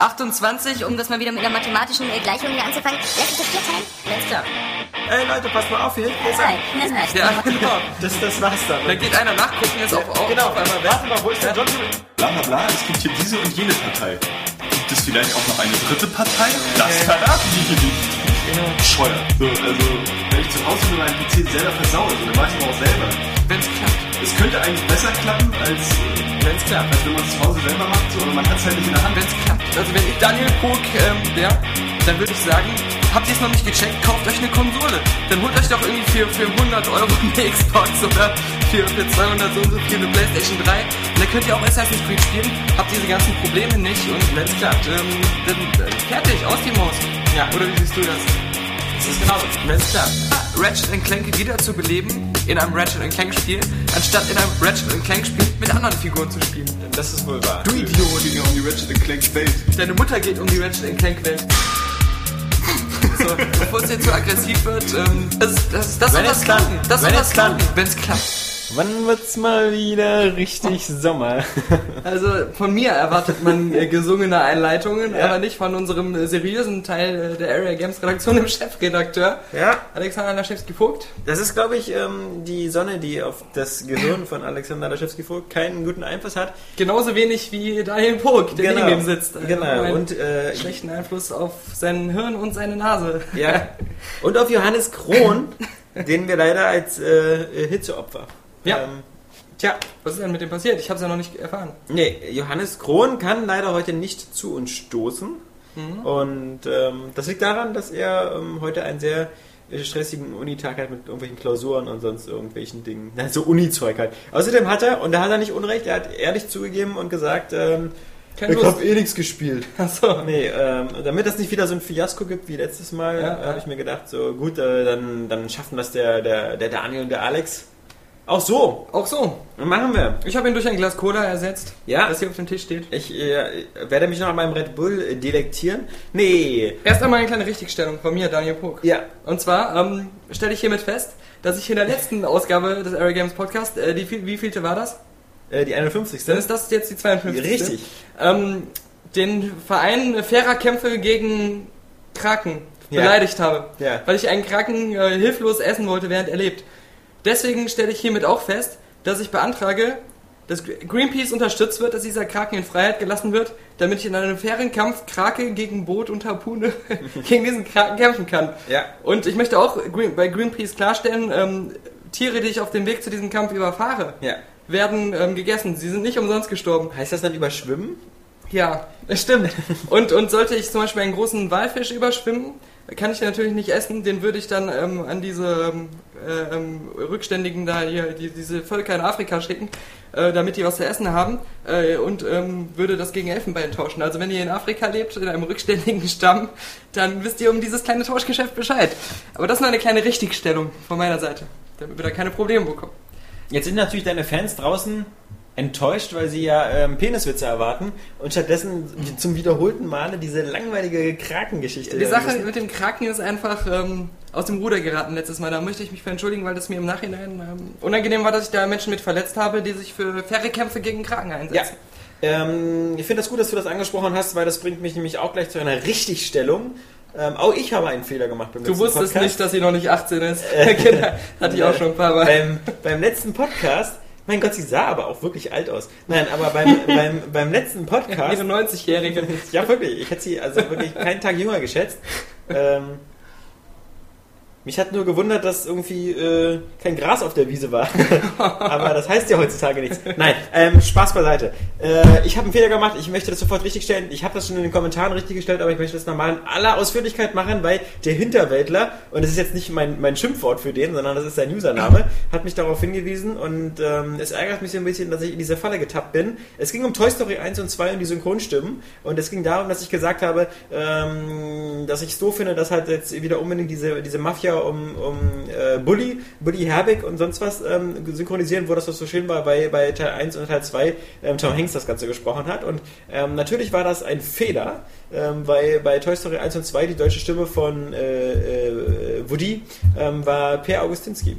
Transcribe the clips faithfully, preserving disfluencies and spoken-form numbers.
achtundzwanzig, um das mal wieder mit einer mathematischen äh, Gleichung hier anzufangen. Lässt sich das vier teilen? Alles klar. Ey Leute, passt mal auf hier. Hier ist Nein, ein. das reicht. Ja, genau. Das, das war's dann. Da geht einer nachgucken, jetzt auf, auf, Genau, auf einmal weg. warte mal, wo ist der John? Bla bla bla, es gibt hier diese und jene Partei. Gibt es vielleicht auch noch eine dritte Partei? Das verraten die hier nicht. Bescheuert. So, also, wenn ich zu Hause mit meinem P C selber versaue, so, dann weiß ich auch selber. Wenn's klappt. Es könnte eigentlich besser klappen, als, Wenn's klappt. als wenn man es zu Hause selber macht, so, aber man hat es halt nicht in der Hand. Wenn's klappt. Also wenn ich Daniel Pog ähm, wäre, dann würde ich sagen, habt ihr es noch nicht gecheckt, kauft euch eine Konsole. Dann holt euch doch irgendwie für, für hundert Euro eine Xbox oder für, für zweihundert so und so viel eine PlayStation drei. Und dann könnt ihr auch Assassin's Creed spielen, habt diese ganzen Probleme nicht und wenn's klappt, ähm, dann äh, fertig, aus die Maus. Ja. Oder wie siehst du das? Das ist genauso. Wenn's klappt. Ratchet and Clank wieder zu beleben in einem Ratchet and Clank Spiel, anstatt in einem Ratchet and Clank Spiel mit anderen Figuren zu spielen. Das ist wohl wahr. Du Idiot! Es ging ja um die Ratchet and Clank Welt. Deine Mutter geht um die Ratchet and Clank Welt. So, bevor es jetzt zu aggressiv wird, ähm, das, das, das Wenn soll es was klappt. klappen. Das soll Wenn was es klappt. klappen, wenn es klappt. Wann wird's mal wieder richtig Sommer? Also von mir erwartet man äh, gesungene Einleitungen, Ja. aber nicht von unserem äh, seriösen Teil äh, der Area Games Redaktion, dem Chefredakteur, Ja, Alexander Laschewski-Vogt. das ist, glaube ich, ähm, die Sonne, die auf das Gehirn von Alexander Laschewski-Vogt keinen guten Einfluss hat. Genauso wenig wie Daniel Pog, der Genau. neben ihm sitzt. Äh, Genau. einen Und, äh, schlechten Einfluss auf sein Hirn und seine Nase. Ja. Und auf Johannes Krohn, den wir leider als äh, Hitzeopfer. Ja. Ähm, tja, Was ist denn mit dem passiert? Ich habe es ja noch nicht erfahren. nee, Johannes Krohn kann leider heute nicht zu uns stoßen. Mhm. Und ähm, das liegt daran, dass er ähm, heute einen sehr äh, stressigen Unitag hat mit irgendwelchen Klausuren und sonst irgendwelchen Dingen. Na, so Uni-Zeug halt. Außerdem hat er, und da hat er nicht Unrecht, er hat ehrlich zugegeben und gesagt, ähm, Keine ich Lust. habe eh nichts gespielt. Achso. Nee, ähm, damit das nicht wieder so ein Fiasko gibt wie letztes Mal, Ja, habe ja. ich mir gedacht, so gut, äh, dann, dann schaffen das der, der, der Daniel und der Alex. Auch so, Auch so. dann machen wir. Ich habe ihn durch ein Glas Cola ersetzt, Ja. das hier auf dem Tisch steht. Ich äh, werde mich noch an meinem Red Bull äh, delektieren. Nee. Erst einmal eine kleine Richtigstellung von mir, Daniel Pog. Ja. Und zwar ähm, stelle ich hiermit fest, dass ich in der letzten Ausgabe des Area Games Podcast, äh, die, wie vielte war das? Äh, die einundfünfzigste Dann ist das jetzt die zweiundfünfzigste Richtig. Ähm, den Verein Fairer Kämpfe gegen Kraken Ja. beleidigt habe. Ja. Weil ich einen Kraken äh, hilflos essen wollte, während er lebt. Deswegen stelle ich hiermit auch fest, dass ich beantrage, dass Greenpeace unterstützt wird, dass dieser Kraken in Freiheit gelassen wird, damit ich in einem fairen Kampf Krake gegen Boot und Harpune gegen diesen Kraken kämpfen kann. Ja. Und ich möchte auch Green, bei Greenpeace klarstellen, ähm, Tiere, die ich auf dem Weg zu diesem Kampf überfahre, Ja. werden ähm, gegessen. Sie sind nicht umsonst gestorben. Heißt das dann überschwimmen? Ja, das stimmt. Und, und sollte ich zum Beispiel einen großen Walfisch überschwimmen, kann ich den natürlich nicht essen, den würde ich dann ähm, an diese ähm, äh, ähm, Rückständigen da hier, die, diese Völker in Afrika schicken, äh, damit die was zu essen haben äh, und ähm, würde das gegen Elfenbein tauschen. Also wenn ihr in Afrika lebt, in einem rückständigen Stamm, dann wisst ihr um dieses kleine Tauschgeschäft Bescheid. Aber das ist nur eine kleine Richtigstellung von meiner Seite, damit wir da keine Probleme bekommen. Jetzt sind natürlich deine Fans draußen enttäuscht, weil sie ja ähm, Peniswitze erwarten und stattdessen zum wiederholten Male diese langweilige Krakengeschichte. Die hören Sache müssen. mit dem Kraken ist einfach ähm, aus dem Ruder geraten letztes Mal. Da möchte ich mich für entschuldigen, weil das mir im Nachhinein ähm, unangenehm war, dass ich da Menschen mit verletzt habe, die sich für faire Kämpfe gegen Kraken Ja. einsetzen. Ähm, ich finde das gut, dass du das angesprochen hast, weil das bringt mich nämlich auch gleich zu einer Richtigstellung. Ähm, auch ich habe einen Fehler gemacht beim Du letzten wusstest Podcast. nicht, dass sie noch nicht achtzehn ist. Genau. Hatte ich auch schon ein paar Mal. Beim, beim letzten Podcast, mein Gott, sie sah aber auch wirklich alt aus. Nein, aber beim, beim, beim letzten Podcast, Ihre neunzigjährige. ja wirklich, ich hätte sie also wirklich keinen Tag jünger geschätzt. Ähm, mich hat nur gewundert, dass irgendwie äh, kein Gras auf der Wiese war. Aber das heißt ja heutzutage nichts. Nein, ähm, Spaß beiseite. Äh, ich habe einen Fehler gemacht, ich möchte das sofort richtigstellen. Ich habe das schon in den Kommentaren richtiggestellt, aber ich möchte das nochmal in aller Ausführlichkeit machen, weil der Hinterwäldler, und das ist jetzt nicht mein, mein Schimpfwort für den, sondern das ist sein Username, hat mich darauf hingewiesen und ähm, es ärgert mich so ein bisschen, dass ich in diese Falle getappt bin. Es ging um Toy Story eins und zwei und die Synchronstimmen und es ging darum, dass ich gesagt habe, ähm, dass ich es doof finde, dass halt jetzt wieder unbedingt diese, diese Mafia um, um äh, Bully, Bully Herbig und sonst was ähm, synchronisieren, wo das so schön war, bei, bei Teil eins und Teil zwei ähm, Tom Hanks das Ganze gesprochen hat. Und ähm, natürlich war das ein Fehler, ähm, weil bei Toy Story eins und zwei die deutsche Stimme von äh, äh, Woody ähm, war Per Augustinski.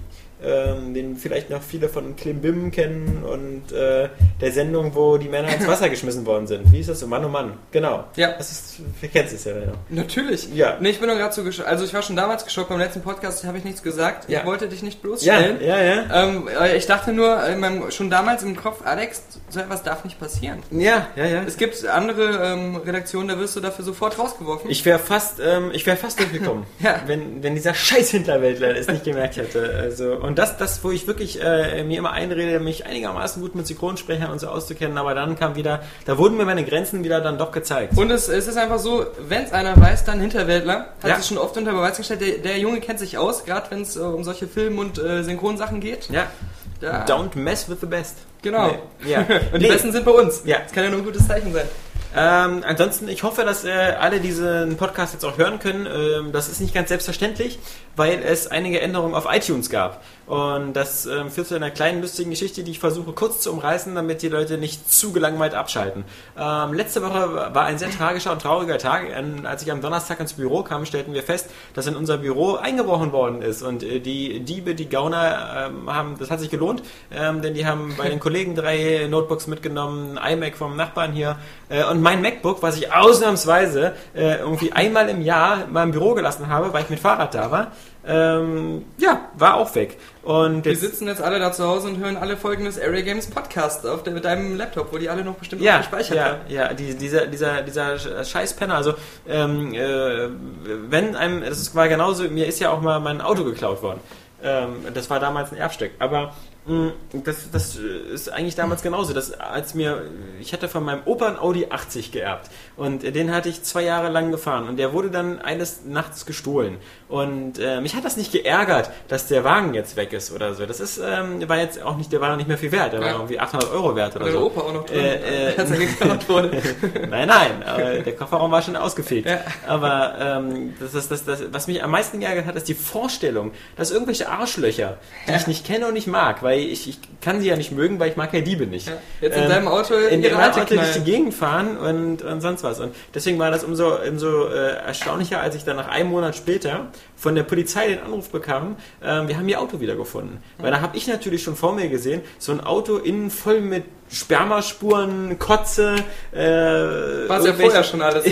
ähm, den vielleicht noch viele von Klimbim kennen und äh, der Sendung, wo die Männer ins Wasser geschmissen worden sind. Wie ist das so? Mann, oh Mann. Genau. Ja. Das ist, du kennst es ja. Ja. Natürlich. Ja. Nee, ich bin nur gerade so geschockt. Also ich war schon damals geschockt, beim letzten Podcast habe ich nichts gesagt. Ja. Ich wollte dich nicht bloßstellen. Ja, ja, ja. Ähm, ich dachte nur, in meinem, schon damals im Kopf, Alex, so etwas darf nicht passieren. Ja, ja, ja. Es gibt andere ähm, Redaktionen, da wirst du dafür sofort rausgeworfen. Ich wäre fast, ähm, ich wäre fast durchgekommen, Ja. wenn, wenn dieser scheiß Hinterwäldler es nicht gemerkt hätte. Also, und das, das, wo ich wirklich äh, mir immer einrede, mich einigermaßen gut mit Synchronsprechern und so auszukennen, aber dann kam wieder, da wurden mir meine Grenzen wieder dann doch gezeigt. Und es, es ist einfach so, wenn es einer weiß, dann Hinterwäldler. Hat Ja. sich schon oft unter Beweis gestellt, der, der Junge kennt sich aus, gerade wenn es äh, um solche Film- und äh, Synchronsachen geht. Ja. Da, Don't mess with the best. Genau. Nee. Ja. Und die Nee. Besten sind bei uns. Ja. Das kann ja nur ein gutes Zeichen sein. Ähm, ansonsten, ich hoffe, dass äh, alle diesen Podcast jetzt auch hören können. Ähm, das ist nicht ganz selbstverständlich, weil es einige Änderungen auf iTunes gab. Und das ähm, führt zu einer kleinen lustigen Geschichte, die ich versuche kurz zu umreißen, damit die Leute nicht zu gelangweilt abschalten. Ähm, letzte Woche war ein sehr tragischer und trauriger Tag. Ähm, als ich am Donnerstag ins Büro kam, stellten wir fest, dass in unser Büro eingebrochen worden ist. Und äh, die Diebe, die Gauner, ähm, haben, das hat sich gelohnt, ähm, denn die haben bei den Kollegen drei Notebooks mitgenommen, ein iMac vom Nachbarn hier äh, und mein MacBook, was ich ausnahmsweise äh, irgendwie einmal im Jahr in meinem Büro gelassen habe, weil ich mit Fahrrad da war, ähm, ja, war auch weg. Und Wir jetzt, sitzen jetzt alle da zu Hause und hören alle Folgen des Area Games Podcast auf der, mit deinem Laptop, wo die alle noch bestimmt ja, noch gespeichert ja, haben. ja, die, dieser, dieser, dieser scheiß Penner, also ähm, äh, wenn einem, das war genauso, mir ist ja auch mal mein Auto geklaut worden. Ähm, das war damals ein Erbstück, aber mh, das, das ist eigentlich damals genauso. Das, als mir, ich hatte von meinem Opa einen Audi achtzig geerbt und den hatte ich zwei Jahre lang gefahren und der wurde dann eines Nachts gestohlen. Und äh, mich hat das nicht geärgert, dass der Wagen jetzt weg ist oder so. Das ist, ähm, war jetzt auch nicht, der war noch nicht mehr viel wert, der Ja. war irgendwie achthundert Euro wert oder Oder so. der Opa auch noch drin, Äh, äh, als er geklaut wurde. Nein, nein, aber der Kofferraum war schon ausgefegt. Ja. Aber ähm, das, das, das, das, was mich am meisten geärgert hat, ist die Vorstellung, dass irgendwelche Arschlöcher, die Ja. ich nicht kenne und nicht mag, weil ich, ich kann sie ja nicht mögen, weil ich mag ja Diebe nicht. Ja. Jetzt in deinem Auto in ihre dem alte Auto durch die knallen. Gegend fahren und, und sonst was. Und deswegen war das umso, umso äh, erstaunlicher, als ich dann nach einem Monat später von der Polizei den Anruf bekam, ähm, wir haben ihr Auto wiedergefunden. Weil da habe ich natürlich schon vor mir gesehen, so ein Auto innen voll mit Spermaspuren, Kotze. Äh, War es ja vorher schon alles.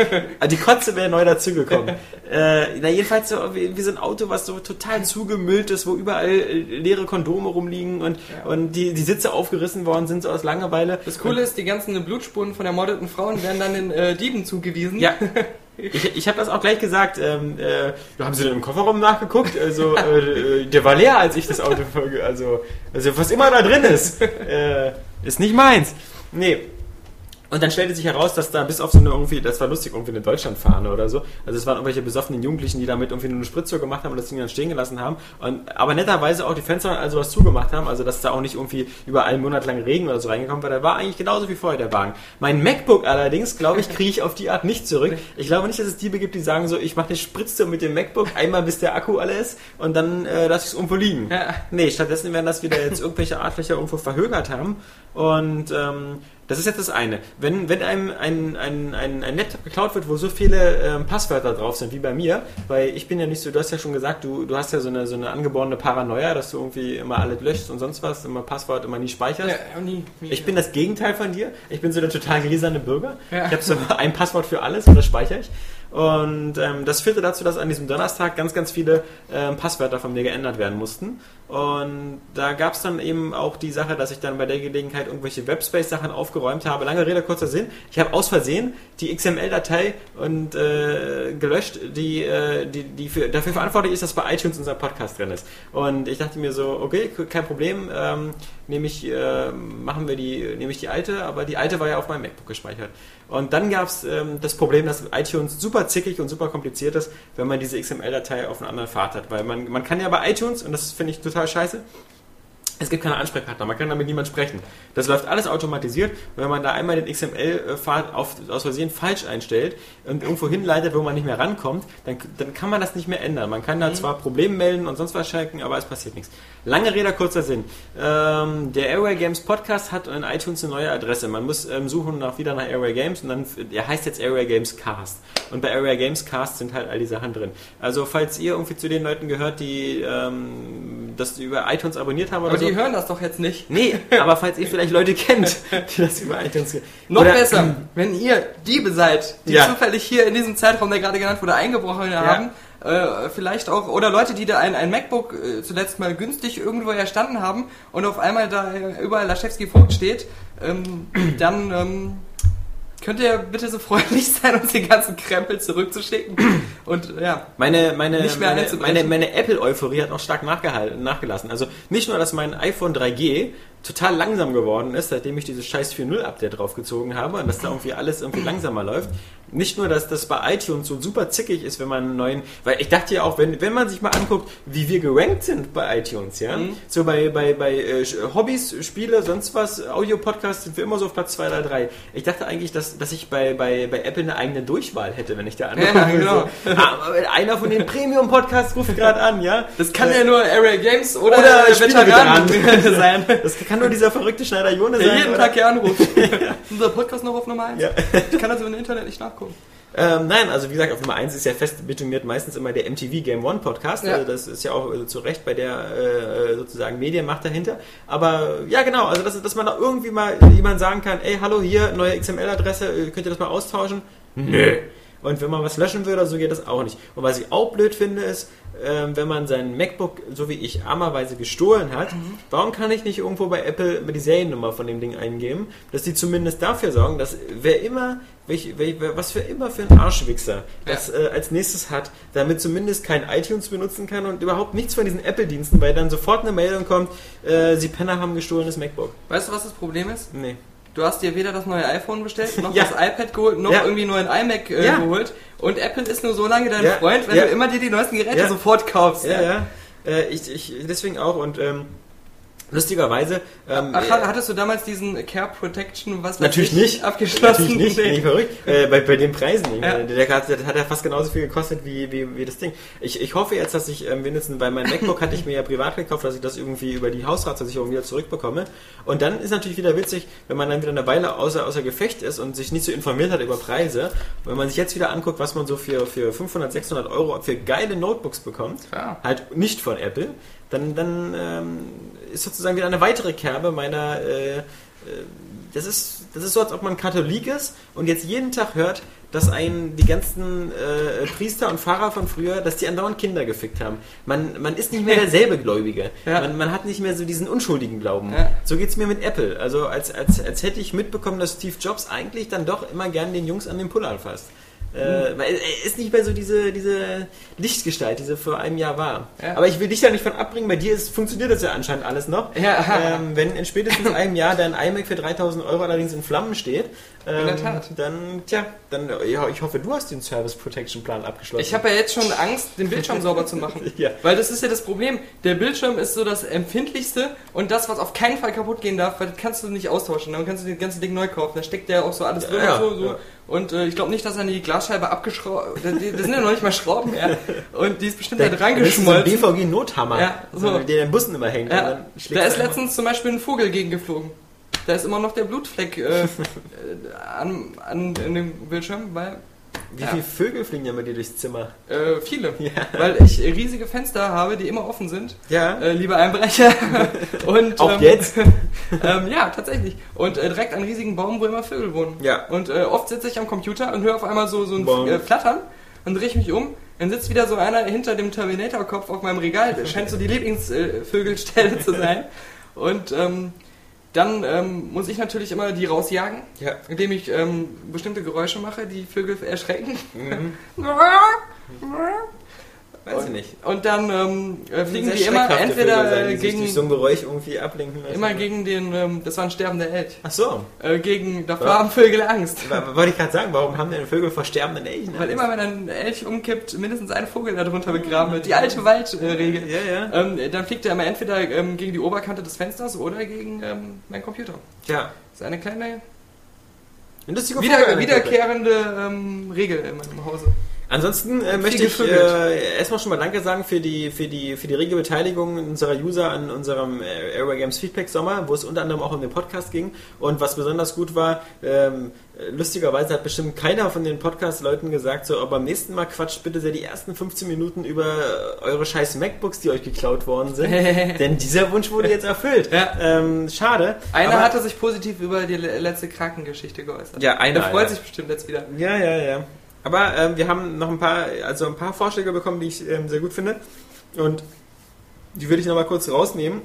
Die Kotze wäre neu dazugekommen. äh, na jedenfalls so wie, wie so ein Auto, was so total zugemüllt ist, wo überall leere Kondome rumliegen und, Ja. und die, die Sitze aufgerissen worden sind, so aus Langeweile. Das Coole ist, die ganzen Blutspuren von ermordeten Frauen werden dann den äh, Dieben zugewiesen. Ja. Ich, ich habe das auch gleich gesagt. Ähm, äh, haben Sie denn im Kofferraum nachgeguckt? Also äh, der war leer, als ich das Auto folge. Also, also was immer da drin ist, äh, ist nicht meins. Nee. Und dann stellte sich heraus, dass da bis auf so eine irgendwie, das war lustig, irgendwie eine Deutschlandfahne oder so. Also es waren irgendwelche besoffenen Jugendlichen, die damit irgendwie nur eine Spritztour gemacht haben und das Ding dann stehen gelassen haben. Und, aber netterweise auch die Fenster also was zugemacht haben, also dass da auch nicht irgendwie überall einen Monat lang Regen oder so reingekommen war. Der war eigentlich genauso wie vorher der Wagen. Mein MacBook allerdings, glaube ich, kriege ich auf die Art nicht zurück. Ich glaube nicht, dass es Diebe gibt, die sagen so, ich mache eine Spritztour mit dem MacBook, einmal bis der Akku alle ist und dann äh, lasse ich es irgendwo liegen. Ja. Nee, stattdessen werden das wieder jetzt irgendwelche Arschlöcher irgendwo verhögert haben. Und ähm, das ist jetzt das eine. Wenn, wenn einem ein, ein, ein, ein Laptop geklaut wird, wo so viele ähm, Passwörter drauf sind, wie bei mir, weil ich bin ja nicht so, du hast ja schon gesagt, du, du hast ja so eine, so eine angeborene Paranoia, dass du irgendwie immer alles löschst und sonst was, immer Passwort immer nie speicherst. Ja, nie, nie. Ich bin das Gegenteil von dir. Ich bin so der total gläserne Bürger. Ja. Ich habe so ein Passwort für alles und das speichere ich. Und ähm, das führte dazu, dass an diesem Donnerstag ganz, ganz viele ähm, Passwörter von mir geändert werden mussten. Und da gab es dann eben auch die Sache, dass ich dann bei der Gelegenheit irgendwelche Webspace-Sachen aufgeräumt habe. Lange Rede, kurzer Sinn. Ich habe aus Versehen die X M L-Datei und äh, gelöscht, die, äh, die, die für, dafür verantwortlich ist, dass bei iTunes unser Podcast drin ist. Und ich dachte mir so, okay, kein Problem, ähm, nehme ich, äh, machen wir die, nehme ich die alte, aber die alte war ja auf meinem MacBook gespeichert. Und dann gab es ähm, das Problem, dass iTunes super zickig und super kompliziert ist, wenn man diese X M L-Datei auf einen anderen Pfad hat. Weil man, man kann ja bei iTunes, und das finde ich total scheiße, es gibt keine Ansprechpartner, man kann damit niemand sprechen. Das läuft alles automatisiert. Und wenn man da einmal den X M L-Pfad auf, aus Versehen falsch einstellt und irgendwo hinleitet, wo man nicht mehr rankommt, dann, dann kann man das nicht mehr ändern. Man kann da mhm. zwar Probleme melden und sonst was schalten, aber es passiert nichts. Lange Rede, kurzer Sinn. Ähm, der Airway Games Podcast hat in iTunes eine neue Adresse. Man muss ähm, suchen nach, wieder nach Airway Games und dann, der heißt jetzt Airway Games Cast. Und bei Airway Games Cast sind halt all die Sachen drin. Also falls ihr irgendwie zu den Leuten gehört, die ähm, das über iTunes abonniert haben oder Aber so. die hören das doch jetzt nicht. Nee, aber falls ihr vielleicht Leute kennt, die das über iTunes... Noch oder, besser, wenn ihr Diebe seid, die Ja. zufällig hier in diesem Zeitraum, der gerade genannt wurde, eingebrochen haben, äh, vielleicht auch, oder Leute, die da ein, ein MacBook äh, zuletzt mal günstig irgendwo erstanden haben und auf einmal da äh, überall Laschewski Vogt steht, ähm, dann ähm, könnt ihr bitte so freundlich sein, uns den ganzen Krempel zurückzuschicken und ja. Meine, meine, Nicht mehr meine, einzubrechen. meine, meine Apple-Euphorie hat noch stark nachgehalten, nachgelassen. Also nicht nur, dass mein iPhone drei G total langsam geworden ist, seitdem ich dieses scheiß vier Punkt null Update draufgezogen habe und dass da irgendwie alles irgendwie langsamer läuft. Nicht nur, dass das bei iTunes so super zickig ist, wenn man einen neuen... Weil ich dachte ja auch, wenn, wenn man sich mal anguckt, wie wir gerankt sind bei iTunes, ja, Mhm. so bei, bei, bei äh, Hobbys, Spiele, sonst was, Audio-Podcasts sind wir immer so auf Platz zwei, drei, drei. Ich dachte eigentlich, dass, dass ich bei, bei, bei Apple eine eigene Durchwahl hätte, wenn ich da anrufe. Ja, genau. So. Aber einer von den Premium-Podcasts ruft gerade an, ja. Das kann ja nur Area Games oder, Oder Veteranen Spieleveteranen. sein. Das kann nur dieser verrückte Schneider Jone Der sein. jeden oder? Tag hier anruft. Unser Podcast noch auf Nummer eins. Ja. Ich kann also im Internet nicht nachgucken. Ähm, nein, also wie gesagt, auf Nummer eins ist ja fest betoniert meistens immer der M T V Game One Podcast. Ja. Also das ist ja auch äh, zu Recht bei der äh, sozusagen Medienmacht dahinter. Aber ja genau, also dass, dass man da irgendwie mal jemand sagen kann, ey, hallo, hier, neue X M L-Adresse, äh, könnt ihr das mal austauschen? Nö. Und wenn man was löschen will oder so, geht das auch nicht. Und was ich auch blöd finde, ist, ähm, wenn man sein MacBook, so wie ich, armerweise gestohlen hat, mhm. warum kann ich nicht irgendwo bei Apple die Seriennummer von dem Ding eingeben, dass die zumindest dafür sorgen, dass wer immer, welch, welch, was für immer für ein Arschwichser das äh, als nächstes hat, damit zumindest kein iTunes benutzen kann und überhaupt nichts von diesen Apple-Diensten, weil dann sofort eine Meldung kommt, äh, Sie Penner haben gestohlenes MacBook. Weißt du, was das Problem ist? Nee. Du hast dir weder das neue iPhone bestellt, noch Ja. das iPad geholt, noch Ja. irgendwie nur ein iMac äh, Ja. geholt. Und Apple ist nur so lange dein Ja. Freund, wenn Ja. du immer dir die neuesten Geräte Ja. sofort kaufst. Ja, ja. Äh, ich, ich, deswegen auch und ähm, lustigerweise... Ähm, Ach, hattest du damals diesen Care Protection, was weiß Natürlich ich, nicht. abgeschlossen? Natürlich nicht, Nee. nicht verrückt. Äh, bei, bei den Preisen. Ja. Der, der, hat, der hat ja fast genauso viel gekostet wie, wie, wie das Ding. Ich, ich hoffe jetzt, dass ich ähm, wenigstens, weil mein MacBook hatte ich mir ja privat gekauft, dass ich das irgendwie über die Hausratsversicherung wieder zurückbekomme. Und dann ist natürlich wieder witzig, wenn man dann wieder eine Weile außer, außer Gefecht ist und sich nicht so informiert hat über Preise. Und wenn man sich jetzt wieder anguckt, was man so für, für fünfhundert, sechshundert Euro für geile Notebooks bekommt, Ja. halt nicht von Apple, dann, dann ähm, ist sozusagen wieder eine weitere Kerbe meiner, äh, äh, das ist, das ist so, als ob man Katholik ist und jetzt jeden Tag hört, dass einen die ganzen äh, Priester und Pfarrer von früher, dass die andauernd Kinder gefickt haben. Man, man ist nicht mehr derselbe Gläubige. Ja. Man, man hat nicht mehr so diesen unschuldigen Glauben. Ja. So geht's mir mit Apple. Also als, als, als hätte ich mitbekommen, dass Steve Jobs eigentlich dann doch immer gern den Jungs an den Pullern fasst. Äh, weil er ist nicht mehr so diese, diese Lichtgestalt, die sie vor einem Jahr war. Ja. Aber ich will dich da nicht von abbringen, bei dir ist, funktioniert das ja anscheinend alles noch. Ja. Ähm, wenn in spätestens einem Jahr dein iMac für dreitausend Euro allerdings in Flammen steht, ähm, In der Tat. dann, tja, dann, ja, ich hoffe, du hast den Service Protection Plan abgeschlossen. Ich habe ja jetzt schon Angst, den Bildschirm sauber zu machen. Ja. Weil das ist ja das Problem. Der Bildschirm ist so das Empfindlichste und das, was auf keinen Fall kaputt gehen darf, weil das kannst du nicht austauschen. Dann kannst du das ganze Ding neu kaufen. Da steckt ja auch so alles drin Ja, und so. so. ja. Und äh, ich glaube nicht, dass er die Glasscheibe abgeschraubt... Das sind ja noch nicht mal Schrauben mehr. Und die ist bestimmt da dran Das ist so ein geschmolzen. B V G-Nothammer, Ja, so. der in den Bussen immer hängt. und Ja, dann schlägt's da ist einmal. letztens zum Beispiel ein Vogel gegengeflogen. Da ist immer noch der Blutfleck äh, äh, an, an in dem Bildschirm, weil Wie ja. viele Vögel fliegen ja bei dir durchs Zimmer? äh, viele. Ja. Weil ich riesige Fenster habe, die immer offen sind. Ja. Äh, liebe Einbrecher. Und, Auch ähm, jetzt? ähm, ja, tatsächlich. Und äh, direkt an riesigen Baum, wo immer Vögel wohnen. Ja. Und äh, oft sitze ich am Computer und höre auf einmal so, so ein Baum. äh, Flattern. Dann drehe ich mich um. Dann sitzt wieder so einer hinter dem Terminator-Kopf auf meinem Regal. Das scheint so die Lieblingsvögelstelle zu sein. Und ähm, dann ähm, muss ich natürlich immer die rausjagen, Ja. indem ich ähm, bestimmte Geräusche mache, die Vögel erschrecken. Mhm. Weiß ich nicht. Und dann ähm, äh, fliegen Sehr die immer schreckhafte Vögel entweder sein, äh, die sich gegen durch so ein Geräusch irgendwie ablenken lassen. immer gegen den, ähm, das war ein sterbender Elch. Ach so. Äh, gegen, dafür Ja. haben Vögel Angst. W- Wollte ich gerade sagen, warum haben denn Vögel vor sterbenden Elchen Weil Angst? immer wenn ein Elch umkippt, mindestens ein Vogel darunter begraben wird. Die alte Waldregel. Ja, ja. Ähm, dann fliegt er immer entweder ähm, gegen die Oberkante des Fensters oder gegen ähm, meinen Computer. Tja. Das ist eine kleine Ein lustiger wieder, Vogel- wiederkehrende ähm, Regel in meinem Hause. Ansonsten äh, möchte ich äh, erstmal schon mal Danke sagen für die für die für die rege Beteiligung unserer User an unserem äh, Airway Games Feedback Sommer, wo es unter anderem auch um den Podcast ging. Und was besonders gut war, ähm, lustigerweise hat bestimmt keiner von den Podcast-Leuten gesagt, so, aber beim nächsten Mal quatscht bitte sehr die ersten fünfzehn Minuten über eure scheiß MacBooks, die euch geklaut worden sind. Denn dieser Wunsch wurde jetzt erfüllt. Ja. Ähm, schade. Einer hatte sich positiv über die letzte Krankengeschichte geäußert. Ja, einer. Der freut ja. sich bestimmt jetzt wieder. Ja, ja, ja. Aber ähm, wir haben noch ein paar, also ein paar Vorschläge bekommen, die ich ähm, sehr gut finde. Und die würde ich nochmal kurz rausnehmen.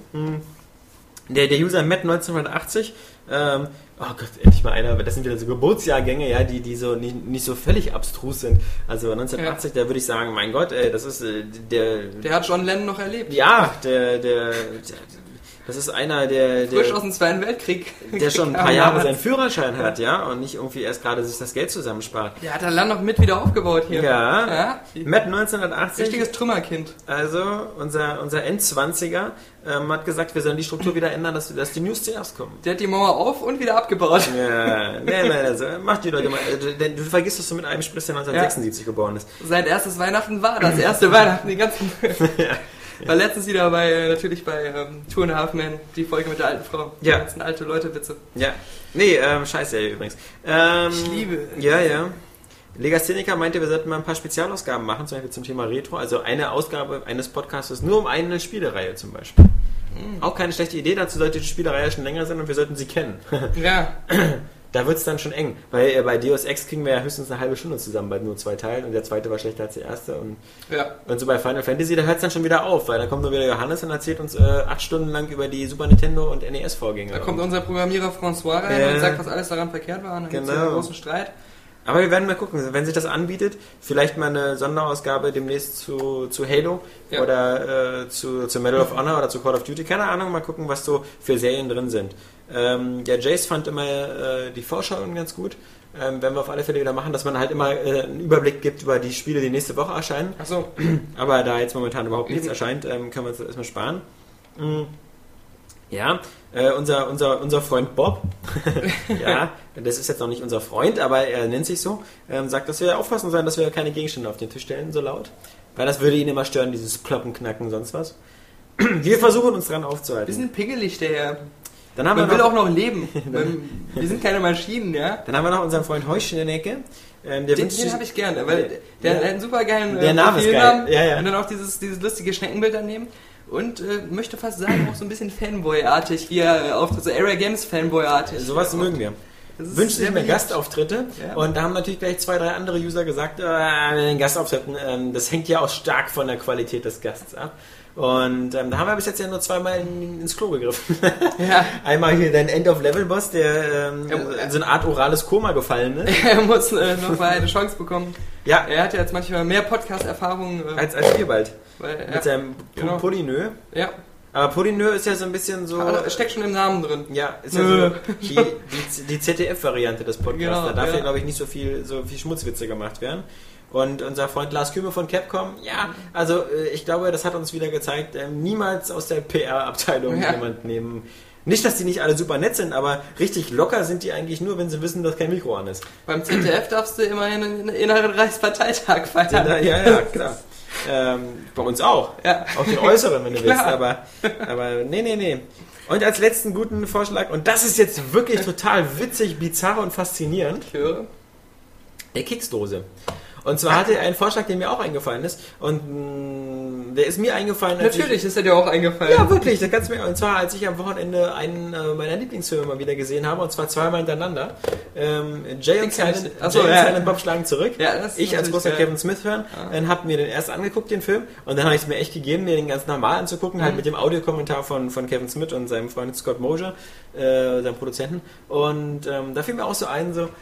Der, der User Matt neunzehnhundertachtzig, ähm, oh Gott, endlich mal einer, das sind wieder so Geburtsjahrgänge, ja, die, die so nicht, nicht so völlig abstrus sind. Also neunzehnhundertachtzig, ja. Da würde ich sagen, mein Gott, ey, das ist äh, der... Der hat John Lennon noch erlebt. Ja, der, der, der das ist einer, der... der frisch aus dem Zweiten Weltkrieg. Der schon ein paar Jahre seinen Führerschein hat, ja, und nicht irgendwie erst gerade sich das Geld zusammenspart. Der hat das Land noch mit wieder aufgebaut hier. Ja, ja. Matt neunzehnhundertachtzig. Richtiges Trümmerkind. Also, unser, unser Endzwanziger ähm, hat gesagt, wir sollen die Struktur wieder ändern, dass, dass die News zuerst kommen. Der hat die Mauer auf und wieder abgebaut. Ja, nein, nein, also, mach die Leute mal. Denn du vergisst, dass du mit einem sprichst, der neunzehnhundertsechsundsiebzig ja. geboren ist. Sein erstes Weihnachten war das erste Weihnachten, die ganzen... ja. War letztens wieder bei, natürlich bei ähm, Two and a Half Men, die Folge mit der alten Frau. Die ja. ganzen alte Leute-Witze. Ja. Nee, ähm, scheiße ey, übrigens. Ähm, ich liebe. Ja, ja. Legastheniker meinte, wir sollten mal ein paar Spezialausgaben machen, zum Beispiel zum Thema Retro. Also eine Ausgabe eines Podcasts nur um eine Spielereihe zum Beispiel. Mhm. Auch keine schlechte Idee, dazu sollte die Spielereihe schon länger sein und wir sollten sie kennen. Ja. Da wird es dann schon eng, weil äh, bei Deus Ex kriegen wir ja höchstens eine halbe Stunde zusammen bei nur zwei Teilen und der zweite war schlechter als der erste und, ja. und so bei Final Fantasy, da hört es dann schon wieder auf, weil da kommt nur wieder Johannes und erzählt uns äh, acht Stunden lang über die Super Nintendo und N E S-Vorgänge. Da kommt unser Programmierer François rein äh, und sagt, was alles daran verkehrt war und dann genau. gibt es einen großen Streit. Aber wir werden mal gucken, wenn sich das anbietet, vielleicht mal eine Sonderausgabe demnächst zu, zu Halo ja. oder äh, zu, zu Medal of Honor oder zu Call of Duty, keine Ahnung, mal gucken, was so für Serien drin sind. Ähm, der Jace fand immer äh, die Vorschauen ganz gut, ähm, werden wir auf alle Fälle wieder machen, dass man halt immer äh, einen Überblick gibt über die Spiele, die nächste Woche erscheinen. Ach so. Aber da jetzt momentan überhaupt nichts erscheint, ähm, können wir uns das erstmal sparen. Mhm. Ja, äh, unser, unser, unser Freund Bob, ja, das ist jetzt noch nicht unser Freund, aber er nennt sich so, ähm, sagt, dass wir aufpassen sollen, dass wir keine Gegenstände auf den Tisch stellen, so laut. Weil das würde ihn immer stören, dieses Ploppen, Knacken, sonst was. Wir versuchen uns dran aufzuhalten. Wir sind pingelig, der Herr. Dann haben Man wir will noch, auch noch leben. Wir sind keine Maschinen, ja. Dann haben wir noch unseren Freund Heusch in der Ecke. Ähm, der den den habe ich gerne, weil der, der hat einen super geilen der Name ist geil. Ja, ja. Und dann auch dieses, dieses lustige Schneckenbild daneben. Und äh, möchte fast sagen, auch so ein bisschen Fanboy-artig, wie er auftritt, so Area Games Fanboy-artig. Sowas mögen wir. Wünschen sich mehr Gastauftritte ja. Und da haben natürlich gleich zwei, drei andere User gesagt, äh, den Gastauftritten, ähm, das hängt ja auch stark von der Qualität des Gasts ab. Und ähm, da haben wir bis jetzt ja nur zweimal in, ins Klo gegriffen. Ja. Einmal hier dein End-of-Level-Boss, der ähm, in so eine Art orales Koma gefallen ist. Er muss äh, noch mal eine Chance bekommen. Ja. Er hat ja jetzt manchmal mehr Podcast-Erfahrung. Äh, als, als wir bald. Weil, Mit ja, seinem genau. Polynö. Ja. Aber Polynö ist ja so ein bisschen so... Aber steckt schon im Namen drin. Ja, ist ja so die, die, die Z D F-Variante des Podcasts. Genau, da darf ja, ja glaube ich, nicht so viel, so viel Schmutzwitze gemacht werden. Und unser Freund Lars Küme von Capcom, ja, also ich glaube, das hat uns wieder gezeigt, äh, niemals aus der P R-Abteilung ja. jemand nehmen. Nicht, dass die nicht alle super nett sind, aber richtig locker sind die eigentlich nur, wenn sie wissen, dass kein Mikro an ist. Beim Z D F darfst du immerhin einen inneren Reichsparteitag feiern. Ja, ja, klar. ähm, bei uns auch. Ja. Auch den äußeren, wenn du willst. Aber, aber nee, nee, nee. Und als letzten guten Vorschlag, und das ist jetzt wirklich total witzig, bizarr und faszinierend. Ich höre. Der Keksdose. Und zwar hatte er einen Vorschlag, der mir auch eingefallen ist. Und mh, der ist mir eingefallen. Natürlich ich, ist er dir auch eingefallen. Ja, wirklich. Das kannst du mir. Und zwar, als ich am Wochenende einen äh, meiner Lieblingsfilme mal wieder gesehen habe, und zwar zweimal hintereinander. Ähm, Jay und Silent, Achso, Jay ja. und Silent Bob schlagen zurück. Ja, das ich als großer geil. Kevin Smith-Fan ja. habe mir den erst angeguckt, den Film. Und dann habe ich es mir echt gegeben, mir den ganz normal anzugucken. Mhm. Halt mit dem Audiokommentar von, von Kevin Smith und seinem Freund Scott Mosier, äh, seinem Produzenten. Und ähm, da fiel mir auch so ein, so...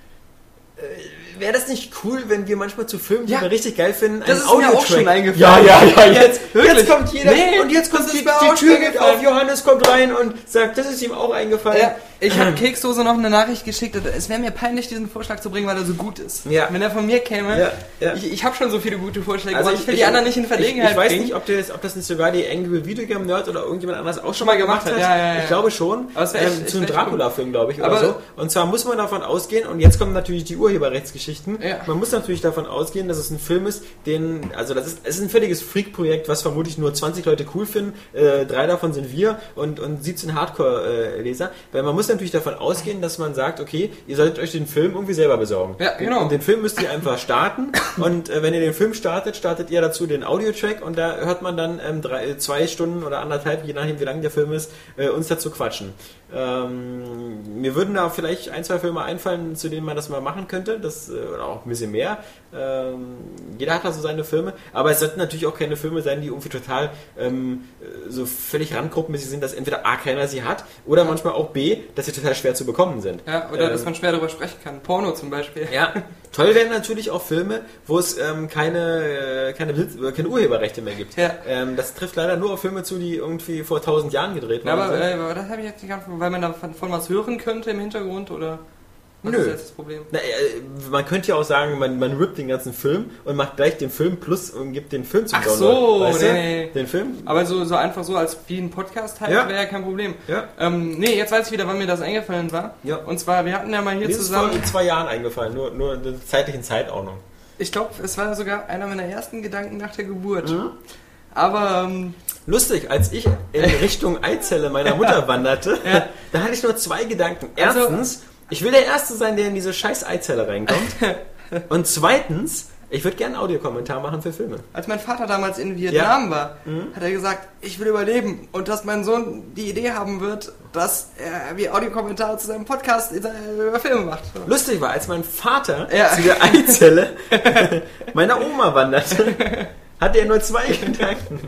Wäre das nicht cool, wenn wir manchmal zu Filmen, die ja. wir richtig geil finden, das ist mir auch schon eingefallen. Ja, ja, ja, jetzt, jetzt kommt jeder nee, und jetzt kommt die, die Tür geht auf, Johannes kommt rein und sagt, das ist ihm auch eingefallen. Ja. Ich habe Keksdose noch eine Nachricht geschickt. Es wäre mir peinlich, diesen Vorschlag zu bringen, weil er so gut ist. Ja. Wenn er von mir käme, ja, ja. ich, ich habe schon so viele gute Vorschläge, also aber ich will die anderen nicht in Verlegenheit Ich, ich weiß bringen. nicht, ob das, ob das nicht sogar die Angry Video Game Nerd oder irgendjemand anderes auch schon Schon mal gemacht hat. Ja, ja, ja. Ich glaube schon. Aber es wär echt, ähm, zu einem echt Dracula-Film, glaube ich, aber oder so. Und zwar muss man davon ausgehen, und jetzt kommen natürlich die Urheberrechtsgeschichten, ja. man muss natürlich davon ausgehen, dass es ein Film ist, den, also das ist, es ist ein völliges Freak-Projekt, was vermutlich nur zwanzig Leute cool finden, äh, drei davon sind wir und, und siebzehn Hardcore-Leser, weil man muss natürlich davon ausgehen, dass man sagt, okay, ihr solltet euch den Film irgendwie selber besorgen. Ja, genau. Und den Film müsst ihr einfach starten und äh, wenn ihr den Film startet, startet ihr dazu den Audiotrack und da hört man dann ähm, drei, zwei Stunden oder anderthalb, je nachdem wie lang der Film ist, äh, uns dazu quatschen. Ähm, mir würden da vielleicht ein, zwei Filme einfallen, zu denen man das mal machen könnte, das, äh, oder auch ein bisschen mehr. Ähm, jeder hat da so seine Filme, aber es sollten natürlich auch keine Filme sein, die irgendwie total ähm, so völlig randgruppenmäßig sind, dass entweder A, keiner sie hat, oder manchmal auch B, dass sie total schwer zu bekommen sind. Ja, oder ähm, dass man schwer darüber sprechen kann. Porno zum Beispiel. Ja, toll wären natürlich auch Filme, wo es ähm, keine, äh, keine, Besitz, keine Urheberrechte mehr gibt. Ja. Ähm, das trifft leider nur auf Filme zu, die irgendwie vor tausend Jahren gedreht Ja, worden aber, sind. äh, aber das habe ich jetzt nicht ganz, weil man davon von was hören könnte im Hintergrund, oder was Nö. ist jetzt das Problem? Na, äh, man könnte ja auch sagen, man, man rippt den ganzen Film und macht gleich den Film plus und gibt den Film zum Ach Download. so, weißt nee. du? Den Film? Aber so, so einfach so als wie ein Podcast halt Ja. wäre ja kein Problem. Ja. Ähm, nee, jetzt weiß ich wieder, wann mir das eingefallen war. Ja. Und zwar, wir hatten ja mal hier Mir ist es zusammen... vor in zwei Jahren eingefallen, nur, nur in der zeitlichen Zeitordnung. Ich glaube, es war sogar einer meiner ersten Gedanken nach der Geburt. Mhm. Aber... Ähm, Lustig, als ich in Richtung Eizelle meiner Mutter wanderte, Ja. da hatte ich nur zwei Gedanken. Also- Erstens, ich will der Erste sein, der in diese scheiß Eizelle reinkommt. Und zweitens, ich würde gerne einen Audiokommentar machen für Filme. als mein Vater damals in Vietnam war, Mhm. hat er gesagt, ich will überleben und dass mein Sohn die Idee haben wird, dass er wie Audiokommentare zu seinem Podcast über Filme macht. Lustig war, als mein Vater Ja. zu der Eizelle meiner Oma wanderte, hatte er nur zwei Gedanken.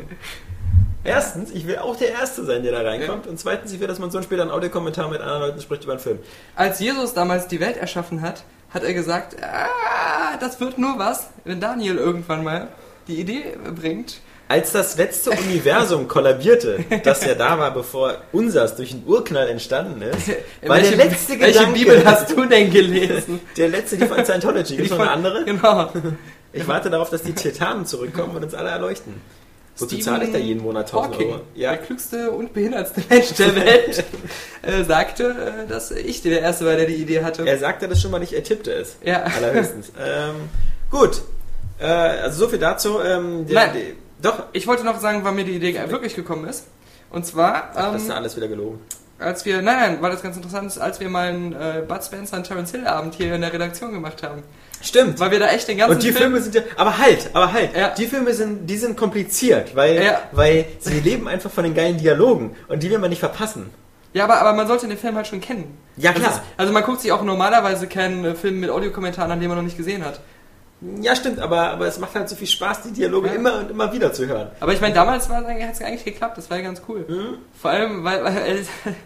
Erstens, ich will auch der Erste sein, der da reinkommt. Und zweitens, ich will, dass mein Sohn später einen Audiokommentar mit anderen Leuten spricht über einen Film. Als Jesus damals die Welt erschaffen hat, hat er gesagt, ah, das wird nur was, wenn Daniel irgendwann mal die Idee bringt. Als das letzte Universum kollabierte, das ja da war, bevor unseres durch einen Urknall entstanden ist, war welche, der letzte welche Gedanke... Bibel hast du denn gelesen? Der letzte, die von Scientology. Gibt es noch eine andere? Genau. Ich warte darauf, dass die Titanen zurückkommen und uns alle erleuchten. Wozu Stephen zahle ich da jeden Monat tausend Hawking, Euro? Ja. der klügste und behindertste Mensch der Welt, äh, sagte, äh, dass ich der Erste war, der die Idee hatte. Er sagte das schon mal nicht, er tippte es. Ja. Allerhöchstens. ähm, gut. Äh, also so viel dazu. Ähm, der, Nein. der, doch. Ich wollte noch sagen, wann mir die Idee wirklich gekommen ist. Und zwar, Ach, ähm, das ist ja alles wieder gelogen. als wir, nein, nein, weil das ganz interessant ist, als wir mal einen äh, Bud Spencer und Terence Hill Abend hier in der Redaktion gemacht haben. Stimmt. Weil wir da echt den ganzen Und die Film... Filme sind ja, aber halt, aber halt, Ja. die Filme sind, die sind kompliziert, weil, Ja. weil sie leben einfach von den geilen Dialogen und die will man nicht verpassen. Ja, aber, aber man sollte den Film halt schon kennen. Ja, Das klar. Ist, also man guckt sich auch normalerweise keinen äh, Film mit Audiokommentaren an, den man noch nicht gesehen hat. Ja, stimmt, aber, aber es macht halt so viel Spaß, die Dialoge Ja. immer und immer wieder zu hören. Aber ich meine, damals hat es eigentlich geklappt, das war ja ganz cool. Mhm. Vor allem, weil, weil äh,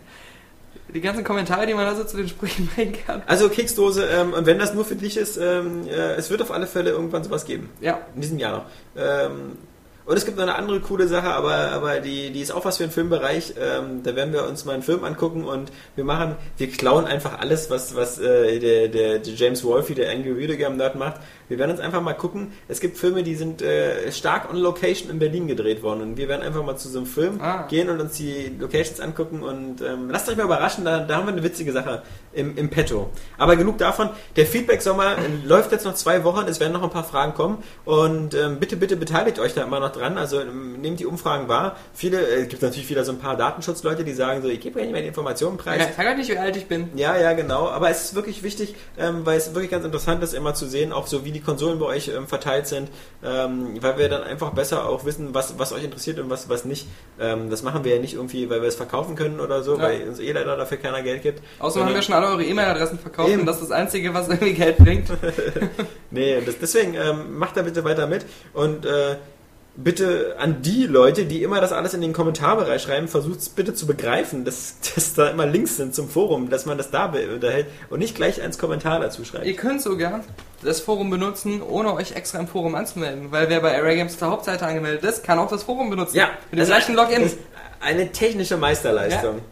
die ganzen Kommentare, die man da so zu den Sprüchen bringen kann. Also Keksdose, ähm, und wenn das nur für dich ist, ähm, äh, es wird auf alle Fälle irgendwann sowas geben. Ja. In diesem Jahr noch. Ähm, und es gibt noch eine andere coole Sache, aber, aber die, die ist auch was für den Filmbereich. Ähm, da werden wir uns mal einen Film angucken und wir machen, wir klauen einfach alles, was, was äh, der, der, der James Wolfe, der Angry Video Game Nerd macht. Wir werden uns einfach mal gucken. Es gibt Filme, die sind äh, stark on Location in Berlin gedreht worden und wir werden einfach mal zu so einem Film Ah. gehen und uns die Locations angucken und ähm, lasst euch mal überraschen, da, da haben wir eine witzige Sache im, im Petto. Aber genug davon. Der Feedback-Sommer äh, läuft jetzt noch zwei Wochen, es werden noch ein paar Fragen kommen und ähm, bitte, bitte beteiligt euch da immer noch dran. Also ähm, nehmt die Umfragen wahr. Viele, äh, es gibt natürlich wieder so ein paar Datenschutzleute, die sagen so, ich gebe ja nicht mehr die Informationen preis. Ja, ich sag halt nicht, wie alt ich bin. Ja, ja, genau. Aber es ist wirklich wichtig, ähm, weil es wirklich ganz interessant ist, immer zu sehen, auch so wie die Konsolen bei euch ähm, verteilt sind, ähm, weil wir dann einfach besser auch wissen, was, was euch interessiert und was, was nicht. Ähm, das machen wir ja nicht irgendwie, weil wir es verkaufen können oder so, Ja. weil uns eh leider dafür keiner Geld gibt. Außerdem haben wir schon alle eure E-Mail-Adressen verkauft Eben. und das ist das Einzige, was irgendwie Geld bringt. Nee, das, deswegen ähm, macht da bitte weiter mit und äh, bitte an die Leute, die immer das alles in den Kommentarbereich schreiben, versucht es bitte zu begreifen, dass, dass da immer Links sind zum Forum, dass man das da unterhält und nicht gleich eins Kommentar dazu schreibt. Ihr könnt sogar das Forum benutzen, ohne euch extra im Forum anzumelden. Weil wer bei Array Games zur Hauptseite angemeldet ist, kann auch das Forum benutzen. Ja, Mit dem gleichen Login. Das ist eine technische Meisterleistung. Ja.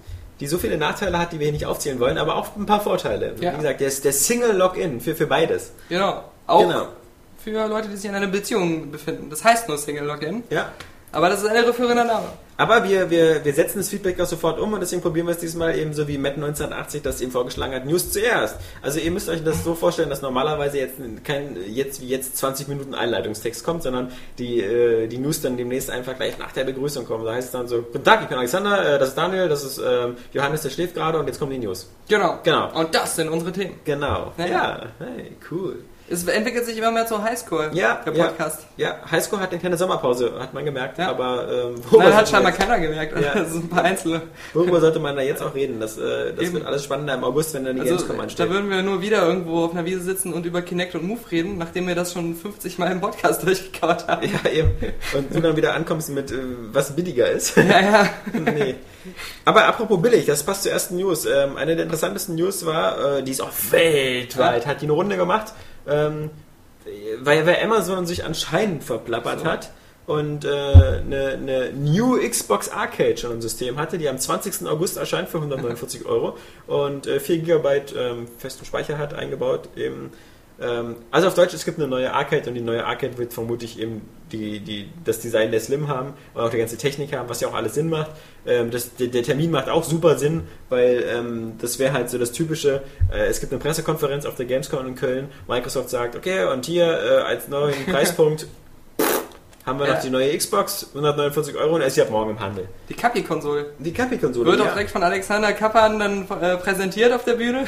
die so viele Nachteile hat, die wir hier nicht aufzählen wollen, aber auch ein paar Vorteile. Ja. Wie gesagt, der, der Single-Login für, für beides. Genau. Auch Genau. für Leute, die sich in einer Beziehung befinden. Das heißt nur Single Login. Ja. Aber das ist ein irreführender Name. Aber wir, wir, wir setzen das Feedback auch sofort um und deswegen probieren wir es diesmal eben so wie Matt neunzehnhundertachtzig das eben vorgeschlagen hat, News zuerst. Also ihr müsst euch das so vorstellen, dass normalerweise jetzt kein jetzt wie jetzt zwanzig Minuten Einleitungstext kommt, sondern die, äh, die News dann demnächst einfach gleich nach der Begrüßung kommen. Da heißt es dann so, guten Tag, ich bin Alexander, äh, das ist Daniel, das ist ähm, Johannes, der schläft gerade und jetzt kommen die News. Genau. Genau. Und das sind unsere Themen. Genau. Ja, Ja, ja. hey, cool. Es entwickelt sich immer mehr zu Highschool, Ja, der ja. Podcast. Ja, Highschool hat eine kleine Sommerpause, hat man gemerkt, Ja. aber ähm, Nein, hat sollte scheinbar man keiner gemerkt. Ja. Das sind ein paar Einzelne. jetzt, worüber sollte man da jetzt auch reden? Das, äh, das Eben. wird alles spannender im August, wenn dann die Also, Gamescom ansteht. da würden wir nur wieder irgendwo auf einer Wiese sitzen und über Kinect und Move reden, nachdem wir das schon fünfzig Mal im Podcast durchgekaut haben. Ja, eben. Und du dann wieder ankommst mit, äh, was billiger ist. Ja, ja. Nee. Aber apropos billig, das passt zur ersten News. Ähm, eine der interessantesten News war, äh, die ist auch weltweit, hat die eine Runde gemacht, ähm, weil, weil Amazon sich anscheinend verplappert So. hat und äh, eine, eine New Xbox Arcade schon im System hatte, die am zwanzigsten August erscheint für hundertneunundvierzig Euro und äh, vier Gigabyte ähm, festen Speicher hat eingebaut. Eben, ähm, also auf Deutsch, es gibt eine neue Arcade und die neue Arcade wird vermutlich eben die, die, das Design der Slim haben und auch die ganze Technik haben, was ja auch alles Sinn macht. Ähm, das, der, der Termin macht auch super Sinn, weil ähm, das wäre halt so das Typische, äh, es gibt eine Pressekonferenz auf der Gamescom in Köln, Microsoft sagt, okay, und hier äh, als neuen Preispunkt haben wir noch Ja. die neue Xbox, hundertneunundvierzig Euro und er ist ja ab morgen im Handel. Die Kapi-Konsole. Die Kapi-Konsole, Wird auch ja. direkt von Alexander Kappan dann äh, präsentiert auf der Bühne.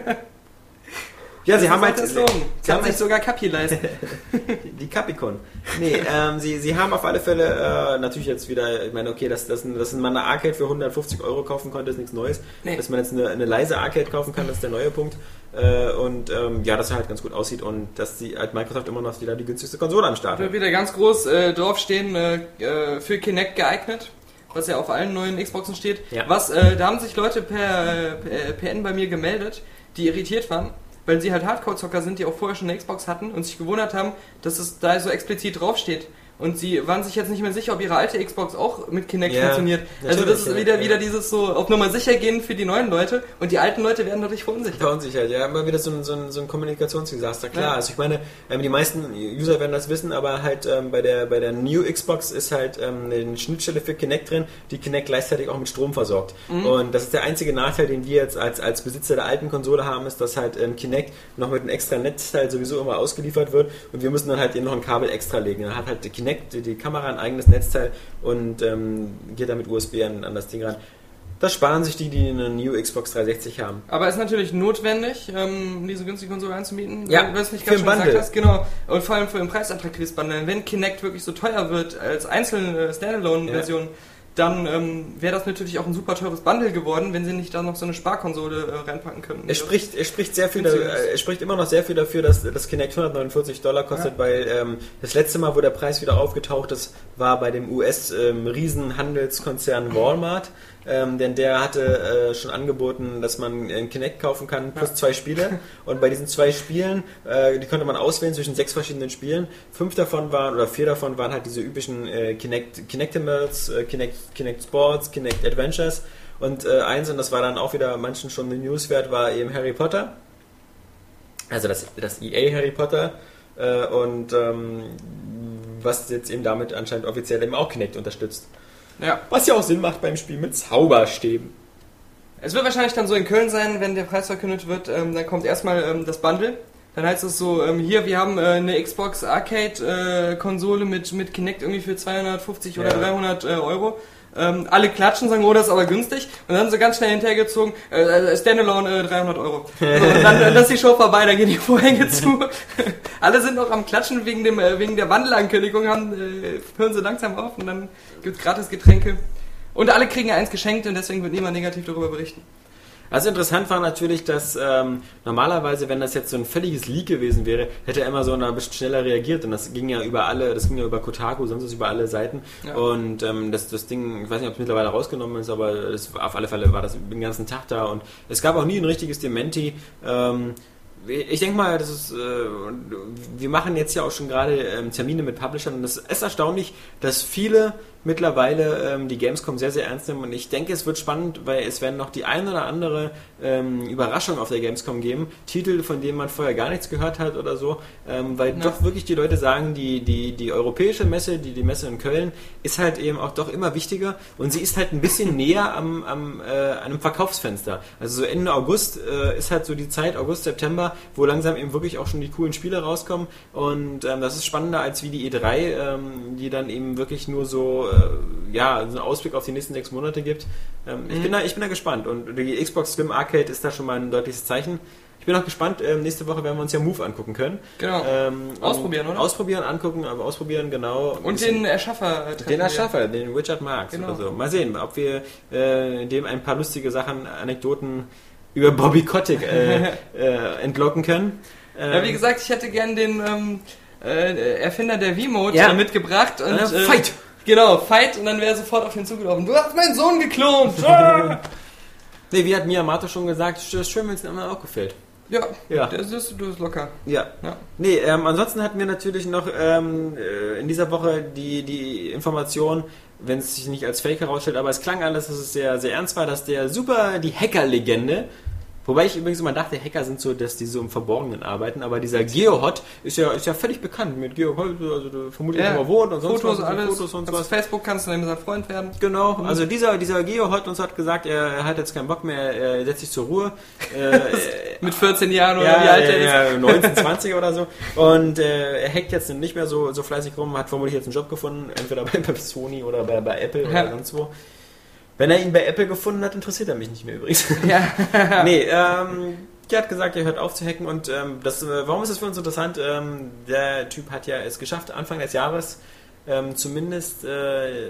Ja, sie Das haben ist halt... auch der Slogan. Sie haben Kann sich halt sogar Kapi leisten. die Capicon. Nee, ähm, sie, sie haben auf alle Fälle äh, natürlich jetzt wieder, ich meine, okay, dass, dass, dass man eine Arcade für hundertfünfzig Euro kaufen konnte, ist nichts Neues. Nee. Dass man jetzt eine, eine leise Arcade kaufen kann, das ist der neue Punkt. Äh, und ähm, ja, dass er halt ganz gut aussieht und dass sie halt Microsoft immer noch wieder die günstigste Konsole am Start hat. Wird wieder ganz groß äh, draufstehen, äh, äh, für Kinect geeignet. Was ja auf allen neuen Xboxen steht. Ja. Was, äh, da haben sich Leute per, per P N bei mir gemeldet, die irritiert waren, weil sie halt Hardcore-Zocker sind, die auch vorher schon eine Xbox hatten und sich gewundert haben, dass es da so explizit draufsteht. Und sie waren sich jetzt nicht mehr sicher, ob ihre alte Xbox auch mit Kinect Ja, funktioniert. Also das ist natürlich, wieder, ja. wieder dieses so auf Nummer sicher gehen für die neuen Leute und die alten Leute werden dadurch verunsichert. Verunsichert, ja, immer wieder so ein, so ein, so ein Kommunikationsdesaster, klar. Ja. Also ich meine, ähm, die meisten User werden das wissen, aber halt ähm, bei der bei der New Xbox ist halt ähm, eine Schnittstelle für Kinect drin, die Kinect gleichzeitig auch mit Strom versorgt. Mhm. Und das ist der einzige Nachteil, den wir jetzt als, als Besitzer der alten Konsole haben, ist, dass halt ähm, Kinect noch mit einem extra Netzteil sowieso immer ausgeliefert wird und wir müssen dann halt eben noch ein Kabel extra legen. Dann hat halt die Kinect, die, die Kamera ein eigenes Netzteil und ähm, geht dann mit U S B an, an das Ding ran. Das sparen sich die, die eine New Xbox dreihundertsechzig haben. Aber ist natürlich notwendig, ähm, diese günstige Konsole anzubieten, Ja, weil du es nicht für ganz ein schon gesagt Bundle. hast. Genau. Und vor allem für ein preisattraktives Bundle. Wenn Kinect wirklich so teuer wird als einzelne Standalone-Version, dann ähm, wäre das natürlich auch ein super teures Bundle geworden, wenn sie nicht da noch so eine Sparkonsole äh, reinpacken könnten. Es spricht, es spricht sehr viel, da, Günstig ist. es spricht immer noch sehr viel dafür, dass das Kinect hundertneunundvierzig Dollar kostet, Ja. weil ähm, das letzte Mal, wo der Preis wieder aufgetaucht ist, war bei dem U S-Riesenhandelskonzern Walmart. Ähm, denn der hatte äh, schon angeboten, dass man ein Kinect kaufen kann plus Ja. zwei Spiele. Und bei diesen zwei Spielen, äh, die konnte man auswählen zwischen sechs verschiedenen Spielen. Fünf davon waren, oder vier davon waren halt diese üblichen äh, Kinect, Kinectimals, äh, Kinect, Kinect Sports, Kinect Adventures. Und äh, eins, und das war dann auch wieder manchen schon eine News wert, war eben Harry Potter. Also das, das E A Harry Potter. Äh, und ähm, was jetzt eben damit anscheinend offiziell eben auch Kinect unterstützt. Ja. Was ja auch Sinn macht beim Spiel mit Zauberstäben. Es wird wahrscheinlich dann so in Köln sein, wenn der Preis verkündet wird, ähm, dann kommt erstmal ähm, das Bundle. Dann heißt es so, ähm, hier, wir haben äh, eine Xbox Arcade äh, Konsole mit, mit Kinect irgendwie für zweihundertfünfzig oder Ja. dreihundert äh, Euro. Ähm, alle klatschen, sagen, oh, das ist aber günstig. Und dann so ganz schnell hinterhergezogen, äh, äh, Standalone äh, dreihundert Euro. So, und dann, dann ist die Show vorbei, dann gehen die Vorhänge zu. Alle sind noch am Klatschen wegen dem äh, wegen der Bundle-Ankündigung, haben, äh, hören sie langsam auf und dann gibt's gratis Getränke. Und alle kriegen eins geschenkt und deswegen wird niemand negativ darüber berichten. Also interessant war natürlich, dass ähm, normalerweise, wenn das jetzt so ein völliges Leak gewesen wäre, hätte Amazon da ein bisschen schneller reagiert und das ging ja über alle, das ging ja über Kotaku, sonst was über alle Seiten Ja. und ähm, das, das Ding, ich weiß nicht, ob es mittlerweile rausgenommen ist, aber das, auf alle Fälle war das den ganzen Tag da und es gab auch nie ein richtiges Dementi. Ähm, ich denke mal, das ist, äh, wir machen jetzt ja auch schon gerade ähm, Termine mit Publishern und es ist erstaunlich, dass viele mittlerweile ähm, die Gamescom sehr, sehr ernst nehmen und ich denke, es wird spannend, weil es werden noch die ein oder andere ähm, Überraschung auf der Gamescom geben, Titel, von denen man vorher gar nichts gehört hat oder so, ähm, weil ja. doch wirklich die Leute sagen, die, die, die europäische Messe, die, die Messe in Köln, ist halt eben auch doch immer wichtiger und sie ist halt ein bisschen näher am, am äh, einem Verkaufsfenster. Also so Ende August äh, ist halt so die Zeit, August, September, wo langsam eben wirklich auch schon die coolen Spiele rauskommen und ähm, das ist spannender als wie die E drei, ähm, die dann eben wirklich nur so äh, ja, so einen Ausblick auf die nächsten sechs Monate gibt. Ähm, mhm. ich, bin da, ich bin da gespannt und die Xbox Slim Arcade ist da schon mal ein deutliches Zeichen. Ich bin auch gespannt, ähm, nächste Woche werden wir uns ja Move angucken können. Genau. Ähm, ausprobieren, oder? Ausprobieren, angucken, aber ausprobieren, genau. Und den Erschaffer. Den Erschaffer, den Richard Marx genau. oder so. Mal sehen, ob wir äh, dem ein paar lustige Sachen, Anekdoten über Bobby Kotick äh, äh, entlocken können. Ähm, ja, wie gesagt, ich hätte gern den ähm, äh, Erfinder der Wiimote ja. mitgebracht. Und, äh, Fight! Genau, Fight und dann wäre er sofort auf ihn zugelaufen. Du hast meinen Sohn geklont! Nee, wie hat Miyamoto schon gesagt, es ist schön, wenn es ihm auch gefällt. Ja, ja. Das ist, das ist locker. Ja. ja. Nee, ähm, ansonsten hatten wir natürlich noch ähm, in dieser Woche die, die Information, wenn es sich nicht als Fake herausstellt, aber es klang alles, dass es sehr, sehr ernst war, dass der super, die Hacker-Legende, wobei ich übrigens immer dachte, Hacker sind so, dass die so im Verborgenen arbeiten, aber dieser GeoHot ist ja, ist ja völlig bekannt mit GeoHot, also der vermutlich ja, immer wohnt und sonst Fotos, was. Alles, Fotos und was. Auf Facebook kannst du dann sein Freund werden. Genau, mhm. also dieser, dieser GeoHot uns hat gesagt, er hat jetzt keinen Bock mehr, er setzt sich zur Ruhe. äh, mit vierzehn Jahren oder ja, wie alt er ja, ist. Ja, neunzehn, zwanzig oder so. Und äh, er hackt jetzt nicht mehr so, so fleißig rum, hat vermutlich jetzt einen Job gefunden, entweder bei, bei Sony oder bei, bei Apple ja. oder sonst wo. Wenn er ihn bei Apple gefunden hat, interessiert er mich nicht mehr übrigens. Ja. nee, ähm... Der hat gesagt, er hört auf zu hacken und ähm, das, äh, warum ist das für uns interessant? Ähm, der Typ hat ja es geschafft, Anfang des Jahres ähm, zumindest äh,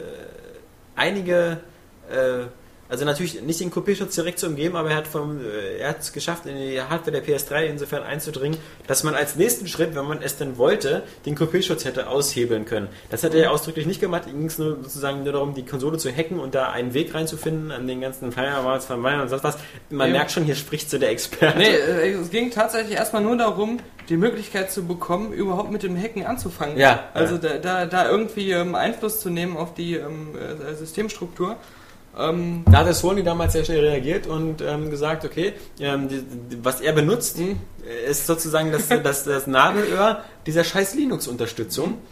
einige, äh, also natürlich nicht den Kopierschutz direkt zu umgeben, aber er hat vom, äh, er hat es geschafft, in die Hardware der P S drei insofern einzudringen, dass man als nächsten Schritt, wenn man es denn wollte, den Kopierschutz hätte aushebeln können. Das hat er ja ausdrücklich nicht gemacht. Ihm ging es nur sozusagen nur darum, die Konsole zu hacken und da einen Weg reinzufinden an den ganzen Firewalls, Firewalls und sonst was. Man ja. merkt schon, hier spricht so der Experte. Nee, es ging tatsächlich erstmal nur darum, die Möglichkeit zu bekommen, überhaupt mit dem Hacken anzufangen. Ja. Also ja. Da, da, da irgendwie ähm, Einfluss zu nehmen auf die ähm, Systemstruktur. Ähm, da hat der Sony damals sehr schnell reagiert und ähm, gesagt, okay, ähm, die, die, was er benutzt, mhm. ist sozusagen das, das, das Nadelöhr dieser scheiß Linux-Unterstützung. Mhm.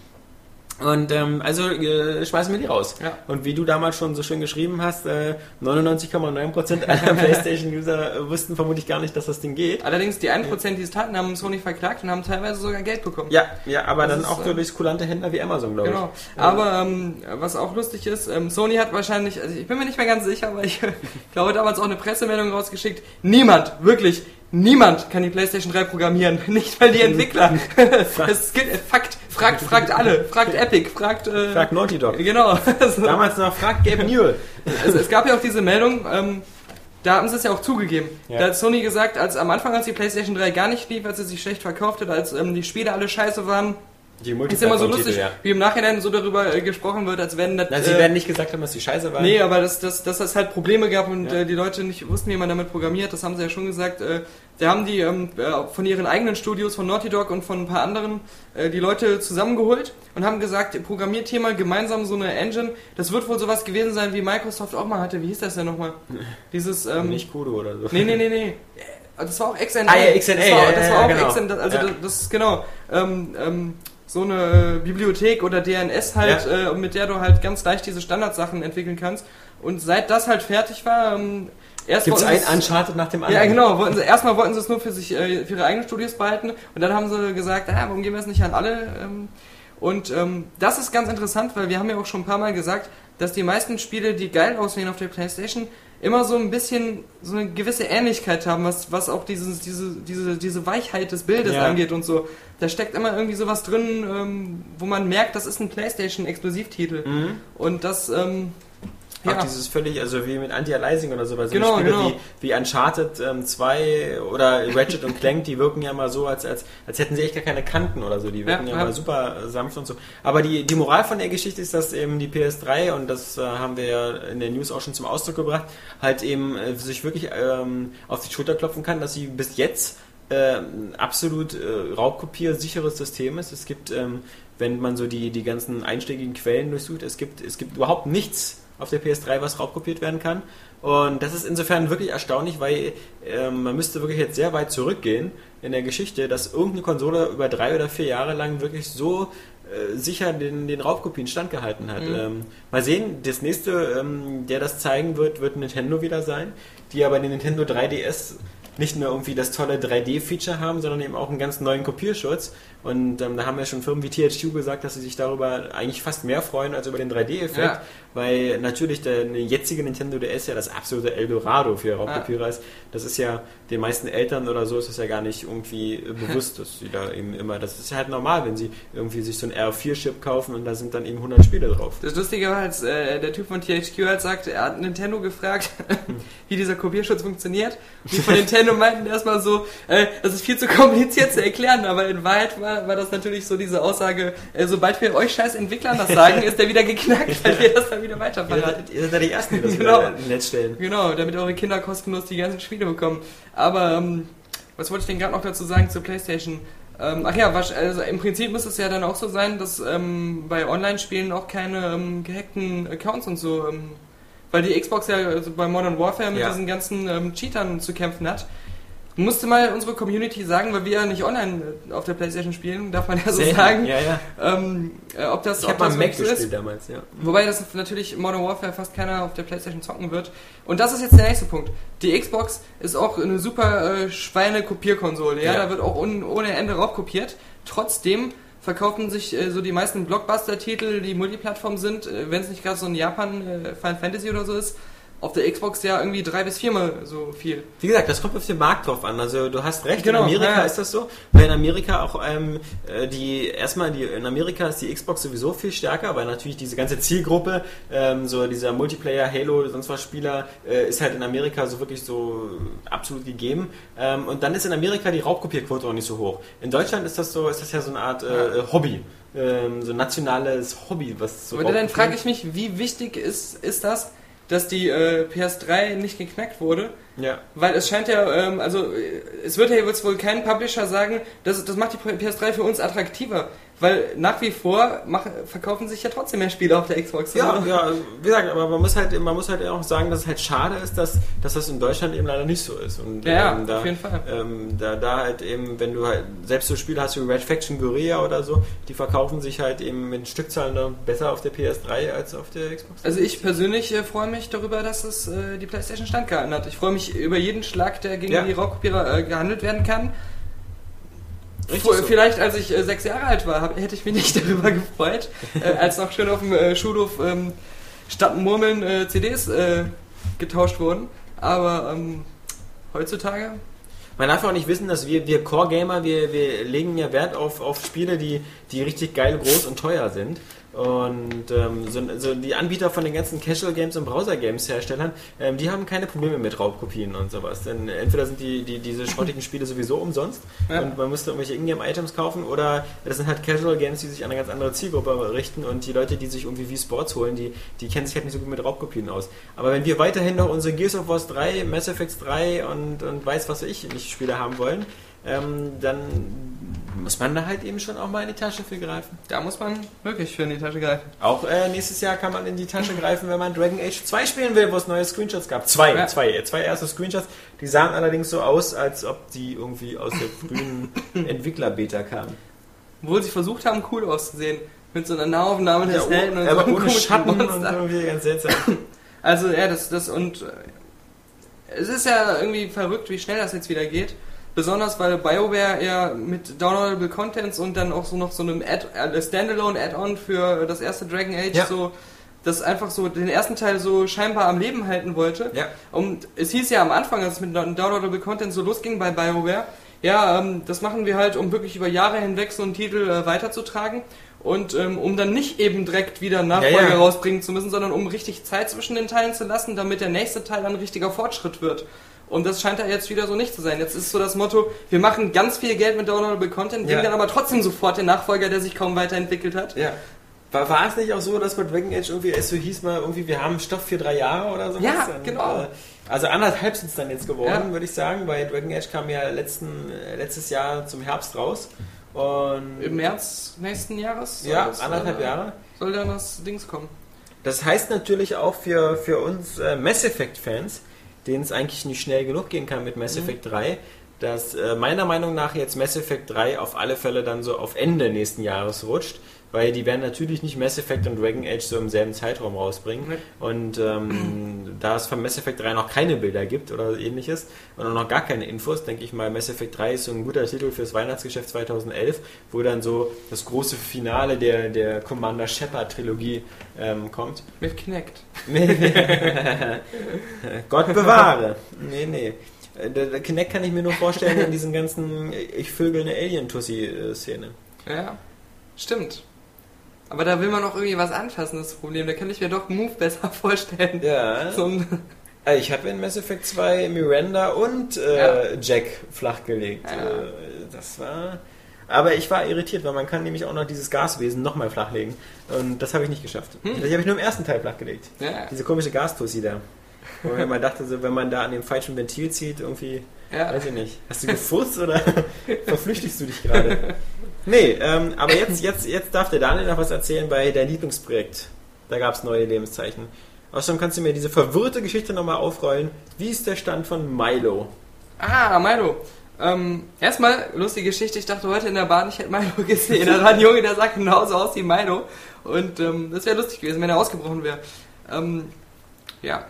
Und ähm, also äh, schmeißen wir die raus. Ja. Und wie du damals schon so schön geschrieben hast, äh, neunundneunzig Komma neun Prozent aller PlayStation-User äh, wussten vermutlich gar nicht, dass das Ding geht. Allerdings die ein Prozent, die es taten, haben Sony verklagt und haben teilweise sogar Geld bekommen. Ja, ja, aber das dann auch äh, durch kulante Händler wie Amazon, glaube genau. ich. Genau. Aber ähm, was auch lustig ist, ähm, Sony hat wahrscheinlich, also ich bin mir nicht mehr ganz sicher, aber ich glaube damals auch eine Pressemeldung rausgeschickt. Niemand, wirklich, niemand kann die PlayStation drei programmieren. Nicht mal die Entwickler. Das gilt, Fakt. Fragt, fragt alle. Fragt Epic. Fragt, äh, fragt Naughty Dog. Genau. Damals noch fragt Gabe Newell. Es, es gab ja auch diese Meldung, ähm, da haben sie es ja auch zugegeben. Ja. Da hat Sony gesagt, als am Anfang, als die PlayStation drei gar nicht lief, als sie sich schlecht verkauft hat, als ähm, die Spiele alle scheiße waren, die ist immer so lustig, ja. wie im Nachhinein so darüber äh, gesprochen wird, als wenn das... Na, sie äh, werden nicht gesagt haben, dass die scheiße waren. Nee, aber dass, dass, dass es halt Probleme gab und ja. äh, die Leute nicht wussten, wie man damit programmiert, das haben sie ja schon gesagt. Äh, da haben die ähm, äh, von ihren eigenen Studios, von Naughty Dog und von ein paar anderen, äh, die Leute zusammengeholt und haben gesagt, Programmierthema, gemeinsam so eine Engine, das wird wohl sowas gewesen sein, wie Microsoft auch mal hatte. Wie hieß das denn nochmal? Dieses... Ähm, nicht Kudo oder so. Nee, nee, nee, nee. Das war auch X N A. Ah ja, X N A. Das war, ja, das ja, war auch genau. X N A. Also ja. das, das ist genau... Ähm, ähm, so eine Bibliothek oder D N S halt, ja. äh, mit der du halt ganz leicht diese Standardsachen entwickeln kannst. Und seit das halt fertig war, ähm, erst gibt's ein Uncharted nach dem anderen. Ja, genau. Wollten sie, erstmal wollten sie es nur für sich, äh, für ihre eigenen Studios behalten. Und dann haben sie gesagt, ah, warum geben wir es nicht an alle? Ähm, und ähm, das ist ganz interessant, weil wir haben ja auch schon ein paar Mal gesagt, dass die meisten Spiele, die geil aussehen auf der PlayStation, immer so ein bisschen so eine gewisse Ähnlichkeit haben, was, was auch dieses, diese, diese, diese Weichheit des Bildes ja. angeht und so. Da steckt immer irgendwie sowas drin, ähm, wo man merkt, das ist ein PlayStation-Exklusivtitel. Mhm. Und das, ähm, auch ja. dieses völlig, also wie mit Anti-Aliasing oder sowas. Genau, Spiele genau. Wie, wie Uncharted ähm, zwei oder Ratchet und Clank, die wirken ja immer so, als, als, als hätten sie echt gar keine Kanten oder so. Die wirken ja, ja, ja. immer super sanft und so. Aber die, die Moral von der Geschichte ist, dass eben die P S drei, und das äh, haben wir ja in der News auch schon zum Ausdruck gebracht, halt eben äh, sich wirklich ähm, auf die Schulter klopfen kann, dass sie bis jetzt äh, ein absolut äh, raubkopiersicheres System ist. Es gibt, ähm, wenn man so die, die ganzen einschlägigen Quellen durchsucht, es gibt, es gibt überhaupt nichts auf der P S drei, was raubkopiert werden kann. Und das ist insofern wirklich erstaunlich, weil äh, man müsste wirklich jetzt sehr weit zurückgehen in der Geschichte, dass irgendeine Konsole über drei oder vier Jahre lang wirklich so äh, sicher den, den Raubkopien standgehalten hat. Mhm. Ähm, mal sehen, das nächste, ähm, der das zeigen wird, wird Nintendo wieder sein, die aber den Nintendo drei D S nicht nur irgendwie das tolle drei D-Feature haben, sondern eben auch einen ganz neuen Kopierschutz. Und ähm, da haben ja schon Firmen wie T H Q gesagt, dass sie sich darüber eigentlich fast mehr freuen als über den drei D-Effekt, ja. Weil natürlich der jetzige Nintendo D S ja das absolute Eldorado für Raubkopierer ja. ist. Das ist ja den meisten Eltern oder so ist das ja gar nicht irgendwie bewusst, dass sie da eben immer, das ist ja halt normal, wenn sie irgendwie sich so ein R vier Chip kaufen und da sind dann eben hundert Spiele drauf. Das Lustige war, als äh, der Typ von T H Q halt sagt, er hat Nintendo gefragt, wie dieser Kopierschutz funktioniert. Und die von Nintendo meinten erstmal so, äh, das ist viel zu kompliziert zu erklären, aber in Wahrheit war, war das natürlich so diese Aussage, äh, sobald wir euch scheiß Entwicklern das sagen, ist der wieder geknackt, weil wir das dann wieder weiterverraten. Ihr seid ja die Ersten, die das genau. wieder im Netz stellen. Genau, damit eure Kinder kostenlos die ganzen Spiele bekommen. Aber, ähm, was wollte ich denn gerade noch dazu sagen zur PlayStation? Ähm, ach ja, was, also im Prinzip muss es ja dann auch so sein, dass ähm, bei Online-Spielen auch keine ähm, gehackten Accounts und so, ähm, weil die Xbox ja also bei Modern Warfare mit ja. diesen ganzen ähm, Cheatern zu kämpfen hat. Musste mal unsere Community sagen, weil wir ja nicht online auf der PlayStation spielen, darf man ja so Sehr, sagen, ja, ja. Ähm, äh, ob das ich ob hab das mal Mac gespielt ist. damals, ja. Wobei das natürlich Modern Warfare fast keiner auf der PlayStation zocken wird. Und das ist jetzt der nächste Punkt. Die Xbox ist auch eine super äh, Schweine-Kopierkonsole, ja? ja, da wird auch un- ohne Ende raubkopiert. Trotzdem verkaufen sich äh, so die meisten Blockbuster-Titel, die Multiplattform sind, äh, wenn es nicht gerade so in Japan äh, Final Fantasy oder so ist, auf der Xbox ja irgendwie drei bis viermal so viel. Wie gesagt, das kommt auf den Markt drauf an. Also du hast recht, genau, in Amerika ja. ist das so, weil in Amerika auch ähm, die erstmal die in Amerika ist die Xbox sowieso viel stärker, weil natürlich diese ganze Zielgruppe, ähm, so dieser Multiplayer, Halo, sonst was Spieler, äh, ist halt in Amerika so wirklich so absolut gegeben. Ähm, und dann ist in Amerika die Raubkopierquote auch nicht so hoch. In Deutschland ist das so, ist das ja so eine Art äh, Hobby. Ähm, so ein nationales Hobby, was so. Aber dann frage ich mich, wie wichtig ist, ist das, dass die äh, P S drei nicht geknackt wurde. Ja. Weil es scheint ja, ähm, also es wird ja jetzt wohl kein Publisher sagen, das, das macht die P S drei für uns attraktiver. Weil nach wie vor mach, verkaufen sich ja trotzdem mehr Spiele auf der Xbox. Ja, oder? ja, wie gesagt, aber man muss halt, man muss halt auch sagen, dass es halt schade ist, dass, dass das in Deutschland eben leider nicht so ist. Und, ja, ähm, da, auf jeden Fall. Ähm, da, da halt eben, wenn du halt selbst so Spiele hast wie Red Faction Guerilla oder so, die verkaufen sich halt eben mit Stückzahlen noch besser auf der P S drei als auf der Xbox. Also ich persönlich äh, freue mich darüber, dass es äh, die PlayStation standgehalten hat. Ich freue mich über jeden Schlag, der gegen ja. die Raubkopierer äh, gehandelt werden kann. Vor, so. Vielleicht als ich äh, sechs Jahre alt war, hab, hätte ich mich nicht darüber gefreut, äh, als noch schön auf dem äh, Schulhof ähm, statt Murmeln äh, C Ds äh, getauscht wurden. Aber ähm, heutzutage... Man darf auch nicht wissen, dass wir, wir Core-Gamer, wir, wir legen ja Wert auf, auf Spiele, die, die richtig geil, groß und teuer sind. Und ähm, so, so die Anbieter von den ganzen Casual Games und Browser Games Herstellern, ähm, die haben keine Probleme mit Raubkopien und sowas. Denn entweder sind die, die diese schrottigen Spiele sowieso umsonst ja. und man müsste irgendwelche Ingame-Items kaufen, oder das sind halt Casual Games, die sich an eine ganz andere Zielgruppe richten, und die Leute, die sich irgendwie Wii Sports holen, die, die kennen sich halt nicht so gut mit Raubkopien aus. Aber wenn wir weiterhin noch unsere Gears of War drei, Mass Effect drei und, und weiß was ich nicht Spiele haben wollen, ähm, dann muss man da halt eben schon auch mal in die Tasche für greifen. Da muss man wirklich für in die Tasche greifen. Auch äh, nächstes Jahr kann man in die Tasche greifen, wenn man Dragon Age zwei spielen will, wo es neue Screenshots gab. Zwei, ja. zwei, zwei erste Screenshots. Die sahen allerdings so aus, als ob die irgendwie aus der frühen Entwickler-Beta kamen. Obwohl sie versucht haben, cool auszusehen. Mit so einer Nahaufnahme des ja, Helden und aber so ohne Schatten Monster. Und irgendwie ganz seltsam. Also ja, das, das und äh, es ist ja irgendwie verrückt, wie schnell das jetzt wieder geht. Besonders weil BioWare ja mit Downloadable Contents und dann auch so noch so einem Add, äh, Standalone Add-on für das erste Dragon Age ja. so, das einfach so den ersten Teil so scheinbar am Leben halten wollte. Ja. Und es hieß ja am Anfang, als es mit Downloadable Content so losging bei BioWare, ja, ähm, das machen wir halt, um wirklich über Jahre hinweg so einen Titel äh, weiterzutragen und ähm, um dann nicht eben direkt wieder einen Nachfolger ja, ja. rausbringen zu müssen, sondern um richtig Zeit zwischen den Teilen zu lassen, damit der nächste Teil ein richtiger Fortschritt wird. Und das scheint da jetzt wieder so nicht zu sein. Jetzt ist so das Motto, wir machen ganz viel Geld mit Downloadable Content, bringen ja. dann aber trotzdem sofort den Nachfolger, der sich kaum weiterentwickelt hat. Ja. War, war es nicht auch so, dass bei Dragon Age irgendwie es so hieß mal irgendwie, wir haben Stoff für drei Jahre oder so? Ja, und, genau. Äh, also anderthalb sind es dann jetzt geworden, Ja. würde ich sagen, weil Dragon Age kam ja letzten, äh, letztes Jahr zum Herbst raus. Und Im März nächsten Jahres? soll ja, das, anderthalb äh, Jahre. Soll dann das Dings kommen. Das heißt natürlich auch für, für uns äh, Mass Effect-Fans, denen es eigentlich nicht schnell genug gehen kann mit Mass Effect drei, dass äh, meiner Meinung nach jetzt Mass Effect drei auf alle Fälle dann so auf Ende nächsten Jahres rutscht, weil die werden natürlich nicht Mass Effect und Dragon Age so im selben Zeitraum rausbringen. Nee. Und ähm, da es von Mass Effect drei noch keine Bilder gibt oder ähnliches und auch noch gar keine Infos, denke ich mal, Mass Effect drei ist so ein guter Titel fürs Weihnachtsgeschäft zweitausendelf, wo dann so das große Finale der, der Commander Shepard Trilogie ähm, kommt. Mit Kinect. Gott bewahre. Nee, nee. Der, der Kinect kann ich mir nur vorstellen in diesen ganzen ich vögel eine Alien-Tussi-Szene. Ja, stimmt. Aber da will man auch irgendwie was anfassen, das Problem. Da kann ich mir doch Move besser vorstellen. Ja. So ein Also ich habe in Mass Effect zwei Miranda und äh, Ja. Jack flachgelegt. Ja. Äh, das war... Aber ich war irritiert, weil man kann nämlich auch noch dieses Gaswesen nochmal flachlegen. Und das habe ich nicht geschafft. Hm. Das habe ich nur im ersten Teil flachgelegt. Ja. Diese komische Gastussi da. Wo man immer dachte, so, wenn man da an dem falschen Ventil zieht, irgendwie... Ja. Weiß ich nicht. Hast du gefurzt oder verflüchtigst du dich gerade? Nee, ähm, aber jetzt, jetzt, jetzt darf der Daniel noch was erzählen bei deinem Lieblingsprojekt. Da gab es neue Lebenszeichen. Außerdem kannst du mir diese verwirrte Geschichte nochmal aufrollen. Wie ist der Stand von Milo? Ah, Milo. Ähm, erstmal, lustige Geschichte, ich dachte heute in der Bahn, ich hätte Milo gesehen. Da war ein Junge, der sah genauso aus wie Milo. Und ähm, das wäre lustig gewesen, wenn er ausgebrochen wäre. Ähm, ja.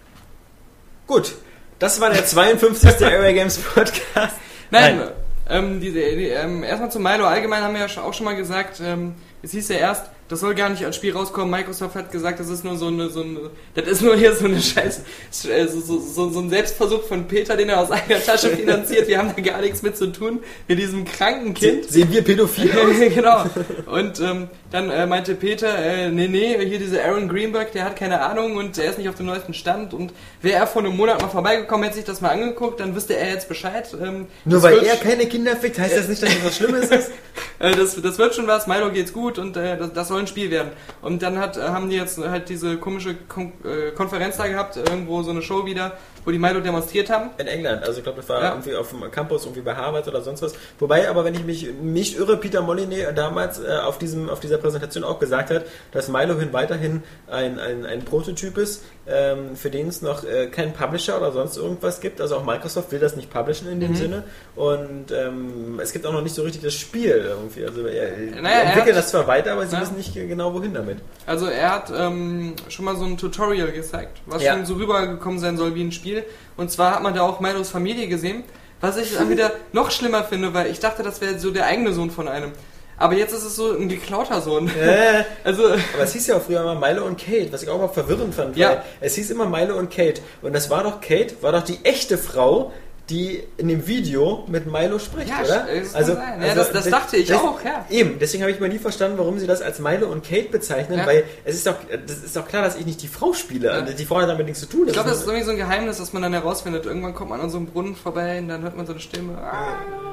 Gut, das war der zweiundfünfzigste Area Games Podcast. Nein, Nein. Ähm, diese, die, ähm, erstmal zu Milo. Allgemein haben wir ja auch schon mal gesagt, ähm, es hieß ja erst, das soll gar nicht als Spiel rauskommen. Microsoft hat gesagt, das ist nur so eine, so eine das ist nur hier so eine Scheiß, so, so, so, so ein Selbstversuch von Peter, den er aus eigener Tasche finanziert. Wir haben da gar nichts mit zu tun, mit diesem kranken Kind. Se sehen wir pädophil aus? Genau. Und ähm, dann äh, meinte Peter, äh, nee, nee, hier dieser Aaron Greenberg, der hat keine Ahnung und er ist nicht auf dem neuesten Stand. Und wäre er vor einem Monat mal vorbeigekommen, hätte sich das mal angeguckt, dann wüsste er jetzt Bescheid. Ähm, Nur das weil wird- er keine Kinder fickt, heißt das nicht, dass das was Schlimmes ist? Äh, das, das wird schon was, Milo geht's gut und äh, das, das soll ein Spiel werden. Und dann hat, äh, haben die jetzt halt diese komische Kon äh, Konferenz da gehabt, irgendwo so eine Show wieder, wo die Milo demonstriert haben. In England, also ich glaube, das war Ja. irgendwie auf dem Campus, irgendwie bei Harvard oder sonst was. Wobei, aber wenn ich mich nicht irre, Peter Molyneux damals äh, auf, diesem, auf dieser Präsentation auch gesagt hat, dass Milo hin weiterhin ein, ein, ein Prototyp ist, ähm, für den es noch äh, keinen Publisher oder sonst irgendwas gibt. Also auch Microsoft will das nicht publishen in dem Mhm. Sinne. Und ähm, es gibt auch noch nicht so richtig das Spiel irgendwie. Also er, Naja, er entwickeln hat- das zwar weiter, aber sie Ja. wissen nicht genau, wohin damit. Also er hat ähm, schon mal so ein Tutorial gezeigt, was Ja. schon so rübergekommen sein soll wie ein Spiel. Und zwar hat man da auch Milos Familie gesehen, was ich dann wieder noch schlimmer finde, weil ich dachte, das wäre so der eigene Sohn von einem. Aber jetzt ist es so ein geklauter Sohn. Äh, Also Aber es hieß ja auch früher immer Milo und Kate, was ich auch mal verwirrend fand. Ja. Weil es hieß immer Milo und Kate. Und das war doch, Kate war doch die echte Frau, die in dem Video mit Milo spricht, Ja, oder? das kann sein. Ja, das- das de- dachte ich des- auch, ja. Eben, deswegen habe ich mal nie verstanden, warum sie das als Milo und Kate bezeichnen, Ja. weil es ist doch, das ist doch klar, dass ich nicht die Frau spiele. Ja. Die Frau hat damit nichts zu tun. ich glaube, das ist irgendwie so ein Geheimnis, das man dann herausfindet. Irgendwann kommt man an so einem Brunnen vorbei und dann hört man so eine Stimme. Ah,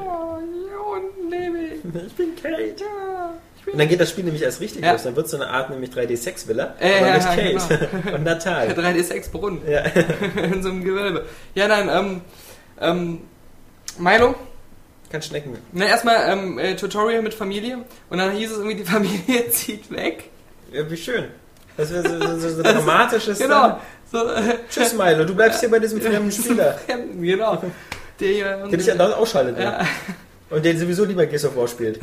hier unten lebe ich. ich bin Kate. Ja, ich bin Und dann geht das Spiel nämlich erst richtig Ja. los. Dann wird es so eine Art nämlich drei D-Sex-Villa, Äh, aber ja, mit ja, Kate und Natal. drei D sechs Brunnen. Ja. In so einem Gewölbe. Ja, nein, ähm, ähm, Milo, Kann schnecken. na erstmal ähm, äh, Tutorial mit Familie und dann hieß es irgendwie, die Familie zieht weg. Ja, wie schön. Das wäre so, so, so, so dramatisches. Genau. So, äh, Tschüss, Milo, du bleibst hier bei diesem fremden Spieler, genau. Der, hier und, der dich andauernd ausschaltet. ja, Und der sowieso lieber Gears of War spielt.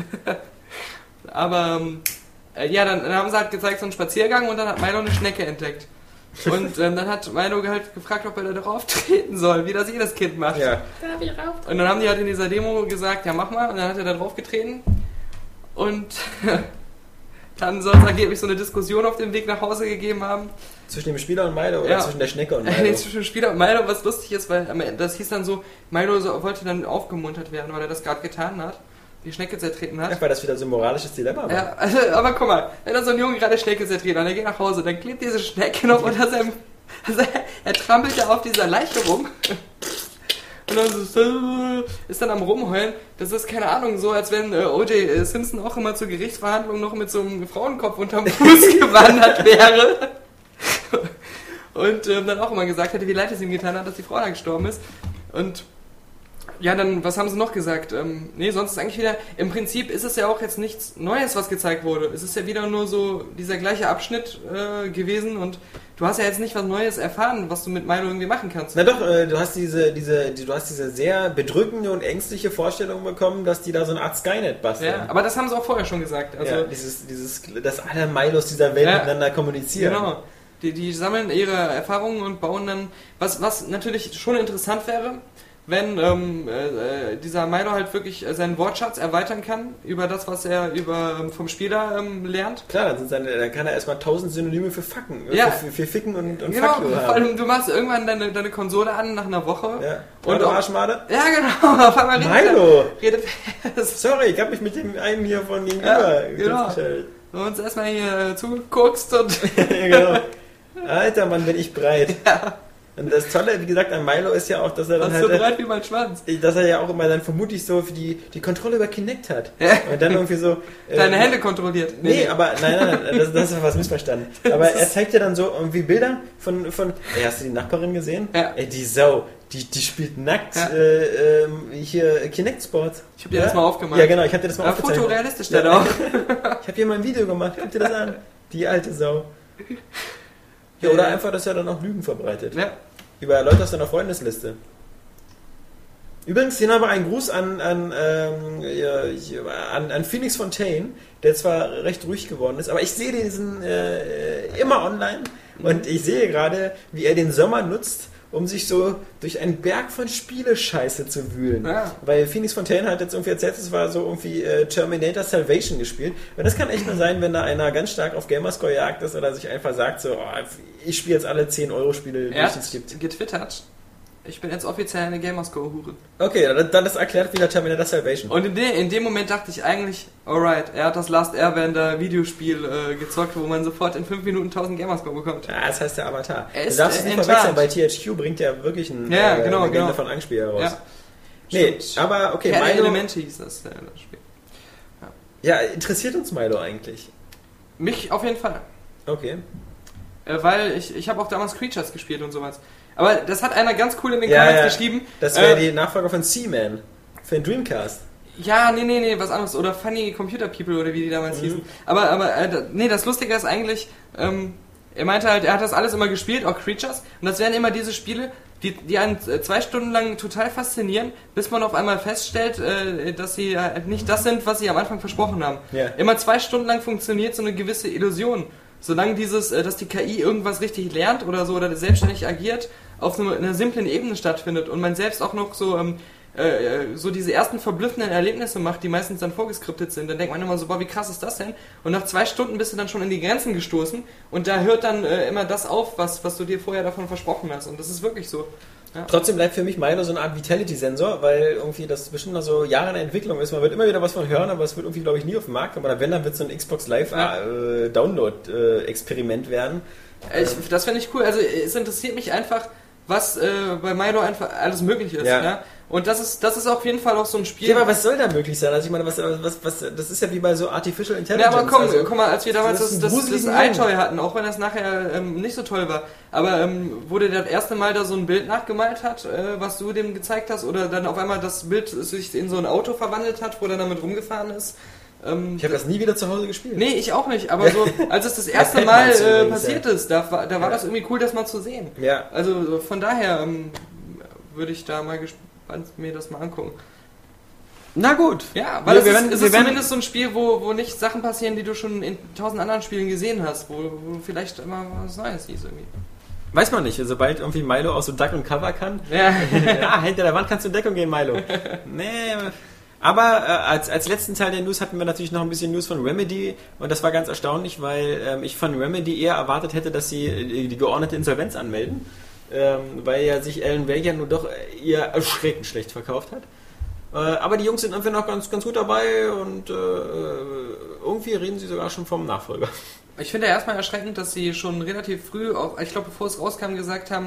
aber ähm, äh, ja, dann, dann haben sie halt gezeigt so einen Spaziergang und dann hat Milo eine Schnecke entdeckt. Und ähm, dann hat Milo halt gefragt, ob er da drauf treten soll, wie das jedes Kind macht. Ja. Und dann haben die halt in dieser Demo gesagt, ja mach mal, und dann hat er da drauf getreten. Und dann soll es angeblich so eine Diskussion auf dem Weg nach Hause gegeben haben. Zwischen dem Spieler und Milo oder Ja. zwischen der Schnecke und Nee, Milo? zwischen dem Spieler und Milo, was lustig ist, weil am Ende- das hieß dann so, Milo so, wollte dann aufgemuntert werden, weil er das gerade getan hat, die Schnecke zertreten hat. Ja, weil das wieder so ein moralisches Dilemma war. Ja, also, aber guck mal, wenn da so ein Junge gerade Schnecke zertreten und er geht nach Hause, dann klebt diese Schnecke noch unter seinem... Also er, er trampelt ja auf dieser Leiche rum und dann so, ist dann am Rumheulen. Das ist, keine Ahnung, so als wenn äh, O J Simpson auch immer zur Gerichtsverhandlung noch mit so einem Frauenkopf unterm Fuß gewandert wäre. Und ähm, dann auch immer gesagt hätte, wie leid es ihm getan hat, dass die Frau da gestorben ist. Und ja, dann, was haben sie noch gesagt? Ähm, nee, sonst ist eigentlich wieder, im Prinzip ist es ja auch jetzt nichts Neues, was gezeigt wurde. Es ist ja wieder nur so dieser gleiche Abschnitt äh, gewesen und du hast ja jetzt nicht was Neues erfahren, was du mit Milo irgendwie machen kannst. Na doch, äh, du hast diese, diese, die, du hast diese sehr bedrückende und ängstliche Vorstellung bekommen, dass die da so eine Art Skynet basteln. Ja, aber das haben sie auch vorher schon gesagt. Also, ja, dieses, dieses, dass alle Milos dieser Welt ja, miteinander kommunizieren. Genau. Die, die sammeln ihre Erfahrungen und bauen dann, was, was natürlich schon interessant wäre, wenn ähm, äh, dieser Milo halt wirklich äh, seinen Wortschatz erweitern kann über das, was er über ähm, vom Spieler ähm, lernt. Klar, dann, sind seine, dann kann er erstmal tausend Synonyme für Fucken, ja. für, für Ficken und, und genau, Fuck you haben. Vor allem, du machst irgendwann deine, deine Konsole an nach einer Woche. Ja. Und und auch, Arschmade? Ja, genau. Auf einmal redet Milo! Er, redet er, Sorry, ich hab mich mit dem einen hier von gegenüber ja, genau. gestellt. Wir haben uns erstmal hier zugeguckst und... Ja, genau. Alter Mann, bin ich breit. Ja. Und das Tolle, wie gesagt, an Milo ist ja auch, dass er dann Hast halt... so breit wie mein Schwanz. Dass er ja auch immer dann vermutlich so für die, die Kontrolle über Kinect hat. Ja. Und dann irgendwie so... Äh, Deine Hände kontrolliert. Nee, nee, aber nein, nein, nein, das, das ist was missverstanden. Aber er zeigt ja dann so irgendwie Bilder von... von ey, hast du die Nachbarin gesehen? Ja. Ey, die Sau, die, die spielt nackt ja. äh, ähm, hier Kinect Sport. Ich hab dir ja? das mal aufgemacht. Ja, genau, ich hab dir das mal ja, aufgezeigt. Fotorealistisch dann auch. Ich hab hier mal ein Video gemacht, guck dir das an. Die alte Sau. Ja, oder einfach, dass er dann auch Lügen verbreitet. Ja. Über Leute aus seiner Freundesliste. Übrigens, hier nochmal ein Gruß an, an, ähm, ja, an, an Phoenix Fontaine, der zwar recht ruhig geworden ist, aber ich sehe diesen äh, immer online und ich sehe gerade, wie er den Sommer nutzt, um sich so durch einen Berg von Spiele-Scheiße zu wühlen. Ja. Weil Phoenix Fontaine hat jetzt irgendwie erzählt, es war so irgendwie äh, Terminator Salvation gespielt. Und das kann echt mal sein, wenn da einer ganz stark auf Gamerscore jagt ist oder sich einfach sagt, so, oh, ich spiele jetzt alle zehn Euro Spiele, die es gibt. Getwittert. Ich bin jetzt offiziell eine Gamerscore-Hure. Okay, dann, dann ist erklärt wieder Terminator Salvation. Und in, de, in dem Moment dachte ich eigentlich, alright, er hat das Last Airbender Videospiel äh, gezockt, wo man sofort in fünf Minuten tausend Gamerscore bekommt. Ja, das heißt der Avatar. Er Du ist, darfst es äh, nicht in verwechseln, Tat. bei T H Q bringt ja wirklich ein, Ja, äh, genau, eine Legende genau. von Angstspiel heraus. Ja. Nee, Stimmt. aber okay, Keine Milo... Elemente hieß das, äh, das Spiel. Ja, interessiert uns Milo eigentlich? Mich auf jeden Fall. Okay. Äh, weil ich, ich habe auch damals Creatures gespielt und sowas. Aber das hat einer ganz cool in den Ja, Comments ja. geschrieben. Das wäre äh, die Nachfolger von Seaman. Für den Dreamcast. Ja, nee, nee, nee, was anderes. Oder Funny Computer People oder wie die damals Mhm. hießen. Aber, aber äh, da- nee, das Lustige ist eigentlich, ähm, er meinte halt, er hat das alles immer gespielt, auch Creatures. Und das wären immer diese Spiele, die, die einen äh, zwei Stunden lang total faszinieren, bis man auf einmal feststellt, äh, dass sie äh, nicht das sind, was sie am Anfang versprochen haben. Ja. Immer zwei Stunden lang funktioniert so eine gewisse Illusion. Solange dieses, äh, dass die K I irgendwas richtig lernt oder so, oder selbstständig agiert, auf einer, einer simplen Ebene stattfindet und man selbst auch noch so, ähm, äh, so diese ersten verblüffenden Erlebnisse macht, die meistens dann vorgeskriptet sind, dann denkt man immer so, boah, wie krass ist das denn? Und nach zwei Stunden bist du dann schon in die Grenzen gestoßen und da hört dann äh, immer das auf, was, was du dir vorher davon versprochen hast. Und das ist wirklich so. Ja. Trotzdem bleibt für mich Milo so eine Art Vitality-Sensor, weil irgendwie das bestimmt noch so Jahre in der Entwicklung ist. Man wird immer wieder was von hören, aber es wird irgendwie, glaube ich, nie auf den Markt kommen. Oder wenn, dann wird so ein Xbox Live Ja. äh, Download-Experiment werden. Ich, das finde ich cool. Also es interessiert mich einfach, was äh, bei Milo einfach alles möglich ist. Ja. Ja. Und das ist, das ist auf jeden Fall auch so ein Spiel. Ja, aber was soll da möglich sein? Also ich meine, was, was, was, das ist ja wie bei so Artificial Ja, Intelligence. aber komm, also, guck mal, als wir damals das das, ist ein das, das, gruseligen iToy hatten, auch wenn das nachher ähm, nicht so toll war, aber ähm, wo der das erste Mal da so ein Bild nachgemalt hat, äh, was du dem gezeigt hast, oder dann auf einmal das Bild sich in so ein Auto verwandelt hat, wo er damit rumgefahren ist. Ähm, ich habe das nie wieder zu Hause gespielt. Nee, ich auch nicht, aber so, als es das erste kennt Mal man's äh, übrigens, passiert ja. ist, da, war- da war Ja. das irgendwie cool, das mal zu sehen. Ja. Also von daher ähm, würde ich da mal gespannt mir das mal angucken. Na gut. Ja, weil Wir es ist, werden- es wir ist werden- zumindest so ein Spiel, wo, wo nicht Sachen passieren, die du schon in tausend anderen Spielen gesehen hast, wo, wo vielleicht immer was Neues siehst irgendwie. Weiß man nicht, sobald irgendwie Milo auch so Duck und Cover kann. Ja. Ja, hinter der Wand kannst du in Deckung gehen, Milo. Nee, aber äh, als, als letzten Teil der News hatten wir natürlich noch ein bisschen News von Remedy und das war ganz erstaunlich, weil ähm, ich von Remedy eher erwartet hätte, dass sie äh, die geordnete Insolvenz anmelden, ähm, weil ja sich Alan Wake ja nur doch eher erschreckend schlecht verkauft hat. Äh, aber die Jungs sind irgendwie noch ganz, ganz gut dabei und äh, irgendwie reden sie sogar schon vom Nachfolger. Ich finde ja erstmal erschreckend, dass sie schon relativ früh, auch, ich glaube bevor es rauskam, gesagt haben,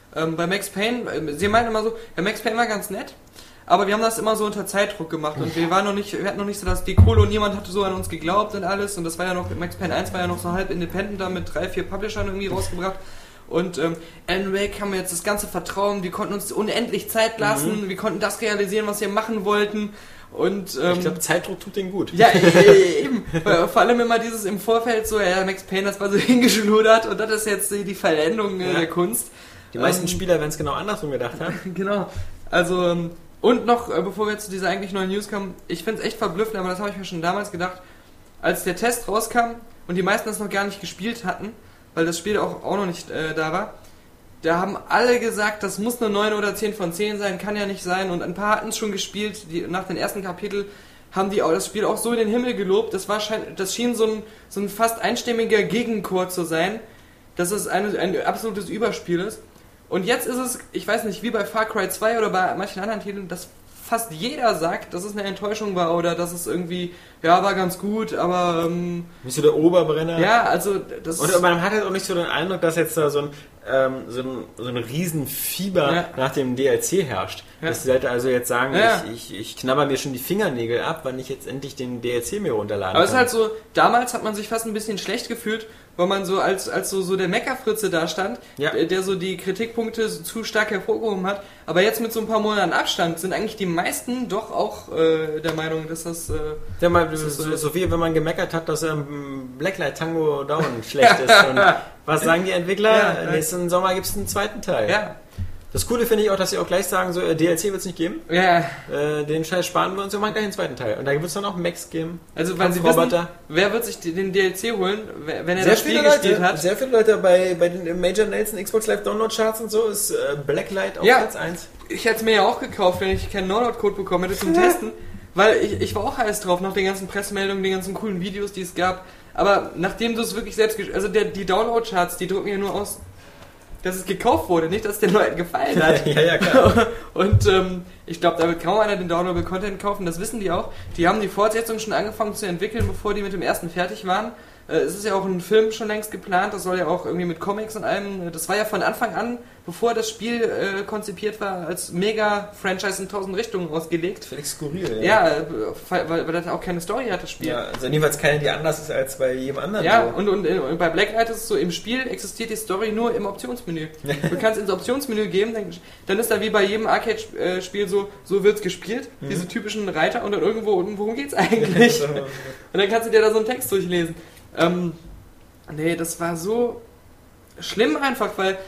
Ähm, bei Max Payne, äh, sie meinen immer so, ja, Max Payne war ganz nett, aber wir haben das immer so unter Zeitdruck gemacht und wir waren noch nicht, wir hatten noch nicht so das die Kohle und niemand hatte so an uns geglaubt und alles und das war ja noch, Max Payne eins war ja noch so halb independent da mit drei, vier Publishern irgendwie rausgebracht und ähm, Alan Wake haben wir jetzt das ganze Vertrauen, wir konnten uns unendlich Zeit lassen, mhm. wir konnten das realisieren, was wir machen wollten und ähm, ich glaube, Zeitdruck tut denen gut. Ja, eben. Vor allem immer dieses im Vorfeld so, ja, Max Payne, das war so hingeschludert und das ist jetzt die Vollendung äh, ja. der Kunst. Die meisten ähm, Spieler werden es genau andersrum gedacht haben. Genau. Also, und noch, äh, bevor wir jetzt zu dieser eigentlich neuen News kommen, ich finde es echt verblüffend, aber das habe ich mir schon damals gedacht, als der Test rauskam und die meisten das noch gar nicht gespielt hatten, weil das Spiel auch, auch noch nicht äh, da war, da haben alle gesagt, das muss eine neun oder zehn von zehn sein, kann ja nicht sein. Und ein paar hatten es schon gespielt, die nach den ersten Kapitel haben die auch das Spiel auch so in den Himmel gelobt. Das war das schien so ein, so ein fast einstimmiger Gegenchor zu sein, dass es ein, ein absolutes Überspiel ist. Und jetzt ist es, ich weiß nicht, wie bei Far Cry zwei oder bei manchen anderen Titeln, dass fast jeder sagt, dass es eine Enttäuschung war oder dass es irgendwie, ja, war ganz gut, aber... Ähm, nicht so der Oberbrenner. Ja, also... das Und man hat halt auch nicht so den Eindruck, dass jetzt da so ein, ähm, so ein, so ein Riesenfieber ja. nach dem D L C herrscht. Ja. Dass die Leute also jetzt sagen, ja. ich, ich, ich knabber mir schon die Fingernägel ab, wann ich jetzt endlich den D L C mir runterladen aber kann. Aber es ist halt so, damals hat man sich fast ein bisschen schlecht gefühlt, weil man so als, als so, so der Meckerfritze da stand, ja. der, der so die Kritikpunkte so zu stark hervorgehoben hat. Aber jetzt mit so ein paar Monaten Abstand sind eigentlich die meisten doch auch äh, der Meinung, dass das... Äh, ja, mal, das so, so, so wie wenn man gemeckert hat, dass ähm, Blacklight Tango Down schlecht ist. Und was sagen die Entwickler? Ja, nächsten Sommer gibt es einen zweiten Teil. Ja. Das Coole finde ich auch, dass sie auch gleich sagen, so äh, D L C wird es nicht geben. Ja. Äh, den Scheiß sparen wir uns und machen gleich den zweiten Teil. Und da wird es dann auch Max geben. Also weil sie wissen, wer wird sich den D L C holen, wenn er sehr das Spiel Leute, gespielt hat? Sehr viele Leute bei, bei den Major Nelson Xbox Live Download Charts und so ist äh, Blacklight auf ja. Platz eins. Ich hätte es mir ja auch gekauft, wenn ich keinen Download-Code bekommen hätte zum Testen. Weil ich, ich war auch heiß drauf, nach den ganzen Pressemeldungen, den ganzen coolen Videos, die es gab. Aber nachdem du es wirklich selbst... Also der, die Download-Charts, die drücken ja nur aus... dass es gekauft wurde, nicht, dass es den Leuten gefallen hat. ja, ja, klar. Und ähm, ich glaube, da wird kaum einer den Downloadable Content kaufen, das wissen die auch. Die haben die Fortsetzung schon angefangen zu entwickeln, bevor die mit dem ersten fertig waren. Äh, es ist ja auch ein Film schon längst geplant, das soll ja auch irgendwie mit Comics und allem, das war ja von Anfang an, bevor das Spiel äh, konzipiert war, als Mega-Franchise in tausend Richtungen ausgelegt. Völlig skurril, ja. Ja, weil, weil das auch keine Story hat, das Spiel. Ja, also jedenfalls keine, die anders ist als bei jedem anderen. Ja, so. und, und, und bei Blacklight ist es so, im Spiel existiert die Story nur im Optionsmenü. Du kannst ins Optionsmenü geben, dann, dann ist da wie bei jedem Arcade-Spiel so, so wird's gespielt, mhm. diese typischen Reiter und dann irgendwo unten, worum geht's eigentlich? Und dann kannst du dir da so einen Text durchlesen. Ähm, nee, das war so schlimm einfach, weil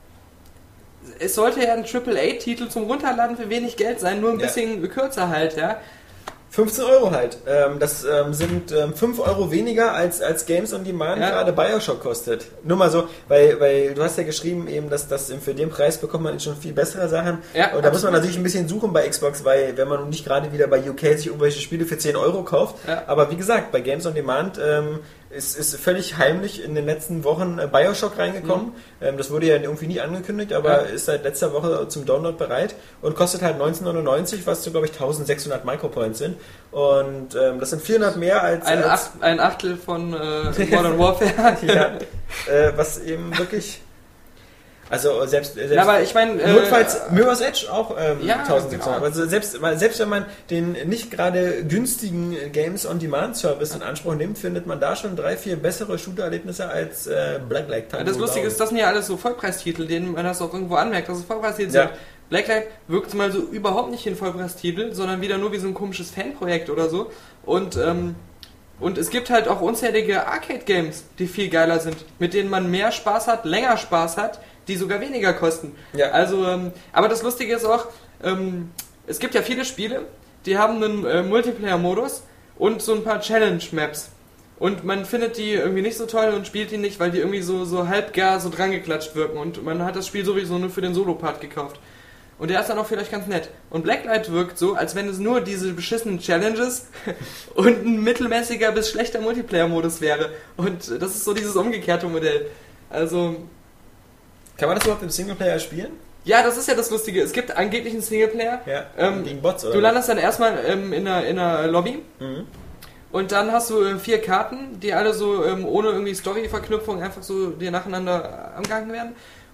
es sollte ja ein Triple A Titel zum Runterladen für wenig Geld sein, nur ein ja. bisschen kürzer halt, ja. fünfzehn Euro halt. Ähm, das ähm, sind ähm, fünf Euro weniger als, als Games on Demand ja. gerade Bioshock kostet. Nur mal so, weil, weil du hast ja geschrieben eben, dass das für den Preis bekommt man schon viel bessere Sachen. Ja, und da absolut. Muss man natürlich ein bisschen suchen bei Xbox, weil wenn man nicht gerade wieder bei U K sich irgendwelche Spiele für zehn Euro kauft. Ja. Aber wie gesagt, bei Games on Demand ähm, ist, ist völlig heimlich in den letzten Wochen Bioshock reingekommen. Mhm. Ähm, das wurde ja irgendwie nie angekündigt, aber ja. ist seit letzter Woche zum Download bereit und kostet halt neunzehn neunundneunzig, was so glaube ich eintausendsechshundert Micropoints sind. Und ähm, das sind vierhundert mehr als... Ein, als Acht, ein Achtel von äh, Modern Warfare. ja, äh, was eben wirklich... Also selbst, selbst ja, aber ich meine, notfalls äh, Mirror's Edge auch ähm, ja, eintausendsechshundert. Genau. Also selbst, selbst wenn man den nicht gerade günstigen Games on Demand Service in Anspruch nimmt, findet man da schon drei, vier bessere Shooter-Erlebnisse als äh, Blacklight. Ja, das Lustige ist, das sind ja alles so Vollpreistitel, denen man das auch irgendwo anmerkt, dass es Vollpreistitel sind. Ja. Blacklight wirkt mal so überhaupt nicht wie ein Vollpreistitel, sondern wieder nur wie so ein komisches Fanprojekt oder so. Und ähm, Und es gibt halt auch unzählige Arcade-Games, die viel geiler sind, mit denen man mehr Spaß hat, länger Spaß hat, die sogar weniger kosten. Ja. Also, ähm, aber das Lustige ist auch, ähm, es gibt ja viele Spiele, die haben einen äh, Multiplayer-Modus und so ein paar Challenge-Maps. Und man findet die irgendwie nicht so toll und spielt die nicht, weil die irgendwie so, so halbgar so drangeklatscht wirken. Und man hat das Spiel sowieso nur für den Solo-Part gekauft. Und der ist dann auch vielleicht ganz nett. Und Blacklight wirkt so, als wenn es nur diese beschissenen Challenges und ein mittelmäßiger bis schlechter Multiplayer-Modus wäre. Und das ist so dieses umgekehrte Modell. Also... Kann man das überhaupt im Singleplayer spielen? Ja, das ist ja das Lustige. Es gibt angeblich einen Singleplayer. Ja, ähm, gegen Bots, oder? Du landest dann erstmal ähm, in, einer, in einer Lobby. Mhm. Und dann hast du äh, vier Karten, die alle so ähm, ohne irgendwie Story-Verknüpfung einfach so dir nacheinander angegangen werden.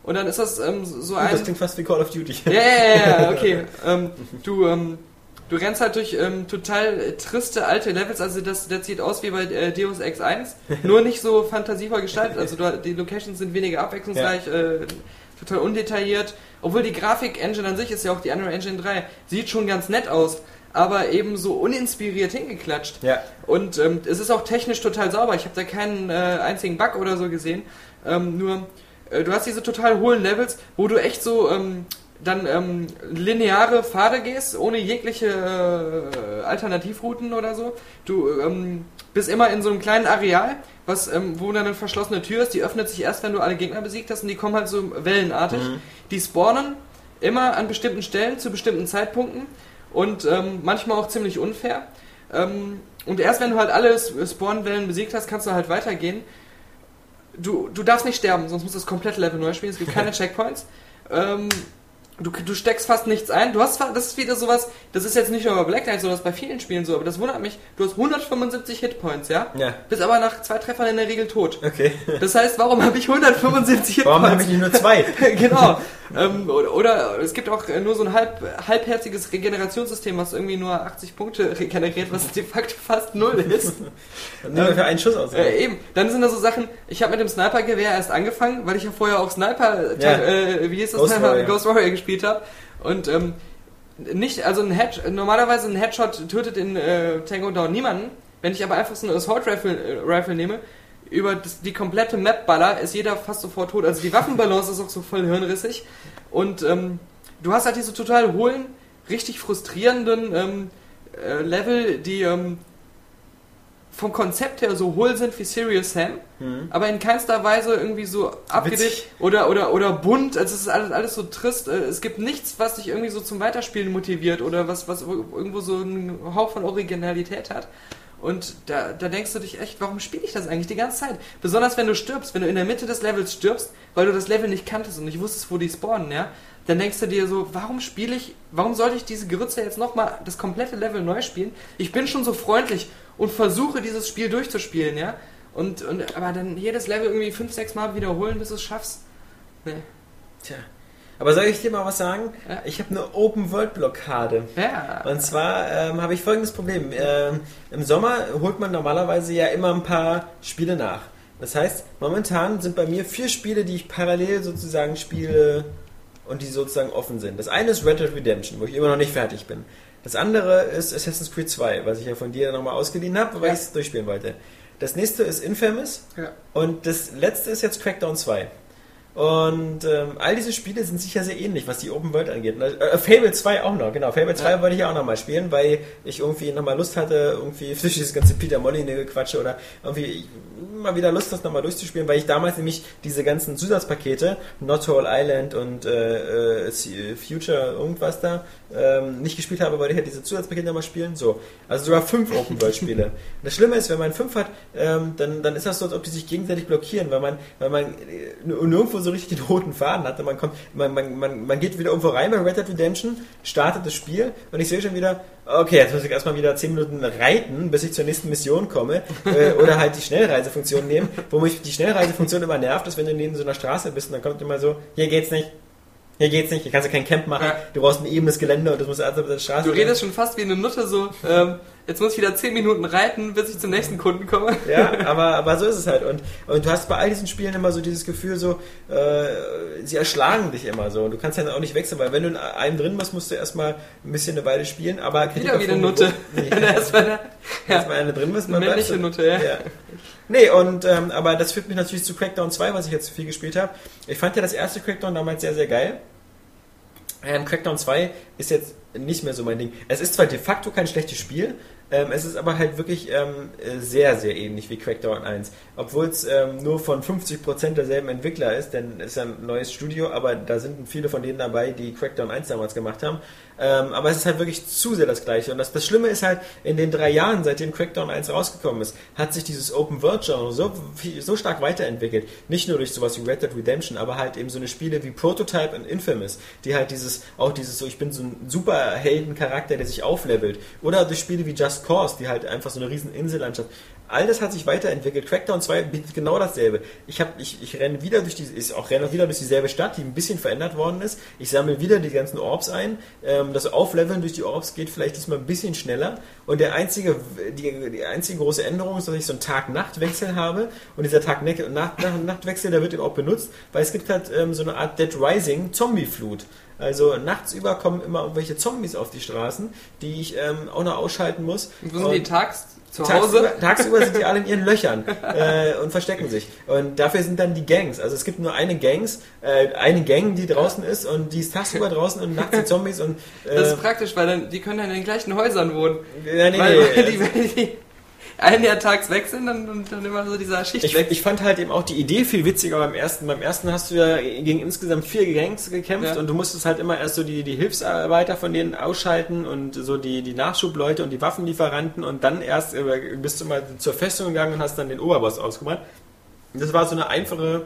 Und dann ist das ähm, so Uh, ein... das klingt fast wie Call of Duty. Ja, ja, ja, okay. ähm, du, ähm, du rennst halt durch ähm, total triste alte Levels, also das, das sieht aus wie bei äh, Deus Ex eins, nur nicht so fantasievoll gestaltet, also du, die Locations sind weniger abwechslungsreich, ja. äh, total undetailliert, obwohl die Grafik-Engine an sich ist ja auch die Unreal Engine drei, sieht schon ganz nett aus, aber eben so uninspiriert hingeklatscht. Ja. Und ähm, es ist auch technisch total sauber, ich habe da keinen äh, einzigen Bug oder so gesehen, ähm, nur... Du hast diese total hohlen Levels, wo du echt so ähm, dann ähm, lineare Pfade gehst, ohne jegliche äh, Alternativrouten oder so. Du ähm, bist immer in so einem kleinen Areal, was, ähm, wo dann eine verschlossene Tür ist, die öffnet sich erst, wenn du alle Gegner besiegt hast und die kommen halt so wellenartig. Mhm. Die spawnen immer an bestimmten Stellen zu bestimmten Zeitpunkten und ähm, manchmal auch ziemlich unfair. Ähm, und erst wenn du halt alle Spawnwellen besiegt hast, kannst du halt weitergehen. Du, du darfst nicht sterben, sonst musst du das komplette Level neu spielen. Es gibt keine Checkpoints. Ähm, du, du steckst fast nichts ein. Du hast zwar, das ist wieder sowas, das ist jetzt nicht nur bei Black Knight so, das ist bei vielen Spielen so, aber das wundert mich. Du hast hundertfünfundsiebzig Hitpoints, ja? Ja. Bist aber nach zwei Treffern in der Regel tot. Okay. Das heißt, warum habe ich hundertfünfundsiebzig Hitpoints? Warum habe ich nicht nur zwei? Genau. ähm, oder, oder es gibt auch nur so ein halb, halbherziges Regenerationssystem, was irgendwie nur achtzig Punkte regeneriert, was de facto fast null ist. Und nur für einen Schuss aus. Äh, eben. Dann sind da so Sachen, ich habe mit dem Sniper-Gewehr erst angefangen, weil ich ja vorher auch Sniper, ja. äh, wie hieß das, Ghost Sniper? Warrior. Ghost Warrior gespielt habe. Und ähm, nicht, also ein Head, normalerweise ein Headshot tötet in äh, Tango Down niemanden. Wenn ich aber einfach so eine Assault Rifle, äh, Rifle nehme, über das, die komplette Map baller, ist jeder fast sofort tot. Also die Waffenbalance ist auch so voll hirnrissig. Und ähm, du hast halt diese total hohlen, richtig frustrierenden ähm, äh, Level, die ähm, vom Konzept her so hohl sind wie Serious Sam, mhm. aber in keinster Weise irgendwie so abgedreht oder, oder, oder bunt. Also es ist alles, alles so trist. Es gibt nichts, was dich irgendwie so zum Weiterspielen motiviert oder was, was irgendwo so einen Hauch von Originalität hat. Und da, da denkst du dich echt, warum spiele ich das eigentlich die ganze Zeit? Besonders wenn du stirbst, wenn du in der Mitte des Levels stirbst, weil du das Level nicht kanntest und nicht wusstest, wo die spawnen, ja, dann denkst du dir so, warum spiele ich, warum sollte ich diese Grütze jetzt nochmal das komplette Level neu spielen? Ich bin schon so freundlich und versuche dieses Spiel durchzuspielen, ja, und, und aber dann jedes Level irgendwie fünf, sechs Mal wiederholen, bis du es schaffst. Nee. Tja. Aber soll ich dir mal was sagen? Ja. Ich habe eine Open-World-Blockade. Ja. Und zwar ähm, habe ich folgendes Problem. Ähm, Im Sommer holt man normalerweise ja immer ein paar Spiele nach. Das heißt, momentan sind bei mir vier Spiele, die ich parallel sozusagen spiele und die sozusagen offen sind. Das eine ist Red Dead Redemption, wo ich immer noch nicht fertig bin. Das andere ist Assassin's Creed zwei, was ich ja von dir nochmal ausgeliehen habe, weil ja. ich es durchspielen wollte. Das nächste ist Infamous. Ja. Und das letzte ist jetzt Crackdown zwei. Und ähm, all diese Spiele sind sicher sehr ähnlich, was die Open World angeht. Äh, Fable zwei auch noch, genau. Fable zwei ja. wollte ich ja auch noch mal spielen, weil ich irgendwie nochmal Lust hatte, irgendwie durch dieses ganze Peter Molyneux-Gequatsche oder irgendwie mal wieder Lust hast, nochmal durchzuspielen, weil ich damals nämlich diese ganzen Zusatzpakete, Not Whole Island und äh, äh, Future irgendwas da, ähm, nicht gespielt habe, weil ich halt diese Zusatzpakete nochmal spielen. So. Also sogar fünf Open World Spiele. Und das Schlimme ist, wenn man fünf hat, ähm, dann, dann ist das so, als ob die sich gegenseitig blockieren, weil man, weil man äh, nirgendwo so richtig den roten Faden hatte. Man kommt, man, man, man, man geht wieder irgendwo rein bei Red Dead Redemption, startet das Spiel und ich sehe schon wieder, okay, jetzt muss ich erstmal wieder zehn Minuten reiten, bis ich zur nächsten Mission komme, äh, oder halt die Schnellreisefunktion nehmen, wo mich die Schnellreisefunktion immer nervt, ist, wenn du neben so einer Straße bist und dann kommt immer so, hier geht's nicht. Hier geht's nicht, hier kannst du kein Camp machen, ja. Du brauchst ein ebenes Gelände und das muss alles auf der Straße. Du redest schon fast wie eine Nutte so, ähm, jetzt muss ich wieder zehn Minuten reiten, bis ich zum nächsten Kunden komme. Ja, aber, aber so ist es halt. Und, und du hast bei all diesen Spielen immer so dieses Gefühl so, äh, sie erschlagen dich immer so. Und du kannst dann auch nicht wechseln, weil wenn du in einem drin bist, musst du erstmal ein bisschen eine Weile spielen, aber... Wieder wie eine Nutte. Nee. erstmal eine, ja. erstmal eine drin bist. Eine männliche Nutte, ja. ja. Nee, und, ähm, aber das führt mich natürlich zu Crackdown zwei, was ich jetzt zu viel gespielt habe. Ich fand ja das erste Crackdown damals sehr, sehr geil. Ähm, Crackdown zwei ist jetzt nicht mehr so mein Ding. Es ist zwar de facto kein schlechtes Spiel, ähm, es ist aber halt wirklich ähm, sehr, sehr ähnlich wie Crackdown eins. Obwohl es ähm, nur von fünfzig Prozent derselben Entwickler ist, denn es ist ja ein neues Studio, aber da sind viele von denen dabei, die Crackdown eins damals gemacht haben. Ähm, aber es ist halt wirklich zu sehr das Gleiche. Und das, das Schlimme ist halt, in den drei Jahren, seitdem Crackdown eins rausgekommen ist, hat sich dieses Open-World-Genre so, so stark weiterentwickelt. Nicht nur durch sowas wie Red Dead Redemption, aber halt eben so eine Spiele wie Prototype und Infamous, die halt dieses, auch dieses so, ich bin so ein Superhelden-Charakter, der sich auflevelt. Oder durch Spiele wie Just Cause, die halt einfach so eine riesen Insellandschaft. all das hat sich weiterentwickelt. Crackdown zwei bietet genau dasselbe. Ich, hab, ich, ich renne wieder durch die, ich auch renne wieder durch dieselbe Stadt, die ein bisschen verändert worden ist. Ich sammle wieder die ganzen Orbs ein. Ähm, das Aufleveln durch die Orbs geht vielleicht diesmal ein bisschen schneller. Und der einzige, die, die einzige große Änderung ist, dass ich so einen Tag-Nacht-Wechsel habe. Und dieser Tag-Nacht-Wechsel, der wird eben auch benutzt, weil es gibt halt ähm, so eine Art Dead Rising Zombie-Flut. Also nachts über kommen immer irgendwelche Zombies auf die Straßen, die ich ähm, auch noch ausschalten muss. Und wo sind die tags zu Hause? Hause? Tagsüber, tagsüber sind die alle in ihren Löchern äh, und verstecken sich. Und dafür sind dann die Gangs. Also es gibt nur eine Gangs, äh, eine Gang, die draußen ist und die ist tagsüber draußen und nachts die Zombies. Und äh, das ist praktisch, weil dann, die können dann in den gleichen Häusern wohnen. Ja, nee, weil, nee, weil die, also, wenn die ein Jahr tags weg sind dann, und dann immer so dieser Schicht ich, weg. ich fand halt eben auch die Idee viel witziger beim ersten. Beim ersten hast du ja gegen insgesamt vier Gangs gekämpft, ja, und du musstest halt immer erst so die, die Hilfsarbeiter von denen ausschalten und so die, die Nachschubleute und die Waffenlieferanten und dann erst äh, bist du mal zur Festung gegangen und hast dann den Oberboss ausgemacht. Das war so eine einfache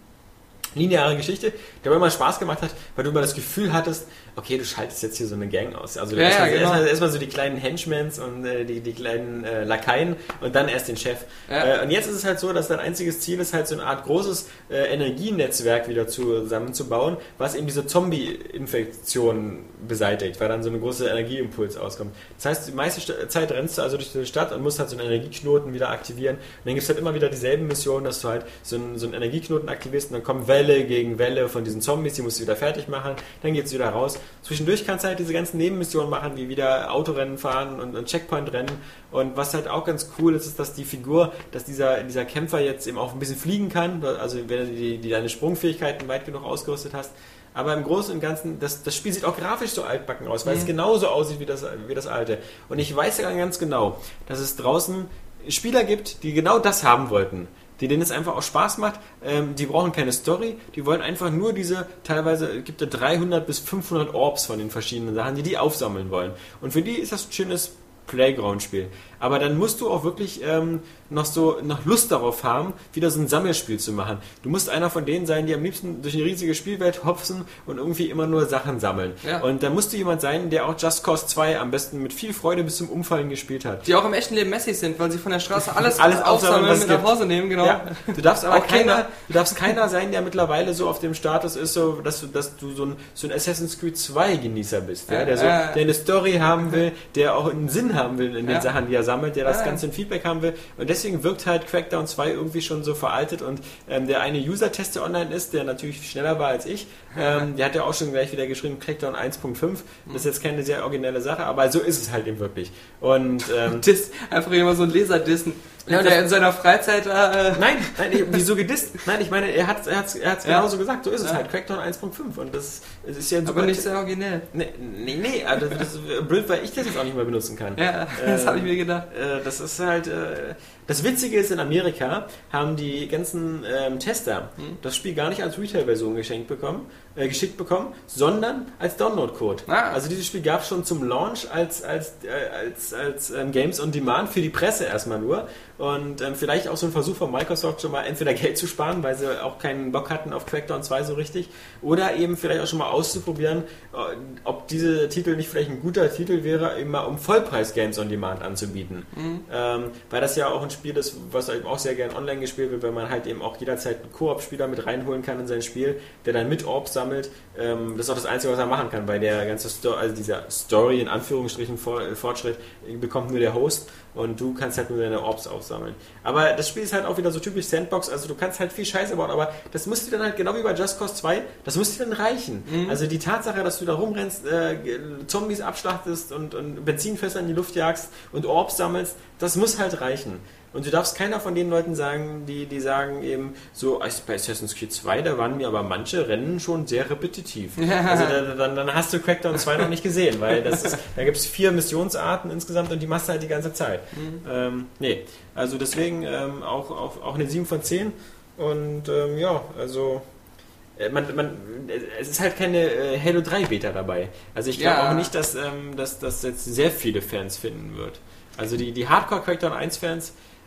lineare Geschichte, die aber immer Spaß gemacht hat, weil du immer das Gefühl hattest, okay, du schaltest jetzt hier so eine Gang aus. Also ja, erstmal, ja, genau. erstmal, erstmal so die kleinen Henchmans und äh, die, die kleinen äh, Lakaien und dann erst den Chef. Ja. Äh, und jetzt ist es halt so, dass dein einziges Ziel ist, halt so eine Art großes äh, Energienetzwerk wieder zusammenzubauen, was eben diese Zombie-Infektion beseitigt, weil dann so ein großer Energieimpuls auskommt. Das heißt, die meiste St- Zeit rennst du also durch die Stadt und musst halt so einen Energieknoten wieder aktivieren. Und dann gibt es halt immer wieder dieselben Missionen, dass du halt so einen, so einen Energieknoten aktivierst und dann kommen Welle gegen Welle von diesen Zombies, die musst du wieder fertig machen, dann geht es wieder raus. Zwischendurch kannst du halt diese ganzen Nebenmissionen machen, wie wieder Autorennen fahren und, und Checkpoint-Rennen. Und was halt auch ganz cool ist, ist, dass die Figur, dass dieser, dieser Kämpfer jetzt eben auch ein bisschen fliegen kann, also wenn du die, die deine Sprungfähigkeiten weit genug ausgerüstet hast. Aber im Großen und Ganzen, das, das Spiel sieht auch grafisch so altbacken aus, weil mhm. es genauso aussieht wie das, wie das alte. Und ich weiß ja ganz genau, dass es draußen Spieler gibt, die genau das haben wollten. Die denen es einfach auch Spaß macht, ähm, die brauchen keine Story, die wollen einfach nur diese, teilweise gibt es dreihundert bis fünfhundert Orbs von den verschiedenen Sachen, die die aufsammeln wollen. Und für die ist das ein schönes Playground-Spiel. Aber dann musst du auch wirklich ähm, noch so noch Lust darauf haben, wieder so ein Sammelspiel zu machen. Du musst einer von denen sein, die am liebsten durch eine riesige Spielwelt hopsen und irgendwie immer nur Sachen sammeln. Ja. Und dann musst du jemand sein, der auch Just Cause zwei am besten mit viel Freude bis zum Umfallen gespielt hat. Die auch im echten Leben Messi sind, weil sie von der Straße alles, alles aufsammeln und mit nach gibt. Hause nehmen, genau. Ja. Du darfst aber auch keiner, du darfst keiner sein, der mittlerweile so auf dem Status ist, so, dass du, dass du so ein, so ein Assassin's Creed zwei Genießer bist, ja? Der, so, der eine Story haben will, der auch einen Sinn haben will in den ja. Sachen, die er sammelt, der das ja. ganze Feedback haben will. Und deswegen wirkt halt Crackdown zwei irgendwie schon so veraltet. Und ähm, der eine User-Test, der online ist, der natürlich schneller war als ich, ähm, der hat ja auch schon gleich wieder geschrieben, Crackdown eins Punkt fünf. Das ist jetzt keine sehr originelle Sache, aber so ist es halt eben wirklich. Und ähm, Diss, einfach immer so ein Leser-Dissen. Ja, der in seiner Freizeit... Äh nein, nein, ich, wieso gedisst? Nein, ich meine, er hat es er hat's, er hat's ja. genauso gesagt. So ist es ja. halt. Crackdown eins Punkt fünf. Und das, das ist ja aber nicht sehr originell. Nee, nee, nee also das ist blöd, weil ich das jetzt auch nicht mehr benutzen kann. Ja, das äh, habe ich mir gedacht. Äh, das ist halt... Äh, das Witzige ist, in Amerika haben die ganzen ähm, Tester hm. das Spiel gar nicht als Retail-Version geschenkt bekommen, äh, geschickt bekommen, sondern als Download-Code. Ah. Also dieses Spiel gab es schon zum Launch als, als, äh, als, als ähm, Games on Demand für die Presse erstmal nur. Und ähm, vielleicht auch so ein Versuch von Microsoft schon mal entweder Geld zu sparen, weil sie auch keinen Bock hatten auf Crackdown zwei so richtig, oder eben vielleicht auch schon mal auszuprobieren, äh, ob diese Titel nicht vielleicht ein guter Titel wäre, eben mal um Vollpreis-Games on Demand anzubieten. Mhm. Ähm, weil das ja auch ein Spiel ist, was eben auch sehr gern online gespielt wird, weil man halt eben auch jederzeit einen Koop-Spieler mit reinholen kann in sein Spiel, der dann mit Orbs sammelt. Ähm, das ist auch das Einzige, was er machen kann, weil der ganze Sto- also dieser Story in Anführungsstrichen Fortschritt bekommt nur der Host. Und du kannst halt nur deine Orbs aufsammeln. Aber das Spiel ist halt auch wieder so typisch Sandbox, also du kannst halt viel Scheiße bauen, aber das muss dir dann halt, genau wie bei Just Cause zwei, das muss dir dann reichen. Mhm. Also die Tatsache, dass du da rumrennst, äh, Zombies abschlachtest und, und Benzinfässer in die Luft jagst und Orbs sammelst, das muss halt reichen. Und du darfst keiner von den Leuten sagen, die, die sagen eben so, bei Assassin's Creed zwei, da waren mir aber manche Rennen schon sehr repetitiv. Ja. Also da, dann, dann hast du Crackdown zwei noch nicht gesehen, weil das ist, da gibt es vier Missionsarten insgesamt und die machst du halt die ganze Zeit. Mhm. Ähm, nee, also deswegen ähm, auch, auch, auch eine sieben von zehn und ähm, ja, also... Man, man, es ist halt keine äh, Halo drei Beta dabei. Also ich glaube ja. auch nicht, dass das ähm, dass, dass jetzt sehr viele Fans finden wird. Also die, die Hardcore Crackdown eins Fans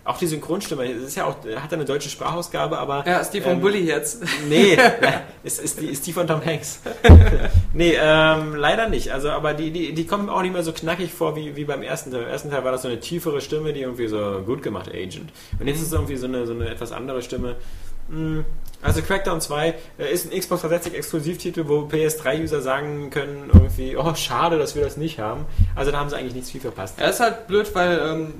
auch die Synchronstimme, es ist ja auch, hat eine deutsche Sprachausgabe, aber... Ja, ist die von ähm, Bully jetzt. Nee, ist, ist, die, ist die von Tom Hanks. Nee, ähm, leider nicht. Also, aber die, die, die kommen auch nicht mehr so knackig vor wie, wie beim ersten Teil. Im ersten Teil war das so eine tiefere Stimme, die irgendwie so gut gemacht, Agent. Und jetzt ist es irgendwie so eine, so eine etwas andere Stimme. Also Crackdown zwei ist ein Xbox dreihundertsechzig Exklusivtitel, wo P S drei User sagen können irgendwie, oh, schade, dass wir das nicht haben. Also da haben sie eigentlich nichts viel verpasst. Ja, ist halt blöd, weil ähm,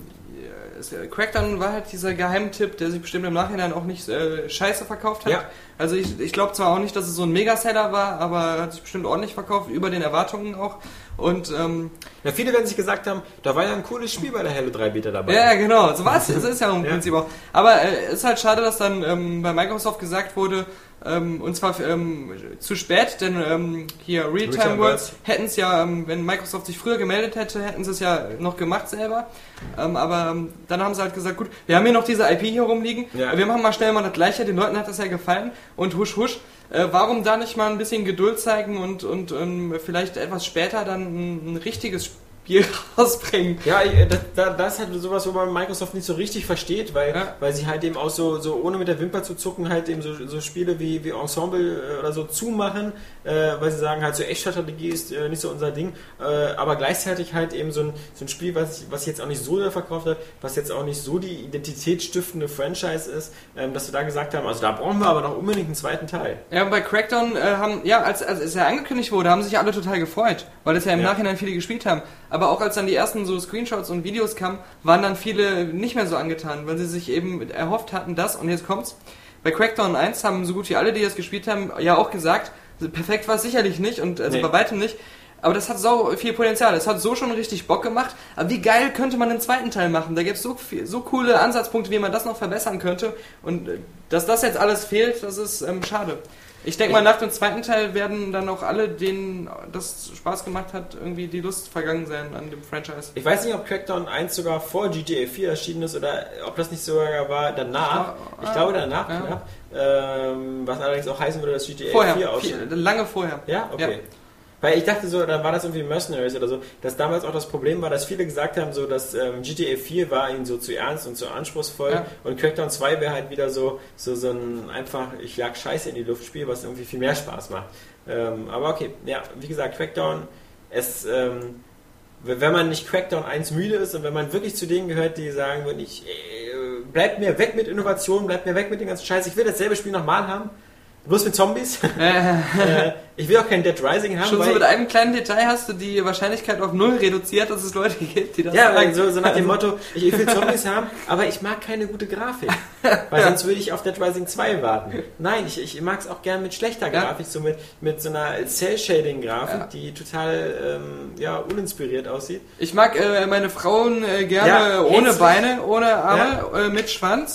Crackdown war halt dieser Geheimtipp, der sich bestimmt im Nachhinein auch nicht äh, scheiße verkauft hat. Ja. Also ich, ich glaube zwar auch nicht, dass es so ein Megaseller war, aber hat sich bestimmt ordentlich verkauft, über den Erwartungen auch. Und ähm, ja, viele werden sich gesagt haben, da war ja ein cooles Spiel bei der Halo drei Beta dabei. Ja, genau, so was. Das ist ja im ja. Prinzip auch. Aber es äh, ist halt schade, dass dann ähm, bei Microsoft gesagt wurde, ähm, und zwar ähm, zu spät, denn ähm, hier Realtime Real Worlds hätten es ja, ähm, wenn Microsoft sich früher gemeldet hätte, hätten sie es ja noch gemacht selber. Ähm, aber ähm, dann haben sie halt gesagt, gut, wir haben hier noch diese I P hier rumliegen, ja. wir machen mal schnell mal das Gleiche, den Leuten hat das ja gefallen und husch husch. Äh, warum da nicht mal ein bisschen Geduld zeigen und, und ähm, vielleicht etwas später dann ein, ein richtiges Spiel rausbringen? Ja, das, das ist halt sowas, wo man Microsoft nicht so richtig versteht, weil, ja. weil sie halt eben auch so, so ohne mit der Wimper zu zucken halt eben so, so Spiele wie, wie Ensemble oder so zumachen, äh, weil sie sagen halt so Echtzeitstrategie ist äh, nicht so unser Ding, äh, aber gleichzeitig halt eben so ein, so ein Spiel, was, was jetzt auch nicht so verkauft hat, was jetzt auch nicht so die identitätsstiftende Franchise ist, ähm, dass wir da gesagt haben, also da brauchen wir aber noch unbedingt einen zweiten Teil. Ja, und bei Crackdown äh, haben, ja, als, als es ja angekündigt wurde, haben sich alle total gefreut, weil es ja im ja. Nachhinein viele gespielt haben. Aber auch als dann die ersten so Screenshots und Videos kamen, waren dann viele nicht mehr so angetan, weil sie sich eben erhofft hatten, dass, und jetzt kommt's, bei Crackdown eins haben so gut wie alle, die das gespielt haben, ja auch gesagt, perfekt war es sicherlich nicht und also nee. bei weitem nicht, aber das hat so viel Potenzial, es hat so schon richtig Bock gemacht, aber wie geil könnte man den zweiten Teil machen, da gibt es so, viel, so coole Ansatzpunkte, wie man das noch verbessern könnte und dass das jetzt alles fehlt, das ist ähm, schade. Ich denke mal, nach dem zweiten Teil werden dann auch alle, denen das Spaß gemacht hat, irgendwie die Lust vergangen sein an dem Franchise. Ich weiß nicht, ob Crackdown eins sogar vor G T A vier erschienen ist oder ob das nicht sogar war danach. Ich, ich glaube danach ja. knapp. Ähm, was allerdings auch heißen würde, dass G T A vorher, vier aussieht. Lange vorher. Ja, okay. Ja. Weil ich dachte so, dann war das irgendwie Mercenaries oder so, dass damals auch das Problem war, dass viele gesagt haben, so dass ähm, G T A vier war ihnen so zu ernst und zu anspruchsvoll ja. und Crackdown zwei wäre halt wieder so, so, so ein einfach, ich jag Scheiße in die Luft Spiel, was irgendwie viel mehr Spaß macht. Ähm, aber okay, ja, wie gesagt, Crackdown, es, ähm, wenn man nicht Crackdown eins müde ist und wenn man wirklich zu denen gehört, die sagen, wenn ich, äh, bleibt mir weg mit Innovation, bleibt mir weg mit dem ganzen Scheiß, ich will dasselbe Spiel nochmal haben, bloß mit Zombies. äh, ich will auch kein Dead Rising haben. Schon so mit einem kleinen Detail hast du die Wahrscheinlichkeit auf null reduziert, dass es Leute gibt, die das ja, sagen. So, so nach dem Motto, ich, ich will Zombies haben, aber ich mag keine gute Grafik. Weil sonst würde ich auf Dead Rising zwei warten. Nein, ich, ich mag es auch gern mit schlechter Grafik, ja. so mit, mit so einer Cell-Shading-Grafik, ja. die total ähm, ja, uninspiriert aussieht. Ich mag äh, meine Frauen äh, gerne ja, ohne Beine, ohne Arme, ja. äh, mit Schwanz.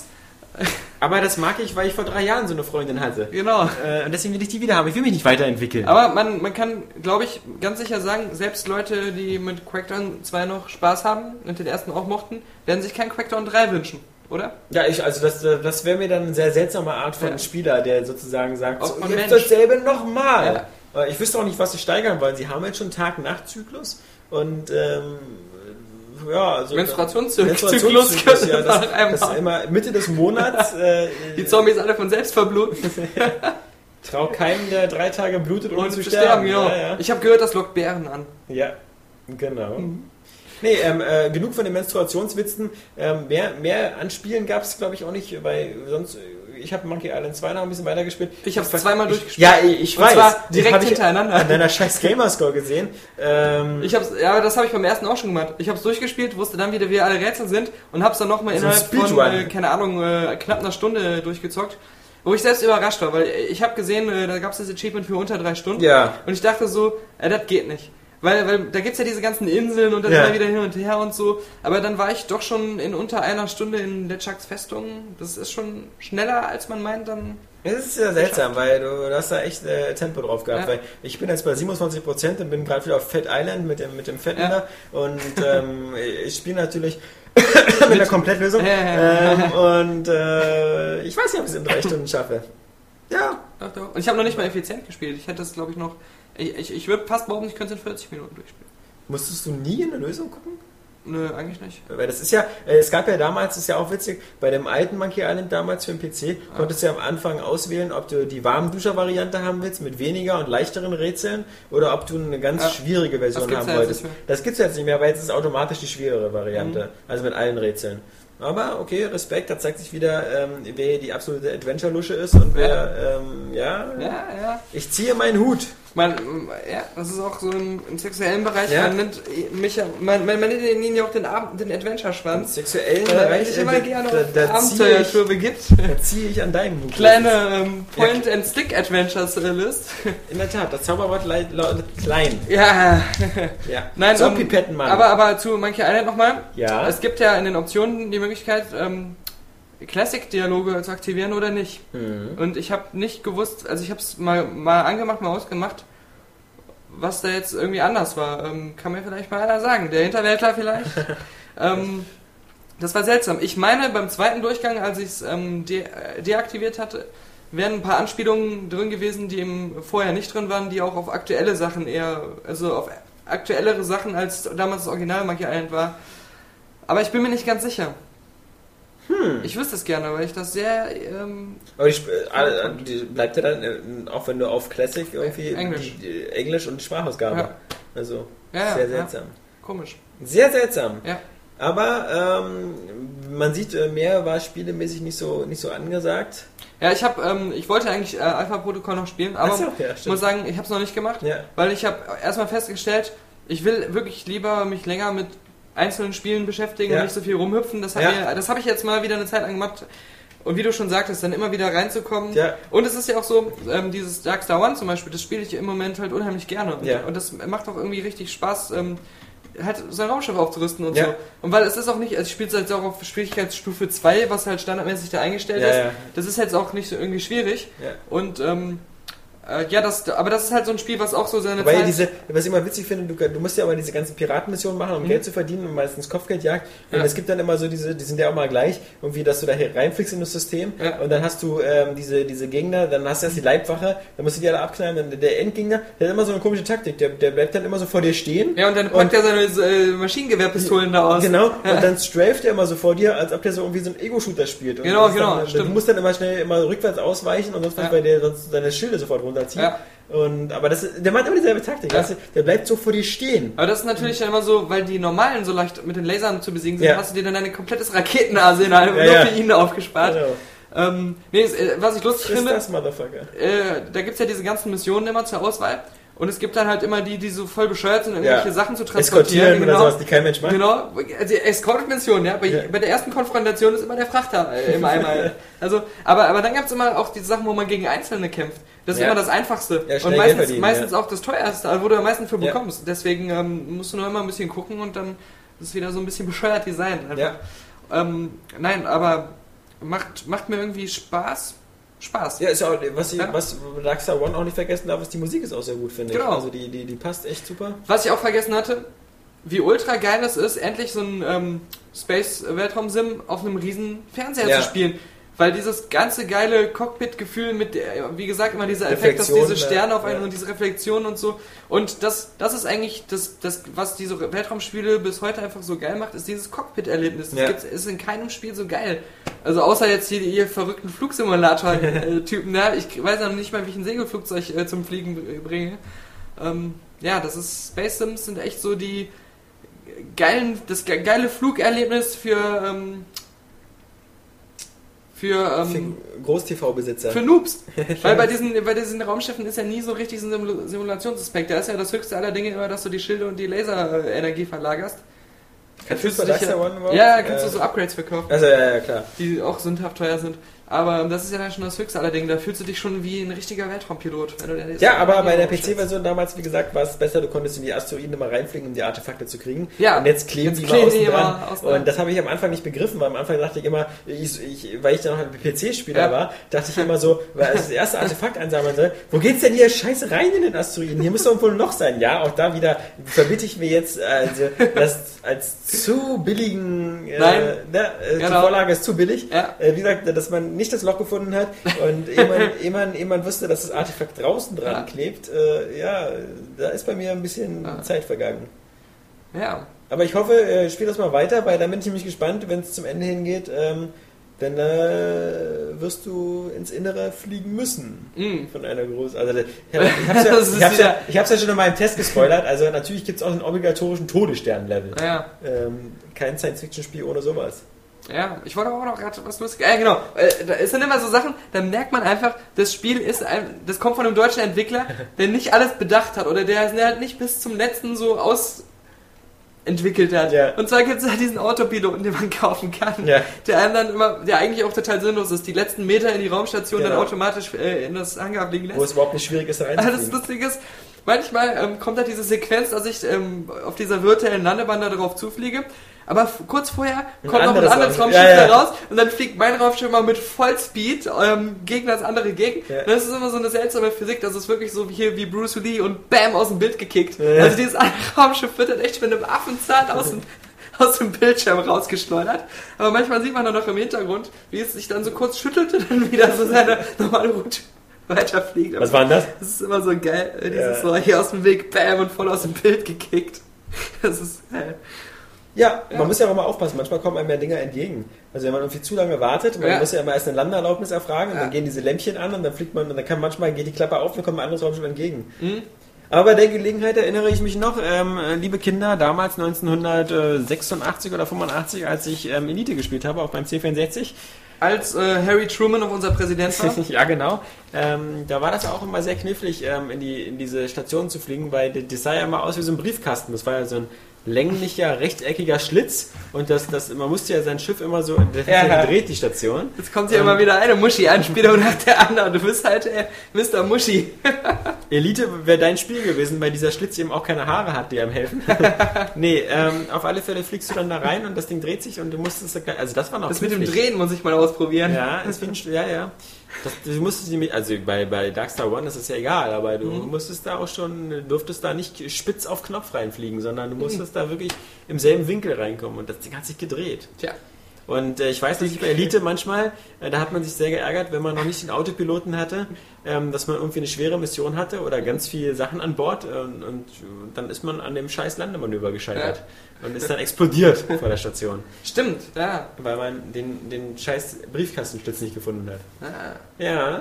Aber das mag ich, weil ich vor drei Jahren so eine Freundin hatte. Genau. Äh, und deswegen will ich die wieder haben. Ich will mich nicht weiterentwickeln. Aber man, man kann, glaube ich, ganz sicher sagen, selbst Leute, die mit Crackdown zwei noch Spaß haben und den ersten auch mochten, werden sich kein Crackdown drei wünschen, oder? Ja, ich, also das, das wäre mir dann eine sehr seltsame Art von ja. Spieler, der sozusagen sagt, so, jetzt dasselbe nochmal. Ja. Ich wüsste auch nicht, was sie steigern wollen. Sie haben jetzt schon Tag-Nacht-Zyklus und ähm, ja, also Menstruationszyklus, Menstruationszyklus ja, das, das ist immer Mitte des Monats. Äh, die Zombies alle von selbst verbluten. Trau keinem, der drei Tage blutet, ohne und zu sterben. sterben. Ja. Ja, ja. Ich habe gehört, das lockt Bären an. Ja, genau. Mhm. Nee, ähm, äh, genug von den Menstruationswitzen. Ähm, mehr, mehr an Spielen gab es, glaube ich, auch nicht, weil sonst... Ich habe Monkey Island zwei noch ein bisschen weitergespielt. Ich habe es zweimal durchgespielt. Ja, ich, ich weiß. Und zwar direkt hintereinander. An deiner scheiß Gamerscore gesehen. Ähm ich hab's, ja, das habe ich beim ersten auch schon gemacht. Ich habe es durchgespielt, wusste dann wieder, wie alle Rätsel sind und habe es dann nochmal so innerhalb von, äh, keine Ahnung, äh, knapp einer Stunde durchgezockt. Wo ich selbst überrascht war, weil ich habe gesehen, äh, da gab es das Achievement für unter drei Stunden. Ja. Und ich dachte so, äh, das geht nicht. Weil, weil da gibt's ja diese ganzen Inseln und dann ja. immer wieder hin und her und so. Aber dann war ich doch schon in unter einer Stunde in LeChucks Festung. Das ist schon schneller, als man meint, dann... Das ist ja seltsam, weil du, du hast da echt äh, Tempo drauf gehabt. Ja. Weil ich bin jetzt bei siebenundzwanzig Prozent und bin gerade wieder auf Fat Island mit dem, mit dem Fetten ja. da. Und ähm, ich spiele natürlich mit einer Komplettlösung. ähm, und äh, ich weiß nicht, ob ich es in drei Stunden schaffe. Ja. Doch, doch. Und ich habe noch nicht mal effizient gespielt. Ich hätte das, glaube ich, noch... Ich, ich, ich würde fast behaupten, ich könnte es in vierzig Minuten durchspielen. Musstest du nie in eine Lösung gucken? Nö, eigentlich nicht. Weil das ist ja, äh, es gab ja damals, das ist ja auch witzig, bei dem alten Monkey Island damals für den P C, ah. konntest du ja am Anfang auswählen, ob du die Warmduscher-Variante haben willst, mit weniger und leichteren Rätseln, oder ob du eine ganz ja. schwierige Version haben ja wolltest. Das gibt's jetzt nicht mehr, weil jetzt ist automatisch die schwerere Variante, mhm. also mit allen Rätseln. Aber okay, Respekt, da zeigt sich wieder, ähm, wer die absolute Adventure-Lusche ist und wer, ja, ähm, ja, ja, ja, ich ziehe meinen Hut. Man, ja, das ist auch so im, im sexuellen Bereich, ja. man nennt mich ja, man, man, man nennt ihn ja auch den, Ab- den Adventure-Schwanz. Im sexuellen äh, Bereich, sich immer da, gerne da, da, auf Abenteuertour begibt. Da ziehe ich an deinem Hut. Kleine ähm, Point-and-Stick-Adventures-List. In der Tat, das Zauberwort le- le- klein. Ja. ja. Nein, so um, Pipettenmann. Aber, aber zu Monkey Island nochmal. Ja. Es gibt ja in den Optionen die Möglichkeit, ähm, Classic-Dialoge zu aktivieren oder nicht. Mhm. Und ich habe nicht gewusst, also ich habe es mal, mal angemacht, mal ausgemacht, was da jetzt irgendwie anders war. Ähm, kann mir vielleicht mal einer sagen. Der Hinterwäldler vielleicht? ähm, das war seltsam. Ich meine, beim zweiten Durchgang, als ich es ähm, de- deaktiviert hatte, wären ein paar Anspielungen drin gewesen, die eben vorher nicht drin waren, die auch auf aktuelle Sachen eher, also auf aktuellere Sachen, als damals das Original Monkey Island war. Aber ich bin mir nicht ganz sicher. Hm. Ich wüsste es gerne, weil ich das sehr... Ähm, Aber die, äh, die bleibt ja dann, äh, auch wenn du auf Classic irgendwie... Englisch. Die, die Englisch und Sprachausgabe. Ja. Also, ja, sehr seltsam. Ja. Komisch. Sehr seltsam. Ja. Aber ähm, man sieht, äh, mehr war spielemäßig nicht so, nicht so angesagt. Ja, ich habe, ähm, ich wollte eigentlich äh, Alpha-Protokoll noch spielen, aber so, ja, ich muss sagen, ich habe es noch nicht gemacht, ja. weil ich habe erstmal festgestellt, ich will wirklich lieber mich länger mit einzelnen Spielen beschäftigen ja. und nicht so viel rumhüpfen. Das, ja. mir, das habe ich jetzt mal wieder eine Zeit lang gemacht. Und wie du schon sagtest, dann immer wieder reinzukommen. Ja. Und es ist ja auch so, ähm, dieses Darkstar One zum Beispiel, das spiele ich im Moment halt unheimlich gerne. Und, ja. und das macht auch irgendwie richtig Spaß, ähm, halt sein Raumschiff aufzurüsten und ja. so. Und weil es ist auch nicht, also ich spiele es jetzt auch auf Schwierigkeitsstufe zwei, was halt standardmäßig da eingestellt ja, ist. Ja. Das ist jetzt auch nicht so irgendwie schwierig. Ja. Und ähm, äh, ja, das, aber das ist halt so ein Spiel, was auch so seine Weil Zeit... diese, was ich immer witzig finde, du, du musst ja aber diese ganzen Piratenmissionen machen, um mhm. Geld zu verdienen und meistens Kopfgeldjagd. Und ja. es gibt dann immer so diese, die sind ja auch mal gleich, irgendwie, dass du da hier reinfliegst in das System ja. und dann hast du ähm, diese, diese Gegner, dann hast du erst die Leibwache, dann musst du die alle abknallen, dann der Endgegner, der hat immer so eine komische Taktik, der, der bleibt dann immer so vor dir stehen. Ja, und dann packt er seine äh, Maschinengewehrpistolen da aus. Genau, ja. und dann straft er immer so vor dir, als ob der so irgendwie so einen Ego-Shooter spielt. Und genau, genau, dann, stimmt. Du musst dann immer schnell immer rückwärts ausweichen und sonst ja. bei der sonst deine Schilde sofort runterziehen. Ja. Und, aber das, der macht immer dieselbe Taktik, ja. weißt du? Der bleibt so vor dir stehen. Aber das ist natürlich dann immer so, weil die normalen so leicht mit den Lasern zu besiegen sind, ja. hast du dir dann ein komplettes Raketenarsenal ja, nur ja. für ihn aufgespart. Genau. Ähm, nee, was ich lustig ist finde, das, Motherfucker. Äh, da gibt's ja diese ganzen Missionen immer zur Auswahl. Und es gibt dann halt immer die, die so voll bescheuert sind, irgendwelche ja. Sachen zu transportieren. Eskortieren genau. oder sowas, die kein Mensch macht. Genau, also Escort-Mission, ja. Bei, ja. bei der ersten Konfrontation ist immer der Frachter äh, im Eimer. Also, aber, aber dann gibt's immer auch diese Sachen, wo man gegen Einzelne kämpft. Das ist ja. immer das Einfachste. Ja, und meistens, ja. meistens auch das teuerste, also wo du am meisten für ja. bekommst. Deswegen ähm, musst du nur immer ein bisschen gucken und dann ist es wieder so ein bisschen bescheuert designt. Ja. Ähm, nein, aber macht, macht mir irgendwie Spaß. Spaß. Ja, ist ja auch, was, ich, ja. was Darkstar One auch nicht vergessen darf, ist, die Musik ist auch sehr gut, finde genau. ich. Also die, die, die passt echt super. Was ich auch vergessen hatte, wie ultra geil es ist, endlich so ein ähm, Space-Weltraum-Sim auf einem riesen Fernseher ja. zu spielen. Weil dieses ganze geile Cockpit-Gefühl mit, wie gesagt, immer dieser Effekt, dass diese Sterne auf einen ja. und diese Reflexionen und so. Und das, das ist eigentlich das, das, was diese Weltraumspiele bis heute einfach so geil macht, ist dieses Cockpit-Erlebnis. Das ja. gibt's, ist in keinem Spiel so geil. Also außer jetzt hier die ihr verrückten Flugsimulator-Typen. Ja, ich weiß ja noch nicht mal, wie ich ein Segelflugzeug äh, zum Fliegen bringe. Ähm, ja, das ist, Space Sims sind echt so die geilen, das geile Flugerlebnis für, ähm, Für, ähm, für Groß-T V-Besitzer. Für Noobs. Weil bei diesen, bei diesen Raumschiffen ist ja nie so richtig so ein Simulationsaspekt. Da ist ja das höchste aller Dinge immer, dass du die Schilde und die Laserenergie verlagerst. Kannst du dich ja, One ja, kannst äh, du so Upgrades verkaufen. Also, ja, ja, klar. Die auch sündhaft teuer sind. Aber das ist ja dann schon das höchste aller Dinge. Da fühlst du dich schon wie ein richtiger Weltraumpilot. Wenn du ja, aber bei der P C-Version damals, wie gesagt, war es besser. Du konntest in die Asteroiden mal reinfliegen, um die Artefakte zu kriegen. Ja. Und jetzt kleben jetzt die kleben mal außen die dran. Außen dran. Und das habe ich am Anfang nicht begriffen, weil am Anfang dachte ich immer, ich, ich, weil ich dann noch ein P C-Spieler ja. war, dachte ich immer so, weil als ich das erste Artefakt einsammeln soll, wo geht's denn hier scheiße rein in den Asteroiden? Hier müsste irgendwo ein Loch sein. Ja, auch da wieder verbitte ich mir jetzt also, das als zu billigen äh, Nein. Ne, äh, genau. Die Vorlage ist zu billig. Ja. Äh, wie gesagt, dass man nicht das Loch gefunden hat und ehe man, ehe man, ehe man wusste, dass das Artefakt draußen dran ja. klebt, äh, ja, da ist bei mir ein bisschen ja. Zeit vergangen. Ja, Aber ich hoffe, äh, spiel das mal weiter, weil dann bin ich nämlich gespannt, wenn es zum Ende hingeht. Ähm, Denn äh, wirst du ins Innere fliegen müssen mm. von einer großen. Also ich habe es ja, ich hab's ja, ich hab's ja schon in meinem Test gespoilert. Also natürlich gibt es auch einen obligatorischen Todesstern-Level. Ja. Ähm, kein Science-Fiction-Spiel ohne sowas. Ja, ich wollte auch noch gerade was lustig. Äh, genau. Äh, es sind immer so Sachen, da merkt man einfach, das Spiel ist ein, das kommt von einem deutschen Entwickler, der nicht alles bedacht hat oder der, der halt nicht bis zum letzten so aus entwickelt hat. Ja. Und zwar gibt es halt diesen Autopiloten, den man kaufen kann, ja. der einem dann immer, der eigentlich auch total sinnlos ist, die letzten Meter in die Raumstation genau. dann automatisch äh, in das Hangar fliegen lässt. Wo es überhaupt nicht schwierig ist, da reinzufliegen. Das Lustige ist, manchmal ähm, kommt halt diese Sequenz, dass ich ähm, auf dieser virtuellen Landebahn da drauf zufliege, aber f- kurz vorher kommt ein noch ein anderes Raumschiff ja, ja. da raus und dann fliegt mein Raumschiff mal mit Vollspeed ähm, gegen das andere gegen. Ja. Das ist immer so eine seltsame Physik, das ist wirklich so wie hier wie Bruce Lee und bam aus dem Bild gekickt. Ja. Also dieses andere Raumschiff wird dann echt mit einem Affenzahn aus dem, aus dem Bildschirm rausgeschleudert. Aber manchmal sieht man dann noch im Hintergrund, wie es sich dann so kurz schüttelt und dann wieder so seine normale Route weiterfliegt. Was war denn das? Das ist immer so geil. Dieses ja. so hier aus dem Weg, bam, und voll aus dem Bild gekickt. Das ist geil. Ja, ja, man muss ja auch mal aufpassen, manchmal kommen einem ja Dinge entgegen. Also wenn man irgendwie zu lange wartet, man ja. muss ja immer erst eine Landeerlaubnis erfragen und ja. dann gehen diese Lämpchen an und dann fliegt man und dann kann manchmal geht die Klappe auf und dann kommt ein anderes Raumschiff entgegen. Mhm. Aber bei der Gelegenheit erinnere ich mich noch, ähm, liebe Kinder, damals neunzehnhundertsechsundachtzig oder fünfundachtzig, als ich ähm, Elite gespielt habe auf meinem C vierundsechzig. Als äh, Harry Truman noch unser Präsident war? Ja, genau. Ähm, da war das ja auch immer sehr knifflig, ähm, in, die, in diese Station zu fliegen, weil das sah ja immer aus wie so ein Briefkasten. Das war ja so ein länglicher, rechteckiger Schlitz und das, das, man musste ja sein Schiff immer so, das ja, ja gedreht, die Station. Jetzt kommt hier immer wieder eine Muschi-Anspielung nach der anderen. Du bist halt äh, Mister Muschi. Elite wäre dein Spiel gewesen, weil dieser Schlitz eben auch keine Haare hat, die einem helfen. Nee, ähm, auf alle Fälle fliegst du dann da rein und das Ding dreht sich und du musstest, also das war noch Das knifflig. Mit dem Drehen muss ich mal ausprobieren. Ja, es ein, ja, ja. Das, du musstest die, also bei, bei Darkstar One ist es ja egal, aber du mhm. musstest da auch schon, durftest da nicht spitz auf Knopf reinfliegen, sondern du musstest mhm. da wirklich im selben Winkel reinkommen und das Ding hat sich gedreht. Tja. Und äh, ich weiß nicht, bei Elite manchmal, äh, da hat man sich sehr geärgert, wenn man noch nicht den Autopiloten hatte, ähm, dass man irgendwie eine schwere Mission hatte oder ganz viele Sachen an Bord äh, und, und dann ist man an dem scheiß Landemanöver gescheitert ja. und ist dann explodiert vor der Station. Stimmt, ja. Weil man den, den scheiß Briefkastenschlitz nicht gefunden hat. Ah. Ja.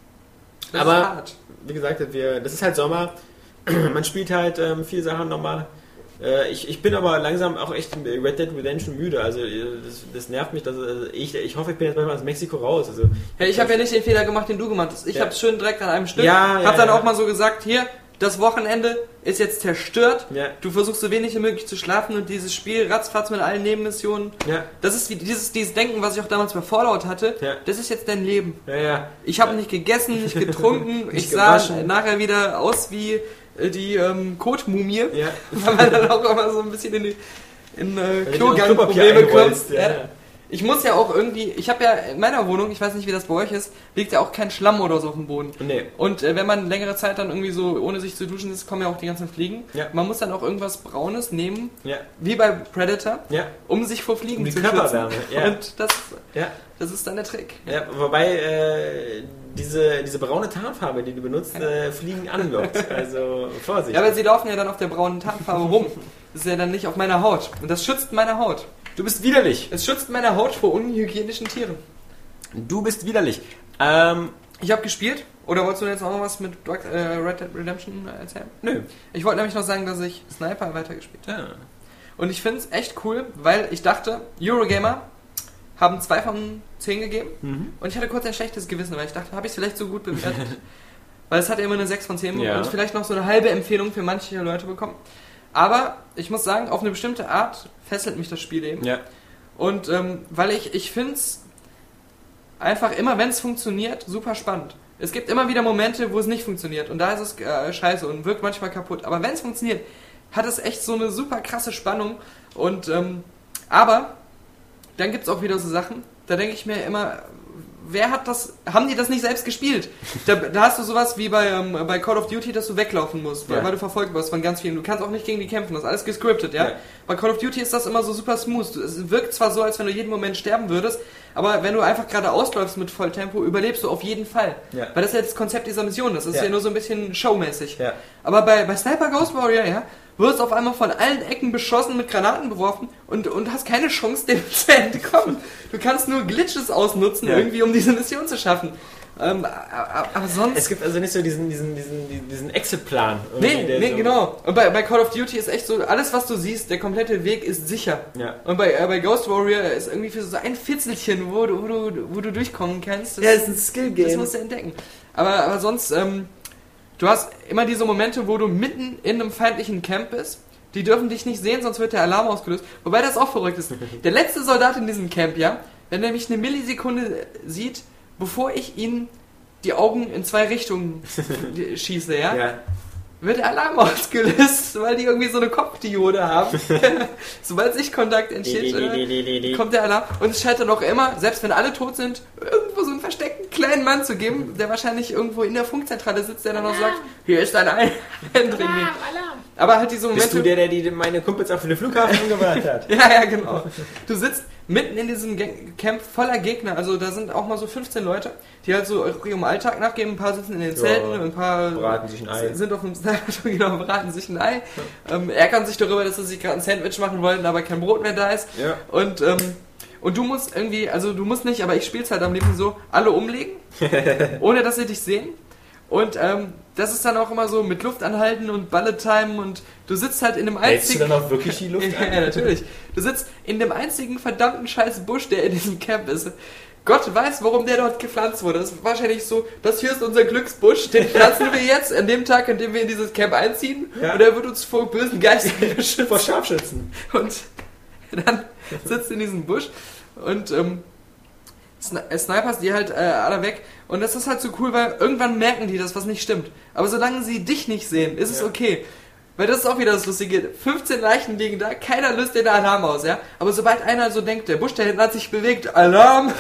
Das aber, ist hart. Wie gesagt, wir, das ist halt Sommer, man spielt halt ähm, viele Sachen nochmal. Ich, ich bin aber langsam auch echt Red Dead Redemption müde, also das, das nervt mich, dass also ich, ich hoffe, ich bin jetzt manchmal aus Mexiko raus. Also, ja, ich habe ja nicht den Fehler gemacht, den du gemacht hast. Ich ja. habe es schön direkt an einem Stück, ja, ja, habe dann ja. auch mal so gesagt, hier, das Wochenende ist jetzt zerstört, ja. du versuchst so wenig wie möglich zu schlafen und dieses Spiel ratzfatz mit allen Nebenmissionen, ja. das ist wie dieses, dieses Denken, was ich auch damals bei Fallout hatte, ja. das ist jetzt dein Leben. Ja, ja. Ich habe ja. nicht gegessen, nicht getrunken, nicht ich sah gewaschen. Nachher wieder aus wie die ähm, Kotmumie, ja. weil man dann auch immer so ein bisschen in, die, in äh, Klogangprobleme kommt. Ja. Ja. Ich muss ja auch irgendwie, ich habe ja in meiner Wohnung, ich weiß nicht, wie das bei euch ist, liegt ja auch kein Schlamm oder so auf dem Boden. Nee. Und äh, wenn man längere Zeit dann irgendwie so ohne sich zu duschen ist, kommen ja auch die ganzen Fliegen. Ja. Man muss dann auch irgendwas Braunes nehmen, ja. wie bei Predator, ja. um sich vor Fliegen um die zu Körperwärme. schützen. Ja. Und das, ja. das ist dann der Trick. Ja, wobei äh, diese, diese braune Tarnfarbe, die du benutzt, äh, Fliegen anlockt. Also Vorsicht. Ja, aber sie laufen ja dann auf der braunen Tarnfarbe rum. Das ist ja dann nicht auf meiner Haut. Und das schützt meine Haut. Du bist widerlich. Es schützt meine Haut vor unhygienischen Tieren. Du bist widerlich. Ähm, ich habe gespielt. Oder wolltest du jetzt noch was mit äh, Red Dead Redemption erzählen? Nö. Ich wollte nämlich noch sagen, dass ich Sniper weitergespielt habe. Ja. Und ich finde es echt cool, weil ich dachte, Eurogamer haben zwei von zehn gegeben. Mhm. Und ich hatte kurz ein schlechtes Gewissen, weil ich dachte, habe ich es vielleicht so gut bewertet? Weil es hat ja immer eine sechs von zehn ja. und vielleicht noch so eine halbe Empfehlung für manche Leute bekommen. Aber ich muss sagen, auf eine bestimmte Art fesselt mich das Spiel eben. Ja. Und ähm, weil ich, ich finde es einfach immer, wenn es funktioniert, super spannend. Es gibt immer wieder Momente, wo es nicht funktioniert und da ist es äh, scheiße und wirkt manchmal kaputt. Aber wenn es funktioniert, hat es echt so eine super krasse Spannung. Und ähm, aber dann gibt es auch wieder so Sachen, da denke ich mir immer, wer hat das, haben die das nicht selbst gespielt? Da, da hast du sowas wie bei, ähm, bei Call of Duty, dass du weglaufen musst, ja. weil du verfolgt wirst von ganz vielen. Du kannst auch nicht gegen die kämpfen, das ist alles gescriptet, ja? ja. Bei Call of Duty ist das immer so super smooth. Es wirkt zwar so, als wenn du jeden Moment sterben würdest, aber wenn du einfach gerade ausläufst mit Volltempo, überlebst du auf jeden Fall. Ja. Weil das ist ja das Konzept dieser Mission, das ist ja, ja nur so ein bisschen showmäßig. Ja. Aber bei, bei Sniper Ghost Warrior, ja, wirst auf einmal von allen Ecken beschossen, mit Granaten beworfen und, und hast keine Chance, dem zu entkommen. Du kannst nur Glitches ausnutzen, ja. irgendwie, um diese Mission zu schaffen. Ähm, aber sonst... Es gibt also nicht so diesen, diesen, diesen, diesen Exit-Plan. Nee, nee, so genau. Und bei, bei Call of Duty ist echt so, alles was du siehst, der komplette Weg ist sicher. Ja. Und bei, äh, bei Ghost Warrior ist irgendwie für so ein Fitzelchen, wo du, wo du, wo du durchkommen kannst. Das, ja, das ist ein Skill-Game. Das musst du entdecken. Aber, aber sonst, ähm, du hast immer diese Momente, wo du mitten in einem feindlichen Camp bist. Die dürfen dich nicht sehen, sonst wird der Alarm ausgelöst. Wobei das auch verrückt ist. Der letzte Soldat in diesem Camp, ja, wenn er mich eine Millisekunde sieht, bevor ich ihn die Augen in zwei Richtungen schieße, ja, ja, wird der Alarm ausgelöst, weil die irgendwie so eine Kopfdiode haben. Sobald Sichtkontakt entsteht, äh, kommt der Alarm. Und es scheint dann auch immer, selbst wenn alle tot sind, irgendwo so einen versteckten kleinen Mann zu geben, der wahrscheinlich irgendwo in der Funkzentrale sitzt, der dann noch sagt, hier ist ein Eindringling. Aber halt diese Momente... Bist du der, der die, meine Kumpels auf den Flughafen umgebracht hat? Ja, ja, genau. Du sitzt mitten in diesem Camp voller Gegner, also da sind auch mal so fünfzehn Leute, die halt so ihrem Alltag nachgeben, ein paar sitzen in den Zelten, ja, ein paar braten sich ein Ei. Sind auf dem genau, braten sich ein Ei, ja. ähm, ärgern sich darüber, dass sie sich gerade ein Sandwich machen wollten, aber kein Brot mehr da ist. Ja. Und, ähm, und du musst irgendwie, also du musst nicht, aber ich spiel's halt am liebsten so, alle umlegen, ohne dass sie dich sehen. Und ähm, das ist dann auch immer so mit Luft anhalten und Bullet Time und du sitzt halt in dem einzigen... Hältst du dann auch wirklich die Luft an? Ja, natürlich. Du sitzt in dem einzigen verdammten scheiß Busch, der in diesem Camp ist. Gott weiß, warum der dort gepflanzt wurde. Das ist wahrscheinlich so, das hier ist unser Glücksbusch, den pflanzen wir jetzt an dem Tag, an dem wir in dieses Camp einziehen, ja. Und er wird uns vor bösen Geistern beschützen. Vor Scharfschützen. Und dann sitzt in diesem Busch und ähm, Snipers die halt äh, alle weg. Und das ist halt so cool, weil irgendwann merken die, dass was nicht stimmt. Aber solange sie dich nicht sehen, ist ja. es okay. Weil das ist auch wieder das Lustige. fünfzehn Leichen liegen da, keiner löst den Alarm aus, ja. Aber sobald einer so denkt, der Busch da hinten hat sich bewegt, Alarm!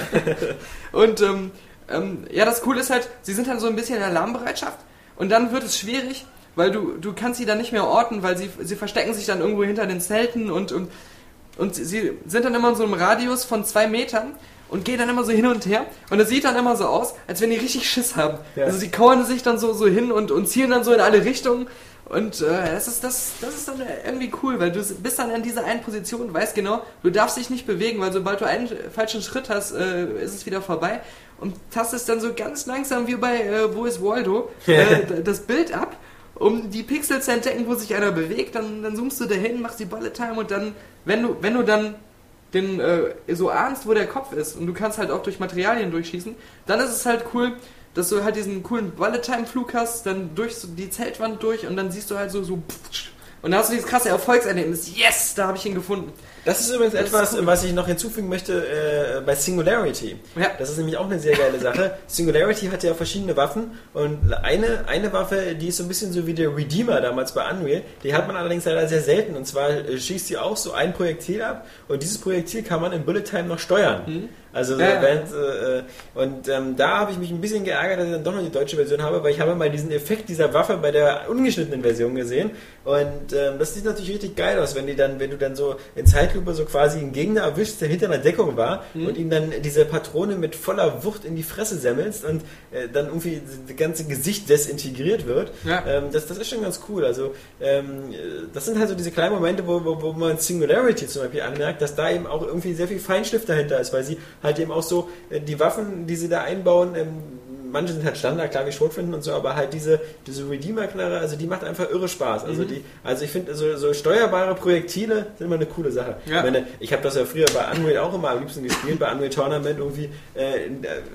Und ähm, ähm, ja, das Coole ist halt, sie sind dann so ein bisschen in Alarmbereitschaft und dann wird es schwierig, weil du, du kannst sie dann nicht mehr orten, weil sie, sie verstecken sich dann irgendwo hinter den Zelten und, und, und sie sind dann immer in so einem Radius von zwei Metern und gehen dann immer so hin und her und es sieht dann immer so aus, als wenn die richtig Schiss haben. Ja. Also sie kauern sich dann so, so hin und, und zielen dann so in alle Richtungen. Und äh, das, ist, das, das ist dann irgendwie cool, weil du bist dann in dieser einen Position, weißt genau, du darfst dich nicht bewegen, weil sobald du einen falschen Schritt hast, äh, ist es wieder vorbei. Und tastest dann so ganz langsam wie bei äh, Wo ist Waldo äh, das Bild ab, um die Pixel zu entdecken, wo sich einer bewegt. Dann, dann zoomst du dahin, machst die Bullet Time und dann, wenn du, wenn du dann den, äh, so ahnst, wo der Kopf ist und du kannst halt auch durch Materialien durchschießen, dann ist es halt cool, dass du halt diesen coolen Bullet-Time-Flug hast, dann durch so die Zeltwand durch und dann siehst du halt so, so und dann hast du dieses krasse Erfolgserlebnis. Yes, da habe ich ihn gefunden. Das ist übrigens das etwas, ist cool. Was ich noch hinzufügen möchte äh, bei Singularity. Ja. Das ist nämlich auch eine sehr geile Sache. Singularity hat ja verschiedene Waffen und eine, eine Waffe, die ist so ein bisschen so wie der Redeemer damals bei Unreal, die hat man allerdings leider sehr selten und zwar äh, schießt sie auch so ein Projektil ab und dieses Projektil kann man in Bullet Time noch steuern. Mhm. Also ja, so, während, äh, und ähm, da habe ich mich ein bisschen geärgert, dass ich dann doch noch die deutsche Version habe, weil ich habe mal diesen Effekt dieser Waffe bei der ungeschnittenen Version gesehen und ähm, das sieht natürlich richtig geil aus, wenn die dann, wenn du dann so in Zeitlupe so quasi einen Gegner erwischst, der hinter einer Deckung war mhm. und ihm dann diese Patrone mit voller Wucht in die Fresse semmelst und äh, dann irgendwie das ganze Gesicht desintegriert wird. Ja. Ähm, das, das ist schon ganz cool. Also ähm, das sind halt so diese kleinen Momente, wo, wo, wo man Singularity zum Beispiel anmerkt, dass da eben auch irgendwie sehr viel Feinschliff dahinter ist, weil sie halt eben auch so, äh, die Waffen, die sie da einbauen, ähm, manche sind halt Standard, klar wie Schrotflinten und so, aber halt diese, diese Redeemer-Knarre, also die macht einfach irre Spaß. Also, mhm. die, also ich finde, so, so steuerbare Projektile sind immer eine coole Sache. Ja. Ich meine, ich habe das ja früher bei Unreal auch immer am liebsten gespielt, bei Unreal Tournament irgendwie, äh,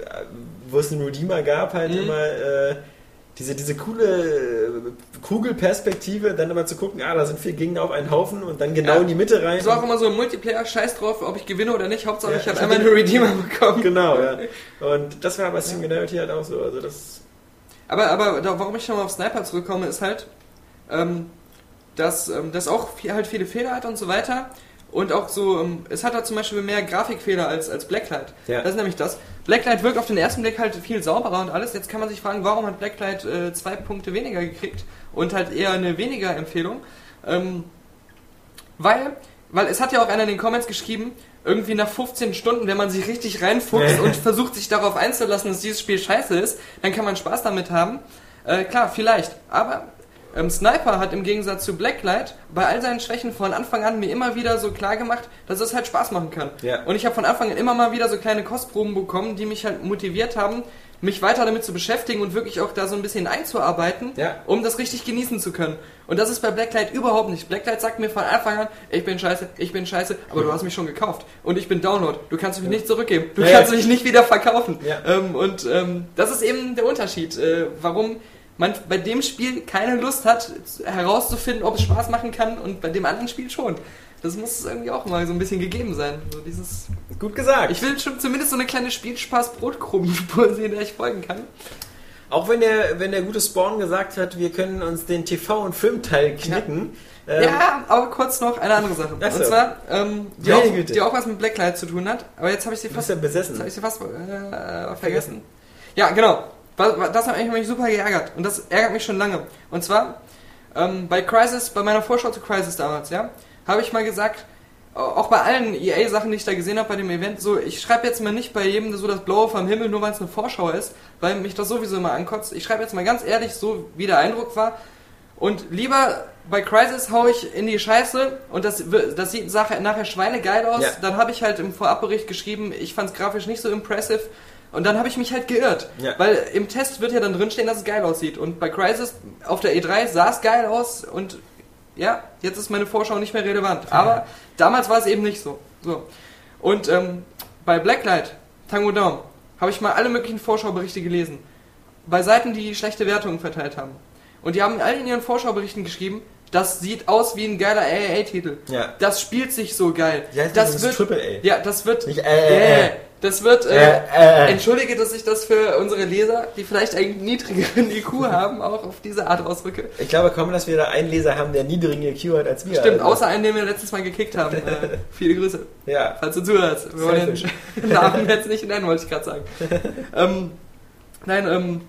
wo es einen Redeemer gab, halt mhm. immer äh, diese, diese coole Kugelperspektive, dann immer zu gucken, ah, da sind vier Gegner auf einen Haufen und dann genau ja. in die Mitte rein. Das war auch immer so ein Multiplayer, scheiß drauf, ob ich gewinne oder nicht, Hauptsache ja, ich habe einmal einen Redeemer bekommen. Genau, ja. Und das war bei Singularity halt auch so, also das... Aber, aber da, warum ich nochmal auf Sniper zurückkomme, ist halt, ähm, dass ähm, das auch viel, halt viele Fehler hat und so weiter. Und auch so, ähm, es hat da zum Beispiel mehr Grafikfehler als, als Blacklight. Ja. Das ist nämlich das. Blacklight wirkt auf den ersten Blick halt viel sauberer und alles. Jetzt kann man sich fragen, warum hat Blacklight äh, zwei Punkte weniger gekriegt und halt eher eine weniger Empfehlung. Ähm, weil, weil es hat ja auch einer in den Comments geschrieben, irgendwie nach fünfzehn Stunden, wenn man sich richtig reinfuchst und versucht sich darauf einzulassen, dass dieses Spiel scheiße ist, dann kann man Spaß damit haben. Äh, klar, vielleicht. Aber ähm, Sniper hat im Gegensatz zu Blacklight bei all seinen Schwächen von Anfang an mir immer wieder so klar gemacht, dass es halt Spaß machen kann. Ja. Und ich habe von Anfang an immer mal wieder so kleine Kostproben bekommen, die mich halt motiviert haben, mich weiter damit zu beschäftigen und wirklich auch da so ein bisschen einzuarbeiten, ja. um das richtig genießen zu können. Und das ist bei Blacklight überhaupt nicht. Blacklight sagt mir von Anfang an, ich bin scheiße, ich bin scheiße, aber du hast mich schon gekauft. Und ich bin Download. Du kannst mich ja. nicht zurückgeben. Du ja, kannst ja. mich nicht wieder verkaufen. Ja. Ähm, und ähm, das ist eben der Unterschied, äh, warum man bei dem Spiel keine Lust hat, herauszufinden, ob es Spaß machen kann, und bei dem anderen Spiel schon. Das muss irgendwie auch mal so ein bisschen gegeben sein. So dieses Gut gesagt. Ich will schon zumindest so eine kleine Spielspaß-Brotkrumenspur sehen, der ich folgen kann. Auch wenn der, wenn der gute Spawn gesagt hat, wir können uns den T V- und Filmteil knicken. Ja, ähm, ja, aber kurz noch eine andere Sache. Achso. Und zwar, ähm, die, auch, die auch was mit Blacklight zu tun hat. Aber jetzt habe ich sie fast, ja besessen. Hab ich sie fast äh, vergessen. Ja, genau. Das hat mich super geärgert. Und das ärgert mich schon lange. Und zwar, ähm, bei Crysis, bei meiner Vorschau zu Crysis damals, ja, habe ich mal gesagt, auch bei allen E A-Sachen, die ich da gesehen habe bei dem Event, so, ich schreibe jetzt mal nicht bei jedem so das Blaue vom Himmel, nur weil es eine Vorschau ist, weil mich das sowieso immer ankotzt. Ich schreibe jetzt mal ganz ehrlich, so wie der Eindruck war. Und lieber bei Crysis hau ich in die Scheiße und das, das sieht nachher schweinegeil aus. Ja. Dann habe ich halt im Vorabbericht geschrieben, ich fand es grafisch nicht so impressive. Und dann habe ich mich halt geirrt, ja. weil im Test wird ja dann drinstehen, dass es geil aussieht. Und bei Crysis auf der E drei sah es geil aus und ja, jetzt ist meine Vorschau nicht mehr relevant. Aber damals war es eben nicht so. so. Und ähm, bei Blacklight, Tango Down, habe ich mal alle möglichen Vorschauberichte gelesen. Bei Seiten, die schlechte Wertungen verteilt haben. Und die haben alle in ihren Vorschauberichten geschrieben, das sieht aus wie ein geiler A A A-Titel. Ja. Das spielt sich so geil. Ja, das, das wird ist Triple A. Ja, das wird. Nicht äh, äh, Das wird, äh, äh, äh, entschuldige, dass ich das für unsere Leser, die vielleicht einen niedrigeren I Q haben, auch auf diese Art ausdrücke. Ich glaube kaum, dass wir da einen Leser haben, der niedrigen I Q hat als wir. Stimmt, also. außer einen, den wir letztes Mal gekickt haben. Äh, viele Grüße. Ja. Falls du zuhörst. Wir wollen den Namen jetzt nicht nennen, wollte ich gerade sagen. ähm, nein, ähm,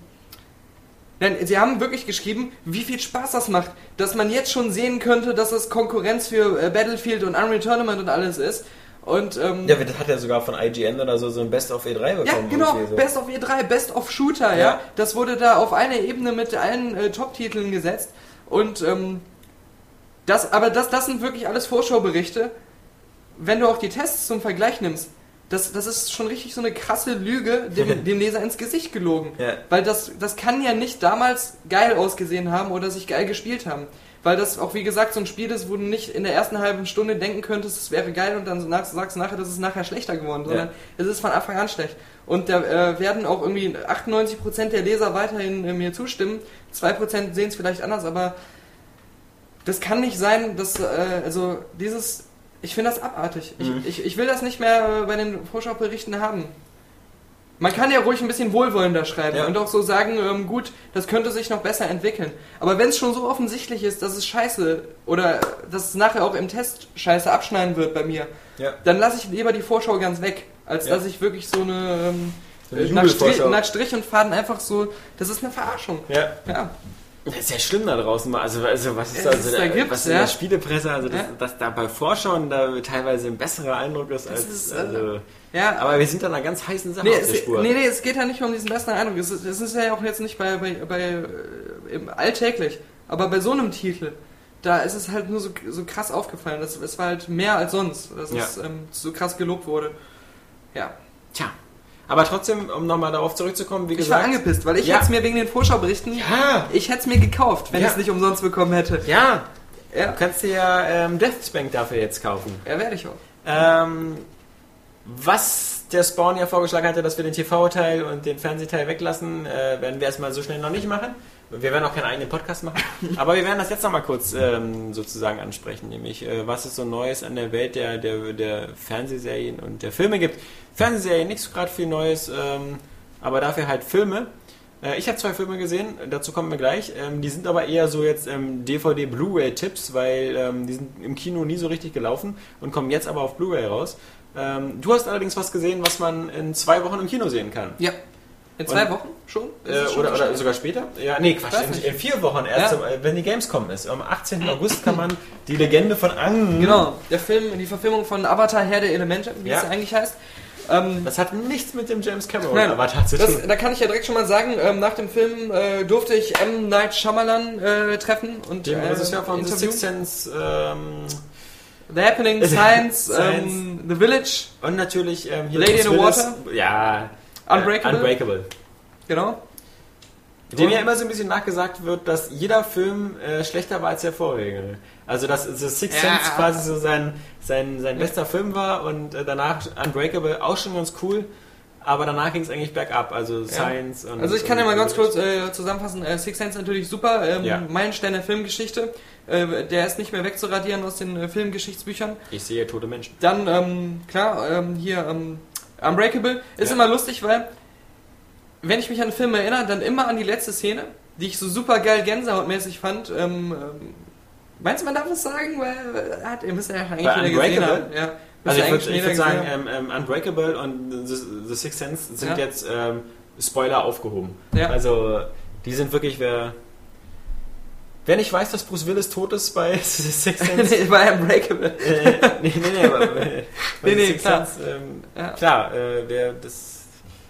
Nein, sie haben wirklich geschrieben, wie viel Spaß das macht, dass man jetzt schon sehen könnte, dass es Konkurrenz für äh, Battlefield und Unreal Tournament und alles ist. Und, ähm, ja, das hat ja sogar von I G N oder so so ein Best of E drei bekommen. Ja, genau, so. Best of E drei, Best of Shooter, ja. ja. Das wurde da auf eine Ebene mit allen äh, Top-Titeln gesetzt. Und ähm, das, aber das, das sind wirklich alles Vorschauberichte. Wenn du auch die Tests zum Vergleich nimmst, Das, das ist schon richtig so eine krasse Lüge, dem, dem Leser ins Gesicht gelogen. Ja. Weil das, das kann ja nicht damals geil ausgesehen haben oder sich geil gespielt haben. Weil das auch, wie gesagt, so ein Spiel ist, wo du nicht in der ersten halben Stunde denken könntest, es wäre geil und dann sagst du nachher, das ist nachher schlechter geworden. Sondern ja. es ist von Anfang an schlecht. Und da äh, werden auch irgendwie achtundneunzig Prozent der Leser weiterhin äh, mir zustimmen. zwei Prozent sehen es vielleicht anders, aber das kann nicht sein, dass, äh, also dieses... Ich finde das abartig. Mhm. Ich, ich, ich will das nicht mehr bei den Vorschauberichten haben. Man kann ja ruhig ein bisschen wohlwollender schreiben ja. und auch so sagen, ähm, gut, das könnte sich noch besser entwickeln. Aber wenn es schon so offensichtlich ist, dass es scheiße oder dass es nachher auch im Test scheiße abschneiden wird bei mir, ja. dann lasse ich lieber die Vorschau ganz weg, als ja. dass ich wirklich so eine, ähm, so eine nach, Strich, nach Strich und Faden einfach so, das ist eine Verarschung. Ja. ja. Das ist ja schlimm da draußen. Also, also was ist da, also, da gibt's, was in ja. der Spielepresse, also dass, ja. dass da bei Vorschauen da teilweise ein besserer Eindruck ist als. Ist, also, ja. Aber wir sind da einer ganz heißen Sache nee, auf der es, Spur. Nee, nee, es geht ja nicht um diesen besseren Eindruck. Es ist, es ist ja auch jetzt nicht bei, bei, bei äh, alltäglich, aber bei so einem Titel, da ist es halt nur so, so krass aufgefallen. Das, es war halt mehr als sonst, dass ja. es ähm, so krass gelobt wurde. Ja. Tja. Aber trotzdem, um nochmal darauf zurückzukommen, wie ich gesagt... Ich war angepisst, weil ich ja. hätte es mir wegen den Vorschauberichten... Ja. Ich hätte es mir gekauft, wenn ja. ich es nicht umsonst bekommen hätte. Ja. ja. Du kannst dir ja ähm, Deathspank dafür jetzt kaufen. Ja, werde ich auch. Ähm, was der Spawn ja vorgeschlagen hatte, dass wir den T V-Teil und den Fernsehteil weglassen, äh, werden wir erstmal so schnell noch nicht machen. Wir werden auch keinen eigenen Podcast machen. Aber wir werden das jetzt nochmal kurz ähm, sozusagen ansprechen, nämlich äh, was es so Neues an der Welt der, der, der Fernsehserien und der Filme gibt. Fernsehserien nicht so gerade viel Neues, ähm, aber dafür halt Filme. Äh, ich habe zwei Filme gesehen, dazu kommen wir gleich. Ähm, die sind aber eher so jetzt ähm, D V D-Blu-ray-Tipps, weil ähm, die sind im Kino nie so richtig gelaufen und kommen jetzt aber auf Blu-ray raus. Ähm, du hast allerdings was gesehen, was man in zwei Wochen im Kino sehen kann. Ja. In zwei und, Wochen schon? Äh, schon oder, oder sogar später? Ja, nee, Quatsch, in, in vier Wochen erst, ja. wenn die Gamescom ist. Am achtzehnten August kann man die Legende von Aang... Genau, der Film, die Verfilmung von Avatar, Herr der Elemente, wie ja. es eigentlich heißt. Ähm, Das hat nichts mit dem James Cameron Nein, Avatar zu das, tun. da kann ich ja direkt schon mal sagen, ähm, nach dem Film äh, durfte ich M. Night Shyamalan äh, treffen und Dem äh, Regisseur von The interviewen. Sixth Sense ähm, The Happening, Science, Science. ähm, The Village, und natürlich ähm, hier Lady Bruce in the Willis. Water. Ja. Unbreakable. Äh, Unbreakable. Genau. Dem ja immer so ein bisschen nachgesagt wird, dass jeder Film äh, schlechter war als der vorherige. Also dass The Sixth Ja. Sense quasi so sein, sein, sein bester Film war und äh, danach Unbreakable auch schon ganz cool, aber danach ging es eigentlich bergab, also Science und... Also ich kann und, ja mal ganz und- kurz äh, zusammenfassen, äh, Sixth Sense natürlich super, ähm, Ja. Meilenstein der Filmgeschichte, äh, der ist nicht mehr wegzuradieren aus den äh, Filmgeschichtsbüchern. Ich sehe tote Menschen. Dann, ähm, klar, ähm, hier ähm, Unbreakable ist Ja. immer lustig, weil wenn ich mich an den Film erinnere, dann immer an die letzte Szene, die ich so super geil gänsehautmäßig fand. Ähm, ähm, meinst du, man darf es sagen? Weil, äh, hat, ihr müsst ja eigentlich Bei wieder gesehen Unbreakable? haben. Ja, Also müsst ich ihr würde eigentlich würd wieder sagen, gesehen haben. ähm, ähm, Unbreakable und The, The Sixth Sense sind Ja. jetzt ähm, Spoiler aufgehoben. Ja. Also die sind wirklich, wer... Wer nicht weiß, dass Bruce Willis tot ist bei The Sixth Sense... Nee, bei Unbreakable. äh, nee, nee, nee, aber äh, bei Nee, nee, The Sixth klar. Sense, ähm, Ja. klar, äh, der, das,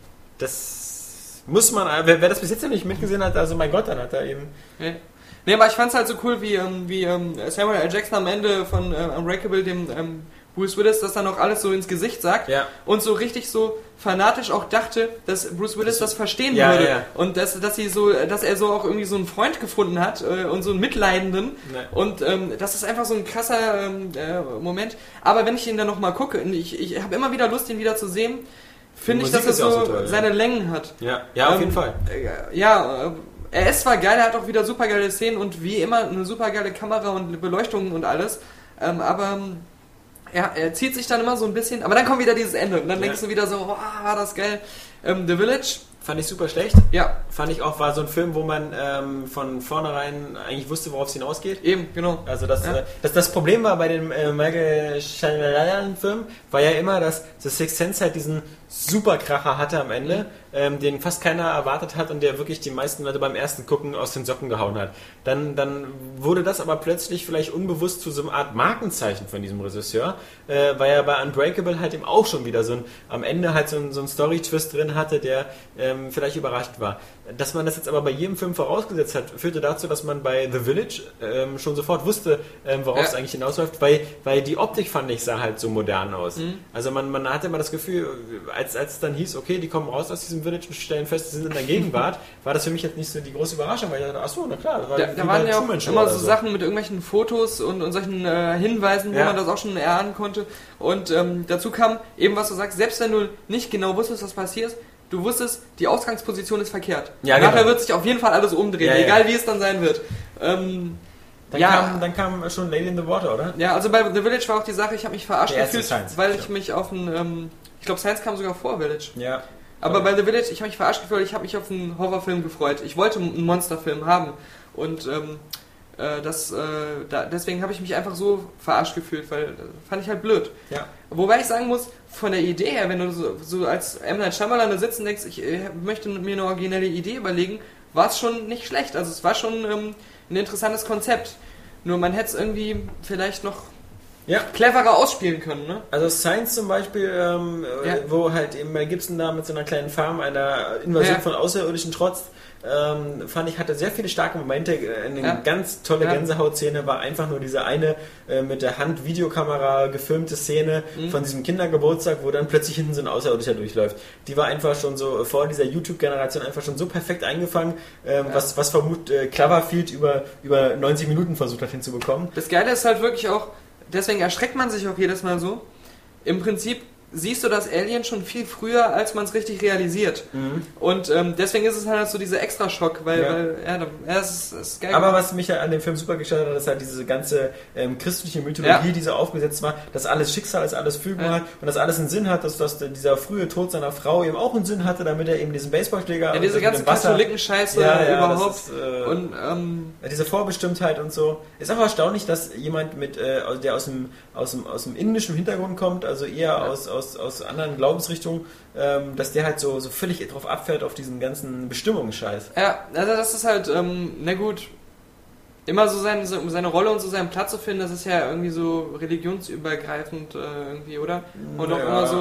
das muss man, äh, wer, wer das bis jetzt noch nicht mitgesehen hat, also mein Gott, dann hat er eben... Nee. Nee, aber ich fand's halt so cool, wie, ähm, wie ähm, Samuel L. Jackson am Ende von äh, Unbreakable dem ähm, Bruce Willis das dann auch alles so ins Gesicht sagt Ja. und so richtig so fanatisch auch dachte, dass Bruce Willis das verstehen Ja, würde ja. und dass, dass sie so, dass er so auch irgendwie so einen Freund gefunden hat äh, und so einen Mitleidenden Nee. und ähm, das ist einfach so ein krasser ähm, äh, Moment. Aber wenn ich ihn dann nochmal gucke, und ich, ich habe immer wieder Lust, ihn wieder zu sehen, finde ich, Musik dass er ist ja so, auch so toll, ja. seine Längen hat. Ja, ja, auf Ähm, jeden Fall. äh, Ja, äh, er ist zwar geil, er hat auch wieder super geile Szenen und wie immer eine super geile Kamera und Beleuchtung und alles, ähm, aber ähm, er, er zieht sich dann immer so ein bisschen, aber dann kommt wieder dieses Ende und dann Ja. denkst du wieder so, wow, war das geil. Ähm, The Village, Fand ich super schlecht. ja, Fand ich auch, war so ein Film, wo man ähm, von vornherein eigentlich wusste, worauf es hinausgeht. eben, genau. Also das, Ja. äh, das, das Problem war bei dem äh, Michael Shyamalan-Film, war ja immer, dass The Sixth Sense halt diesen Superkracher hatte am Ende, ähm, den fast keiner erwartet hat und der wirklich die meisten Leute beim ersten Gucken aus den Socken gehauen hat. Dann, dann wurde das aber plötzlich vielleicht unbewusst zu so einer Art Markenzeichen von diesem Regisseur, äh, weil er bei Unbreakable halt eben auch schon wieder so ein, am Ende halt so ein, so ein Story-Twist drin hatte, der ähm, vielleicht überrascht war. Dass man das jetzt aber bei jedem Film vorausgesetzt hat, führte dazu, dass man bei The Village ähm, schon sofort wusste, ähm, worauf Ja. es eigentlich hinausläuft, weil, weil die Optik, fand ich, sah halt so modern aus. Mhm. Also man, man hatte immer das Gefühl, als, als es dann hieß, okay, die kommen raus aus diesem Village und stellen fest, sie sind in der Gegenwart, war das für mich jetzt nicht so die große Überraschung, weil ich dachte, ach so, na klar, das war Da, wie da bei waren ja auch Truman Show immer oder so Sachen mit irgendwelchen Fotos und, und solchen äh, Hinweisen, wo Ja. man das auch schon erahnen konnte. Und ähm, dazu kam eben, was du sagst, selbst wenn du nicht genau wusstest, was passiert, du wusstest, die Ausgangsposition ist verkehrt. Ja, Nachher genau. wird sich auf jeden Fall alles umdrehen, Ja, ja. egal wie es dann sein wird. Ähm, Dann, ja, kam, dann kam schon Lady in the Water, oder? ja, also bei The Village war auch die Sache, ich habe mich verarscht Der erste gefühlt, Science, weil ja. ich mich auf einen, ähm, ich glaube Science kam sogar vor Village. Ja. Aber bei The Village, ich habe mich verarscht gefühlt, ich habe mich auf einen Horrorfilm gefreut. Ich wollte einen Monsterfilm haben und ähm, äh, das, äh, da, deswegen habe ich mich einfach so verarscht gefühlt, weil das fand ich halt blöd. Ja. Wobei ich sagen muss, von der Idee her, wenn du so, so als M. Night Shyamalan da sitzt und denkst, ich äh, möchte mir eine originelle Idee überlegen, war es schon nicht schlecht. Also es war schon ähm, ein interessantes Konzept. Nur man hätte es irgendwie vielleicht noch Ja. cleverer ausspielen können, ne? Also Science zum Beispiel, ähm, Ja. wo halt eben Mel Gibson da mit so einer kleinen Farm einer Invasion Ja. von Außerirdischen trotzt, ähm, fand ich, hatte sehr viele starke Momente. Eine Ja. ganz tolle Ja. Gänsehautszene war einfach nur diese eine äh, mit der Hand Videokamera gefilmte Szene Mhm. von diesem Kindergeburtstag, wo dann plötzlich hinten so ein Außerirdischer durchläuft. Die war einfach schon so vor dieser YouTube-Generation einfach schon so perfekt eingefangen, ähm, Ja. was, was vermut äh, Cloverfield über, über neunzig Minuten versucht hat hinzubekommen. Das Geile ist halt wirklich auch, deswegen erschreckt man sich auch jedes Mal so. Im Prinzip siehst du das Alien schon viel früher, als man es richtig realisiert. Mhm. Und ähm, deswegen ist es halt so dieser Extra-Schock, weil, Ja. weil ja, da- ja, es ist, es ist geil. Aber was mich ja an dem Film super gestört hat, ist halt diese ganze ähm, christliche Mythologie, Ja. die so aufgesetzt war, dass alles Schicksal ist, alles Fügung Ja. hat und dass alles einen Sinn hat, dass, dass dieser frühe Tod seiner Frau eben auch einen Sinn hatte, damit er eben diesen Baseballschläger ja, diese mit ganze dem Wasser- Katholiken-Scheiße Ja, ja, überhaupt. das ist, äh, Und ähm, diese Vorbestimmtheit und so. Ist auch erstaunlich, dass jemand mit, äh, der aus dem, aus dem, aus dem indischen Hintergrund kommt, also eher Ja. aus, aus, aus anderen Glaubensrichtungen, ähm, dass der halt so, so völlig drauf abfährt auf diesen ganzen Bestimmungsscheiß. ja, also das ist halt, ähm, na gut, immer so seine, so seine Rolle und so seinen Platz zu finden, das ist ja irgendwie so religionsübergreifend äh, irgendwie, oder? Und auch Ja. immer so,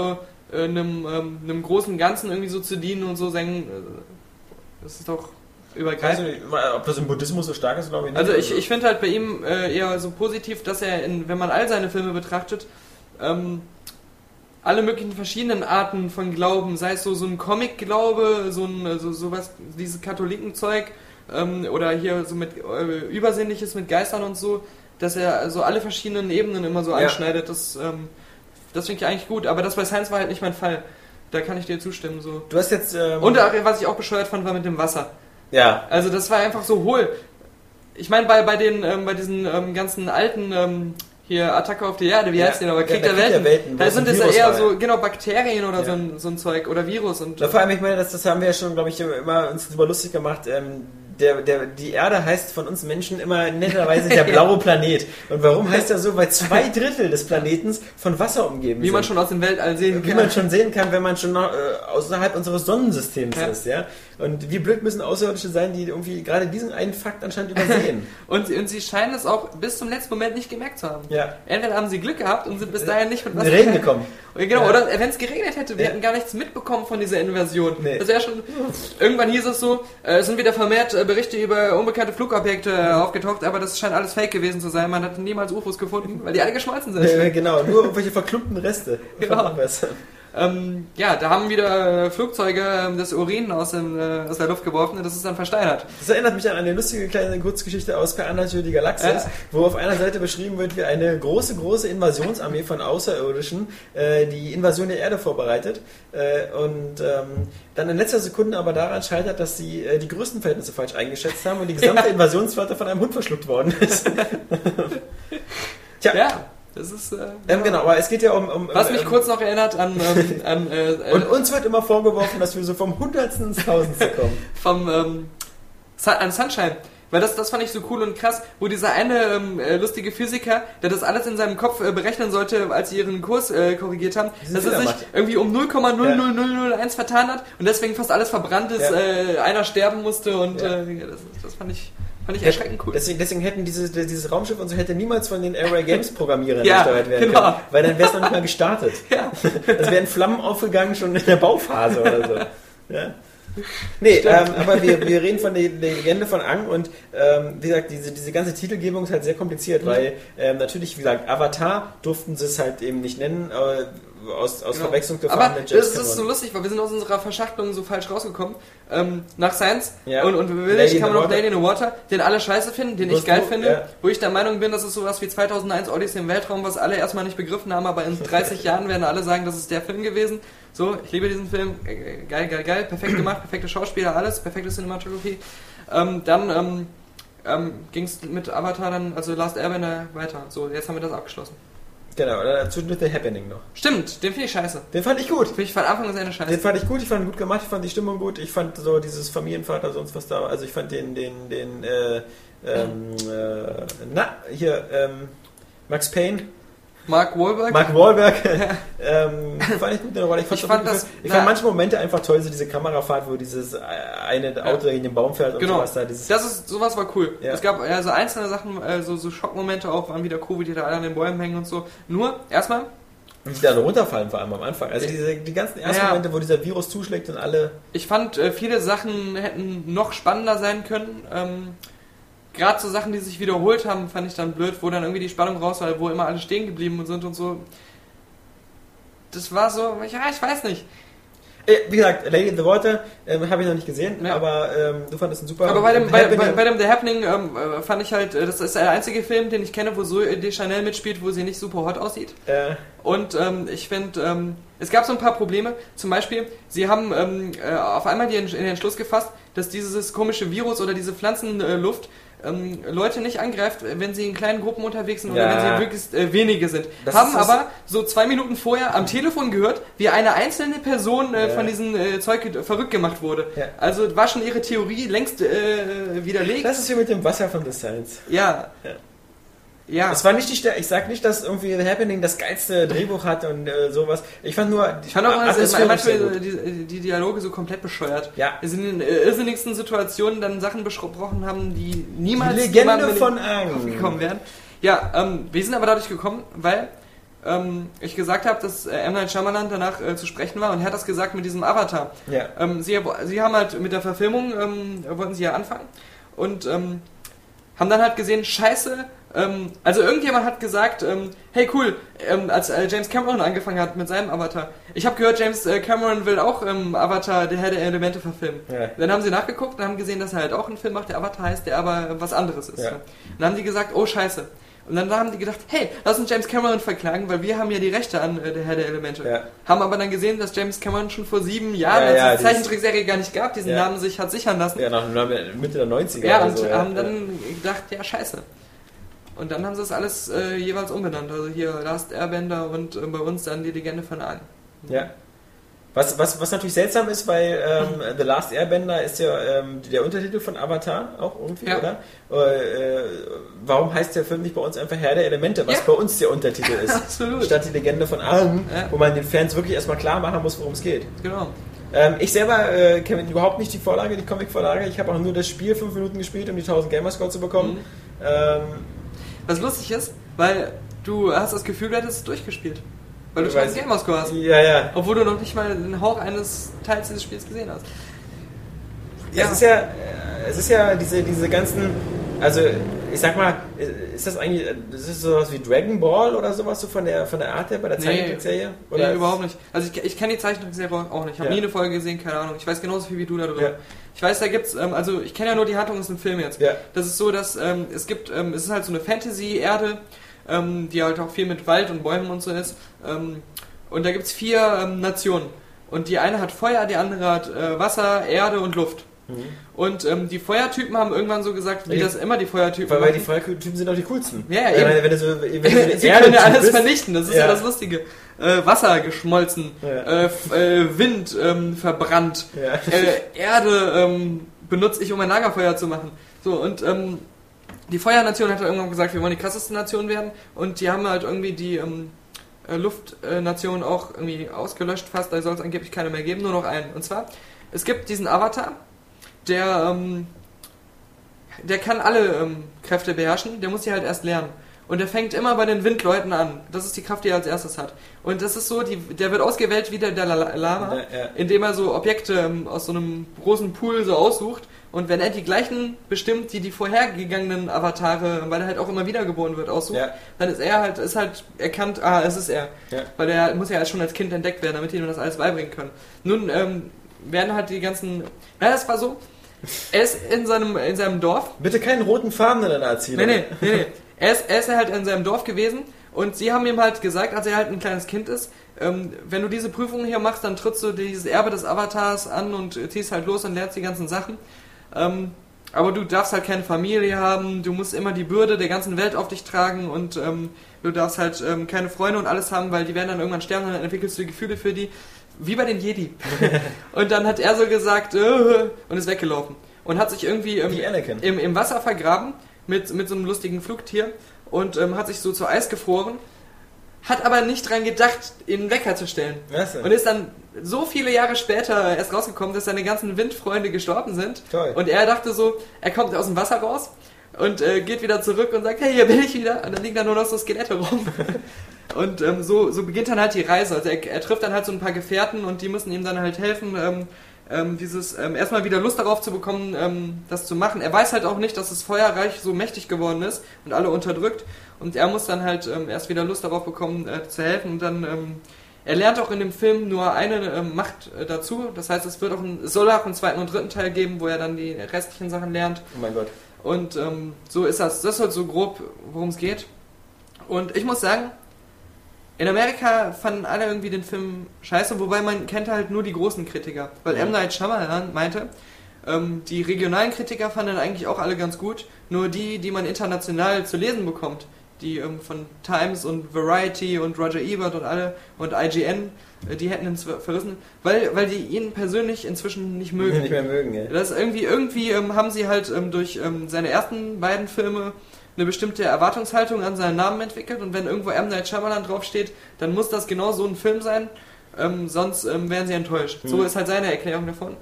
äh, einem, ähm, einem großen Ganzen irgendwie so zu dienen und so sein, äh, das ist doch übergreifend. Ich weiß nicht, ob das im Buddhismus so stark ist, glaube ich nicht. Also ich, ich finde halt bei ihm äh, eher so positiv, dass er, in, wenn man all seine Filme betrachtet, ähm, alle möglichen verschiedenen Arten von Glauben, sei es so, so ein Comic-Glaube, so ein so, sowas, dieses Katholikenzeug, ähm, oder hier so mit äh, Übersinnliches mit Geistern und so, dass er so alle verschiedenen Ebenen immer so ja. anschneidet, das, ähm, das finde ich eigentlich gut, aber das bei Science war halt nicht mein Fall. Da kann ich dir zustimmen. So. Du hast jetzt... Ähm und was ich auch bescheuert fand, war mit dem Wasser. Ja. Also das war einfach so hohl. Ich meine, bei, bei den ähm, bei diesen ähm, ganzen alten... Ähm, hier Attacke auf die Erde, wie ja. heißt die denn? Aber Krieg, ja, der, der, Welten. der Welten. Da sind es ja eher so, genau, Bakterien oder ja. so, ein, so ein Zeug oder Virus. Und da vor allem, ich meine, das, das haben wir ja schon, glaube ich, immer uns drüber lustig gemacht. Ähm, der, der, die Erde heißt von uns Menschen immer netterweise der blaue Planet. Und warum heißt er so? Weil zwei Drittel des Planetens von Wasser umgeben Wie sind. man schon aus dem Weltall sehen wie kann. Wie man schon sehen kann, wenn man schon noch, äh, außerhalb unseres Sonnensystems ja. ist. Ja? Und wie blöd müssen Außerirdische sein, die irgendwie gerade diesen einen Fakt anscheinend übersehen. und, und sie scheinen es auch bis zum letzten Moment nicht gemerkt zu haben. Ja. Entweder haben sie Glück gehabt und sind bis dahin nicht mit Wasser Regen gekommen. Genau, ja. oder wenn es geregnet hätte, wir ja. hätten gar nichts mitbekommen von dieser Invasion. Nee. Das wäre schon. Irgendwann hieß es so, äh, es sind wieder vermehrt äh, Berichte über unbekannte Flugobjekte äh, aufgetaucht, aber das scheint alles fake gewesen zu sein. Man hat niemals U F Os gefunden, weil die alle geschmolzen sind. Ja, genau, nur irgendwelche verklumpten Reste. Genau. Ähm, ja, da haben wieder äh, Flugzeuge äh, das Urin aus, dem, äh, aus der Luft geworfen und das ist dann versteinert. Das erinnert mich an eine lustige kleine Kurzgeschichte aus Per Anhalter für die Galaxis, ja. wo auf einer Seite beschrieben wird, wie eine große, große Invasionsarmee von Außerirdischen äh, die Invasion der Erde vorbereitet äh, und ähm, dann in letzter Sekunde aber daran scheitert, dass sie äh, die Größenverhältnisse falsch eingeschätzt haben und die gesamte ja. Invasionsflotte von einem Hund verschluckt worden ist. Tja. Ja. Das ist, äh, ähm, genau, aber es geht ja um... um Was mich ähm, kurz noch erinnert an... Ähm, an äh, äh, und uns wird immer vorgeworfen, dass wir so vom Hundertsten ins Tausendste kommen. Vom, ähm, an Sunshine. Weil das, das fand ich so cool und krass, wo dieser eine ähm, äh, lustige Physiker, der das alles in seinem Kopf äh, berechnen sollte, als sie ihren Kurs äh, korrigiert haben, dass er sich irgendwie um null Komma null null null null eins ja. vertan hat und deswegen fast alles verbrannt ist, ja. äh, einer sterben musste und ja. äh, das, das fand ich... Fand ich erschreckend cool. Deswegen, deswegen hätten diese, dieses Raumschiff und so hätte niemals von den Airway Games Programmierern ja, gesteuert werden genau. können. Weil dann wäre es noch nicht mal gestartet. Ja. Es wären Flammen aufgegangen schon in der Bauphase oder so. Ja. Nee, ähm, aber wir, wir reden von der, der Legende von Aang und ähm, wie gesagt, diese, diese ganze Titelgebung ist halt sehr kompliziert, mhm. weil ähm, natürlich, wie gesagt, Avatar durften sie es halt eben nicht nennen, aber aus, aus genau. Verwechslungsgefahren aber mit James Cameron. Das ist so lustig, weil wir sind aus unserer Verschachtelung so falsch rausgekommen. Ähm, nach Science ja. und, und Village kann man noch Lady in the Water, den alle scheiße finden, den ich geil finde, ja. wo ich der Meinung bin, das ist sowas wie zweitausendeins Odyssey im Weltraum, was alle erstmal nicht begriffen haben, aber in dreißig Jahren werden alle sagen, das ist der Film gewesen. So, ich liebe diesen Film, geil, geil, geil, perfekt gemacht, perfekte Schauspieler, alles, perfekte Cinematography. Ähm, dann ähm, ähm, ging es mit Avatar dann, also Last Airbender weiter. So, jetzt haben wir das abgeschlossen. Genau, dazu mit The Happening noch. Stimmt, den finde ich scheiße. Den fand ich gut. Finde ich von Anfang an seine Scheiße. Den fand ich gut, ich fand ihn gut gemacht, ich fand die Stimmung gut, ich fand so dieses Familienvater, sonst was da, also ich fand den, den, den, äh, ähm, äh, na, hier, ähm, Max Payne. Mark Wahlberg? Mark Wahlberg. ähm, fand ich gut in der Rolle. Ich fand, ich fand, das, ich fand manche Momente einfach toll, so diese Kamerafahrt, wo dieses eine Auto ja. in den Baum fährt und genau. sowas da. Dieses das ist, sowas war cool. Ja. Es gab also einzelne Sachen, also so Schockmomente auch, waren wieder cool, wie die da alle an den Bäumen hängen und so. Nur, erstmal... Und die da so runterfallen, vor allem am Anfang. Also diese, die ganzen ersten ja. Momente, wo dieser Virus zuschlägt und alle... Ich fand, äh, viele Sachen hätten noch spannender sein können. Ähm, Gerade so Sachen, die sich wiederholt haben, fand ich dann blöd, wo dann irgendwie die Spannung raus war, wo immer alle stehen geblieben sind und so. Das war so, ja, ich weiß nicht. Wie gesagt, Lady in the Water ähm, habe ich noch nicht gesehen, ja. aber ähm, du fandest ihn super. Aber bei dem, bei, bei, bei dem The Happening ähm, fand ich halt, das ist der einzige Film, den ich kenne, wo Zoe Deschanel mitspielt, wo sie nicht super hot aussieht. Äh. Und ähm, ich finde, ähm, es gab so ein paar Probleme. Zum Beispiel, sie haben ähm, äh, auf einmal den, in den Entschluss gefasst, dass dieses komische Virus oder diese Pflanzenluft ähm, Leute nicht angreift, wenn sie in kleinen Gruppen unterwegs sind oder ja. wenn sie möglichst äh, wenige sind. Das haben ist aber so zwei Minuten vorher am Telefon gehört, wie eine einzelne Person äh, ja. von diesem äh, Zeug verrückt gemacht wurde. Ja. Also war schon ihre Theorie längst äh, widerlegt. Das ist wie mit dem Wasser von The Science. Ja. ja. Ja. Es war nicht die, ich sag nicht, dass irgendwie The Happening das geilste Drehbuch hat und äh, sowas. Ich fand nur, ich fand auch manchmal, manchmal die, die Dialoge so komplett bescheuert. Ja. Es sind in äh, irrsinnigsten Situationen dann Sachen besprochen haben, die niemals die Legende von Aang gekommen wären. Ja, ähm, wir sind aber dadurch gekommen, weil ähm, ich gesagt habe, dass äh, M. Night Shyamalan danach äh, zu sprechen war und er hat das gesagt mit diesem Avatar. Ja. Ähm, sie, sie haben halt mit der Verfilmung, ähm, wollten sie ja anfangen und ähm, haben dann halt gesehen, scheiße, ähm, also irgendjemand hat gesagt, ähm, hey cool, ähm, als äh, James Cameron angefangen hat mit seinem Avatar. Ich habe gehört, James äh, Cameron will auch ähm, Avatar, der Herr der Elemente verfilmen. Ja. Dann haben sie nachgeguckt und haben gesehen, dass er halt auch einen Film macht, der Avatar heißt, der aber was anderes ist. Ja. Und dann haben die gesagt, oh scheiße. Und dann haben die gedacht, hey, lass uns James Cameron verklagen, weil wir haben ja die Rechte an äh, der Herr der Elemente. Ja. Haben aber dann gesehen, dass James Cameron schon vor sieben Jahren, ja, als ja, es die Zeichentrickserie gar nicht gab, diesen ja. Namen sich hat sichern lassen. Ja, nach Mitte der neunziger. Ja, und so, ja. haben dann ja. gedacht, ja, scheiße. Und dann haben sie das alles äh, jeweils umbenannt. Also hier Last Airbender und äh, bei uns dann die Legende von Aang. Ja. Was, was, was natürlich seltsam ist, weil ähm, The Last Airbender ist ja ähm, der Untertitel von Avatar auch irgendwie, ja. oder? Äh, warum heißt der Film nicht bei uns einfach Herr der Elemente, was ja. bei uns der Untertitel ist? Absolut. Statt die Legende von Aang, ja. wo man den Fans wirklich erstmal klar machen muss, worum es geht. Genau. Ähm, ich selber äh, kenne überhaupt nicht die Vorlage, die Comic-Vorlage. Ich habe auch nur das Spiel fünf Minuten gespielt, um die tausend Gamerscore zu bekommen. Mhm. Ähm, was lustig ist, weil du hast das Gefühl, du hättest es durchgespielt. Weil du schon einen Gamerscore hast. Ja, ja. Obwohl du noch nicht mal den Hauch eines Teils dieses Spiels gesehen hast. Ja, ja. Es ist ja, es ist ja diese, diese ganzen, also ich sag mal, ist das eigentlich, ist das sowas wie Dragon Ball oder sowas so von der von der Art her bei der Zeichentrickserie? Nee, nee, überhaupt nicht. Also ich, ich kenne die Zeichentrickserie auch nicht. Ich habe ja. nie eine Folge gesehen, keine Ahnung. Ich weiß genauso viel wie du darüber. Ja. Ich weiß, da gibt's, ähm, also ich kenne ja nur die Handlung aus dem Film jetzt. Ja. Das ist so, dass ähm, es gibt, ähm, es ist halt so eine Fantasy-Erde, ähm, die halt auch viel mit Wald und Bäumen und so ist. Ähm, und da gibt's vier ähm, Nationen. Und die eine hat Feuer, die andere hat äh, Wasser, Erde und Luft. Mhm. Und ähm, die Feuertypen haben irgendwann so gesagt, wie ja, das immer die Feuertypen weil, weil die Feuertypen sind auch die coolsten. Ja, ja, eben. Wenn, wenn du so, wenn du Sie können ja alles bist, vernichten, das ist ja, ja das Lustige. Äh, Wasser geschmolzen, ja. äh, äh, Wind ähm, verbrannt, ja. äh, Erde ähm, benutze ich, um ein Lagerfeuer zu machen. So, und ähm, die Feuernation hat irgendwann gesagt, wir wollen die krasseste Nation werden. Und die haben halt irgendwie die ähm, Luftnation auch irgendwie ausgelöscht fast, da soll es angeblich keine mehr geben, nur noch einen. Und zwar, es gibt diesen Avatar, der, ähm, der kann alle ähm, Kräfte beherrschen, der muss sie halt erst lernen. Und der fängt immer bei den Windleuten an. Das ist die Kraft, die er als erstes hat. Und das ist so, die, der wird ausgewählt wie der Dalai Lama, ja, ja. indem er so Objekte ähm, aus so einem großen Pool so aussucht. Und wenn er die gleichen bestimmt, die die vorhergegangenen Avatare, weil er halt auch immer wiedergeboren wird, aussucht, ja. dann ist er halt, ist halt erkannt, ah, es ist er. Ja. Weil er muss ja schon als Kind entdeckt werden, damit die ihm das alles beibringen können. Nun ähm, werden halt die ganzen, ja, das war so, er ist in seinem, in seinem Dorf. Bitte keinen roten Faden in deiner Erzählung. Nee, nee, nee, nee. Er ist, er ist halt in seinem Dorf gewesen und sie haben ihm halt gesagt, als er halt ein kleines Kind ist, ähm, wenn du diese Prüfung hier machst, dann trittst du dieses Erbe des Avatars an und ziehst halt los und lernst die ganzen Sachen. Ähm, aber du darfst halt keine Familie haben, du musst immer die Bürde der ganzen Welt auf dich tragen und ähm, du darfst halt ähm, keine Freunde und alles haben, weil die werden dann irgendwann sterben und dann entwickelst du Gefühle für die, wie bei den Jedi. Und dann hat er so gesagt, äh, und ist weggelaufen. Und hat sich irgendwie ähm, im, im Wasser vergraben mit, mit so einem lustigen Flugtier und ähm, hat sich so zu Eis gefroren, hat aber nicht dran gedacht, ihn Wecker zu stellen. Was denn? Und ist dann so viele Jahre später erst rausgekommen, dass seine ganzen Windfreunde gestorben sind. Toll. Und er dachte so, er kommt aus dem Wasser raus und äh, geht wieder zurück und sagt, hey, hier bin ich wieder. Und dann liegen da nur noch so Skelette rum. Und ähm, so, so beginnt dann halt die Reise. Also er, er trifft dann halt so ein paar Gefährten und die müssen ihm dann halt helfen, ähm, ähm, dieses ähm, erstmal wieder Lust darauf zu bekommen, ähm, das zu machen. Er weiß halt auch nicht, dass das Feuerreich so mächtig geworden ist und alle unterdrückt. Und er muss dann halt ähm, erst wieder Lust darauf bekommen, äh, zu helfen. Und dann, ähm, er lernt auch in dem Film nur eine ähm, Macht äh, dazu. Das heißt, es wird auch ein, es soll auch einen zweiten und dritten Teil geben, wo er dann die restlichen Sachen lernt. Oh mein Gott. Und ähm, so ist das. Das ist halt so grob, worum es geht. Und ich muss sagen, in Amerika fanden alle irgendwie den Film scheiße, wobei man kennt halt nur die großen Kritiker. Weil ja. M. Night Shyamalan meinte, ähm, die regionalen Kritiker fanden eigentlich auch alle ganz gut, nur die, die man international zu lesen bekommt, die ähm, von Times und Variety und Roger Ebert und alle und I G N, äh, die hätten ihn verrissen, weil, weil die ihn persönlich inzwischen nicht mögen. Nicht mehr mögen, ja. Das ist irgendwie, irgendwie ähm, haben sie halt ähm, durch ähm, seine ersten beiden Filme eine bestimmte Erwartungshaltung an seinen Namen entwickelt und wenn irgendwo M. Night Shyamalan draufsteht, dann muss das genau so ein Film sein, ähm, sonst ähm, wären sie enttäuscht. Mhm. So ist halt seine Erklärung davon.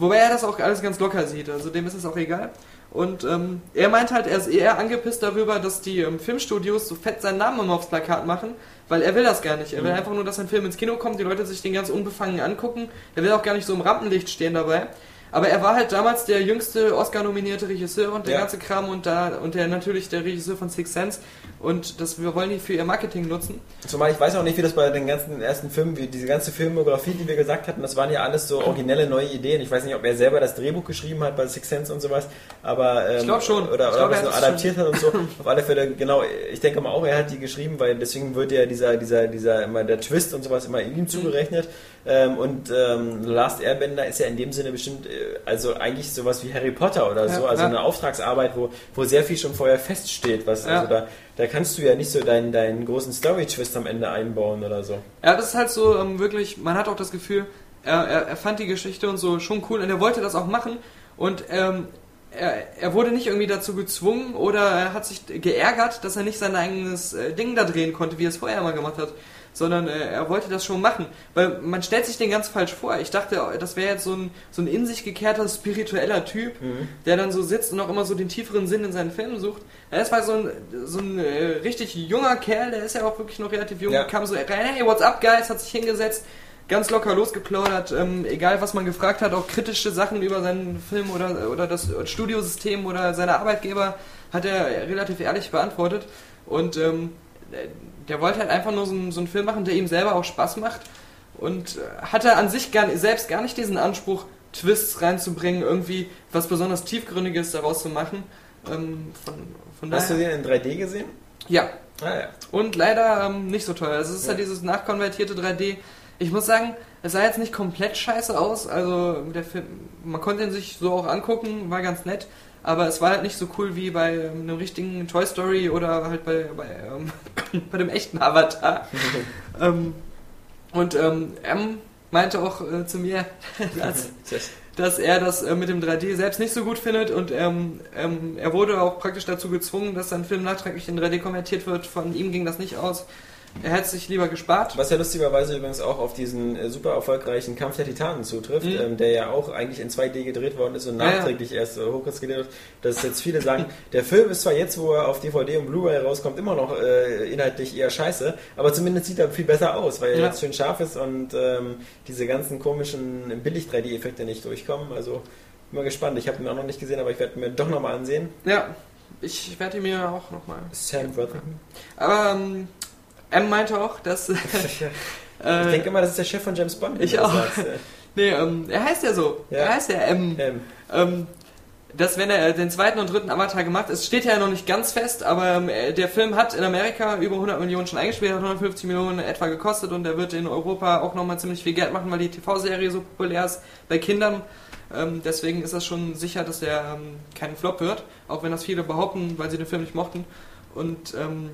Wobei er das auch alles ganz locker sieht, also dem ist es auch egal. Und ähm, er meint halt, er ist eher angepisst darüber, dass die ähm, Filmstudios so fett seinen Namen immer aufs Plakat machen, weil er will das gar nicht. Er will mhm. einfach nur, dass ein Film ins Kino kommt, die Leute sich den ganz unbefangen angucken. Er will auch gar nicht so im Rampenlicht stehen dabei. Aber er war halt damals der jüngste Oscar-nominierte Regisseur und der ja. ganze Kram und da und der natürlich der Regisseur von Sixth Sense und das wir wollen die für ihr Marketing nutzen. Zumal ich weiß auch nicht, wie das bei den ganzen ersten Filmen, wie diese ganze Filmografie, die wir gesagt hatten, das waren ja alles so originelle neue Ideen. Ich weiß nicht, ob er selber das Drehbuch geschrieben hat bei Sixth Sense und sowas, aber ähm, ich glaube schon. Oder, ich oder glaub, was nur adaptiert schon. Hat und so. Auf alle Fälle, genau. Ich denke mal auch, er hat die geschrieben, weil deswegen wird ja dieser dieser dieser immer der Twist und sowas immer ihm zugerechnet. Ähm, und ähm, Last Airbender ist ja in dem Sinne bestimmt, äh, also eigentlich sowas wie Harry Potter oder so, ja, also ja. eine Auftragsarbeit, wo, wo sehr viel schon vorher feststeht, was ja. also da, da kannst du ja nicht so deinen, deinen großen Story-Twist am Ende einbauen oder so. Ja, das ist halt so ähm, wirklich, man hat auch das Gefühl, er, er, er fand die Geschichte und so schon cool und er wollte das auch machen und ähm, er, er wurde nicht irgendwie dazu gezwungen oder er hat sich geärgert, dass er nicht sein eigenes äh, Ding da drehen konnte, wie er es vorher immer gemacht hat. Sondern äh, er wollte das schon machen. Weil man stellt sich den ganz falsch vor. Ich dachte, das wäre jetzt so ein, so ein in sich gekehrter, spiritueller Typ, mhm. der dann so sitzt und auch immer so den tieferen Sinn in seinen Filmen sucht. Das war so ein, so ein äh, richtig junger Kerl, der ist ja auch wirklich noch relativ jung, ja. kam so rein, hey, what's up, guys, hat sich hingesetzt, ganz locker losgeplaudert, ähm, egal was man gefragt hat, auch kritische Sachen über seinen Film oder, oder das Studiosystem oder seine Arbeitgeber hat er relativ ehrlich beantwortet. Und ähm, der wollte halt einfach nur so einen, so einen Film machen, der ihm selber auch Spaß macht und hatte an sich gar, selbst gar nicht diesen Anspruch, Twists reinzubringen, irgendwie was besonders Tiefgründiges daraus zu machen. Ähm, von, von Hast daher, du den in drei D gesehen? Ja. Ah, ja. Und leider ähm, nicht so toll. Also es ist ja. halt dieses nachkonvertierte drei D. Ich muss sagen, es sah jetzt nicht komplett scheiße aus. Also der Film, man konnte ihn sich so auch angucken, war ganz nett. Aber es war halt nicht so cool wie bei ähm, einem richtigen Toy Story oder halt bei, bei, ähm, bei dem echten Avatar. ähm, und ähm, M meinte auch äh, zu mir, dass, dass er das äh, mit dem drei D selbst nicht so gut findet und ähm, ähm, er wurde auch praktisch dazu gezwungen, dass sein Film nachträglich in drei D konvertiert wird. Von ihm ging das nicht aus. Er hätte sich lieber gespart. Was ja lustigerweise übrigens auch auf diesen äh, super erfolgreichen Kampf der Titanen zutrifft, mhm. ähm, der ja auch eigentlich in zwei D gedreht worden ist und nachträglich ja, ja. erst äh, hochskaliert wird, dass jetzt viele sagen, der Film ist zwar jetzt, wo er auf D V D und Blu-ray rauskommt, immer noch äh, inhaltlich eher scheiße, aber zumindest sieht er viel besser aus, weil er ja. jetzt schön scharf ist und ähm, diese ganzen komischen billig-drei D-Effekte nicht durchkommen. Also bin mal gespannt. Ich habe ihn auch noch nicht gesehen, aber ich werde mir doch nochmal ansehen. Ja, ich werde ihn mir auch nochmal. Sam Worthington. Aber ähm, M meinte auch, dass... äh, ich denke immer, das ist der Chef von James Bond. Ich auch. Sagst, äh. Nee, ähm, er heißt ja so. Ja. Er heißt ja M. M. Ähm, dass wenn er den zweiten und dritten Avatar gemacht ist, steht ja noch nicht ganz fest, aber ähm, der Film hat in Amerika über hundert Millionen schon eingespielt, hat hundertfünfzig Millionen etwa gekostet und er wird in Europa auch nochmal ziemlich viel Geld machen, weil die T V-Serie so populär ist bei Kindern. Ähm, deswegen ist das schon sicher, dass er ähm, kein Flop wird, auch wenn das viele behaupten, weil sie den Film nicht mochten. Und ähm,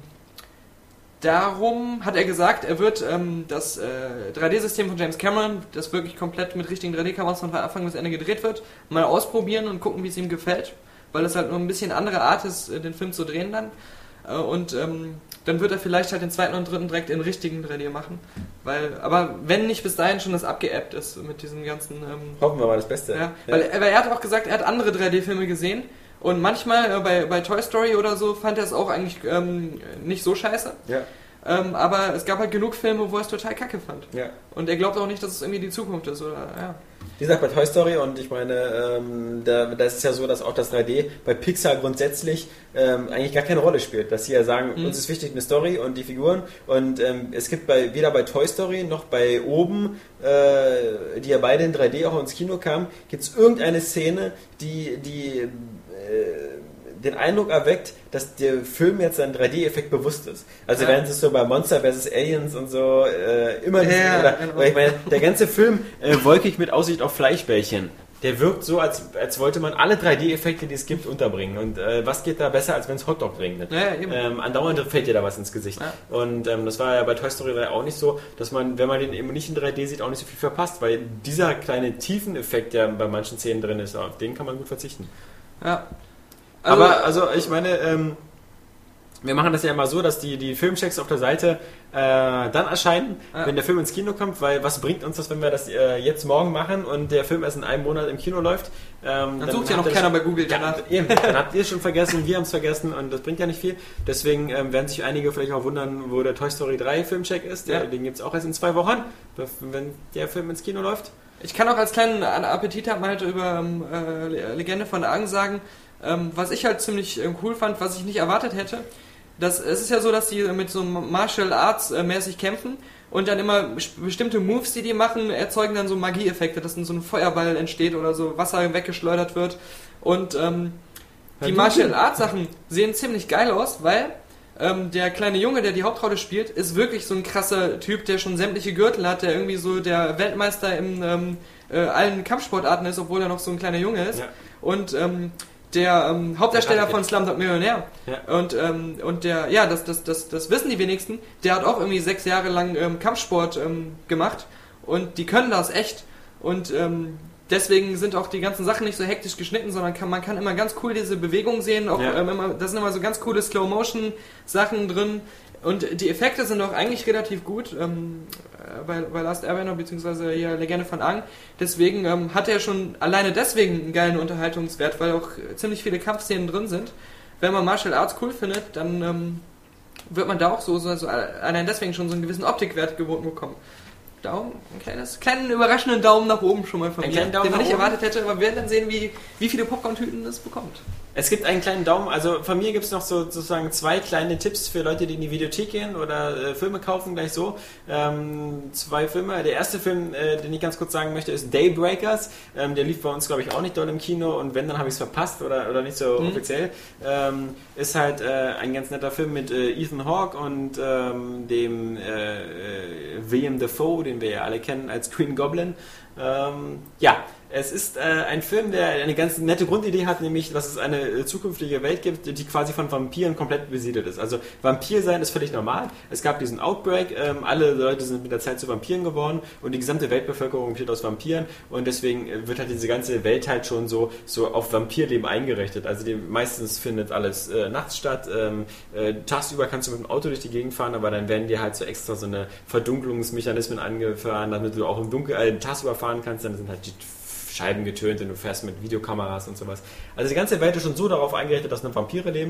darum hat er gesagt, er wird ähm, das äh, drei D-System von James Cameron, das wirklich komplett mit richtigen drei D-Kameras von Anfang bis Ende gedreht wird, mal ausprobieren und gucken, wie es ihm gefällt, weil es halt nur ein bisschen andere Art ist, den Film zu drehen dann. Äh, und ähm, dann wird er vielleicht halt den zweiten und dritten direkt in richtigen drei D machen. Weil, aber wenn nicht bis dahin schon das abgeappt ist mit diesen ganzen... Ähm, Hoffen wir mal das Beste. Ja, ja. Weil, weil er hat auch gesagt, er hat andere drei D-Filme gesehen. Und manchmal äh, bei, bei Toy Story oder so fand er es auch eigentlich ähm, nicht so scheiße. Ja. Ähm, aber es gab halt genug Filme, wo er es total kacke fand. Ja. Und er glaubt auch nicht, dass es irgendwie die Zukunft ist. Oder, ja. Wie gesagt, bei Toy Story und ich meine, ähm, da, das ist ja so, dass auch das drei D bei Pixar grundsätzlich ähm, eigentlich gar keine Rolle spielt. Dass sie ja sagen, mhm. uns ist wichtig eine Story und die Figuren und ähm, es gibt bei weder bei Toy Story noch bei Oben, äh, die ja beide in drei D auch ins Kino kamen, gibt es irgendeine Szene, die, die äh, den Eindruck erweckt, dass der Film jetzt einen drei D-Effekt bewusst ist. Also ja. während es so bei Monster versus. Aliens und so äh, immer diesen, ja, oder, oder ich meine, der ganze Film äh, wolkig mit Aussicht auf Fleischbällchen. Der wirkt so, als, als wollte man alle drei D-Effekte, die es gibt, unterbringen. Und äh, was geht da besser, als wenn es Hotdog regnet? Ja, eben. Ähm, andauernd fällt dir da was ins Gesicht. Ja. Und ähm, das war ja bei Toy Story drei auch nicht so, dass man, wenn man den eben nicht in drei D sieht, auch nicht so viel verpasst, weil dieser kleine Tiefeneffekt, der bei manchen Szenen drin ist, auf den kann man gut verzichten. Ja. Also, aber, also ich meine, ähm, wir machen das ja immer so, dass die, die Filmchecks auf der Seite äh, dann erscheinen, ja. wenn der Film ins Kino kommt, weil was bringt uns das, wenn wir das äh, jetzt morgen machen und der Film erst in einem Monat im Kino läuft? Ähm, dann, dann sucht ja noch keiner bei Google danach. Ja, eben, dann habt ihr es schon vergessen, wir haben es vergessen und das bringt ja nicht viel. Deswegen ähm, werden sich einige vielleicht auch wundern, wo der Toy Story drei Filmcheck ist. Der, ja. Den gibt es auch erst in zwei Wochen, wenn der Film ins Kino läuft. Ich kann auch als kleinen Appetit haben halt über ähm, äh, Legende von Aang sagen, ähm, was ich halt ziemlich äh, cool fand, was ich nicht erwartet hätte. Das, es ist ja so, dass die mit so Martial Arts äh, mäßig kämpfen und dann immer bestimmte Moves, die die machen, erzeugen dann so Magieeffekte, dass dann so ein Feuerball entsteht oder so Wasser weggeschleudert wird. Und ähm, die Martial Arts Sachen sehen ziemlich geil aus, weil ähm, der kleine Junge, der die Hauptrolle spielt, ist wirklich so ein krasser Typ, der schon sämtliche Gürtel hat, der irgendwie so der Weltmeister in ähm, äh, allen Kampfsportarten ist, obwohl er noch so ein kleiner Junge ist. Ja. Und ähm, der ähm, Hauptdarsteller von Slumdog Millionär ja. und ähm, und der ja das das das das wissen die wenigsten, der hat auch irgendwie sechs Jahre lang ähm, Kampfsport ähm, gemacht und die können das echt und ähm, deswegen sind auch die ganzen Sachen nicht so hektisch geschnitten, sondern kann, man kann immer ganz cool diese Bewegung sehen, auch ja. ähm, immer, da sind immer so ganz coole Slow-Motion Sachen drin und die Effekte sind auch eigentlich relativ gut ähm, bei, bei Last Airbender bzw. hier Legende von Aang. Deswegen ähm, hat er schon alleine deswegen einen geilen Unterhaltungswert, weil auch ziemlich viele Kampfszenen drin sind. Wenn man Martial Arts cool findet, dann ähm, wird man da auch so, so, so allein deswegen schon so einen gewissen Optikwert geboten bekommen. Daumen, ein kleines, kleinen überraschenden Daumen nach oben schon mal von mir, den man nicht erwartet hätte, aber wir werden dann sehen, wie, wie viele Popcorn-Tüten es bekommt. Es gibt einen kleinen Daumen, also von mir gibt es noch so, sozusagen zwei kleine Tipps für Leute, die in die Videothek gehen oder äh, Filme kaufen, gleich so. Ähm, zwei Filme. Der erste Film, äh, den ich ganz kurz sagen möchte, ist Daybreakers. Ähm, der lief bei uns, glaube ich, auch nicht doll im Kino und wenn, dann habe ich es verpasst oder, oder nicht so mhm. offiziell. Ähm, ist halt äh, ein ganz netter Film mit äh, Ethan Hawke und ähm, dem äh, William Dafoe, den wir ja alle kennen als Green Goblin. Ähm, ja, es ist äh, ein Film, der eine ganz nette Grundidee hat, nämlich, dass es eine äh, zukünftige Welt gibt, die quasi von Vampiren komplett besiedelt ist. Also Vampir sein ist völlig normal. Es gab diesen Outbreak, ähm, alle Leute sind mit der Zeit zu Vampiren geworden und die gesamte Weltbevölkerung besteht aus Vampiren und deswegen äh, wird halt diese ganze Welt halt schon so, so auf Vampirleben eingerichtet. Also die, meistens findet alles äh, nachts statt. Ähm, äh, tagsüber kannst du mit dem Auto durch die Gegend fahren, aber dann werden dir halt so extra so eine Verdunklungsmechanismen angefahren, damit du auch im Dunkeln äh, tagsüber fahren kannst. Dann sind halt die Scheiben getönt und du fährst mit Videokameras und sowas. Also die ganze Welt ist schon so darauf eingerichtet, dass nur Vampire leben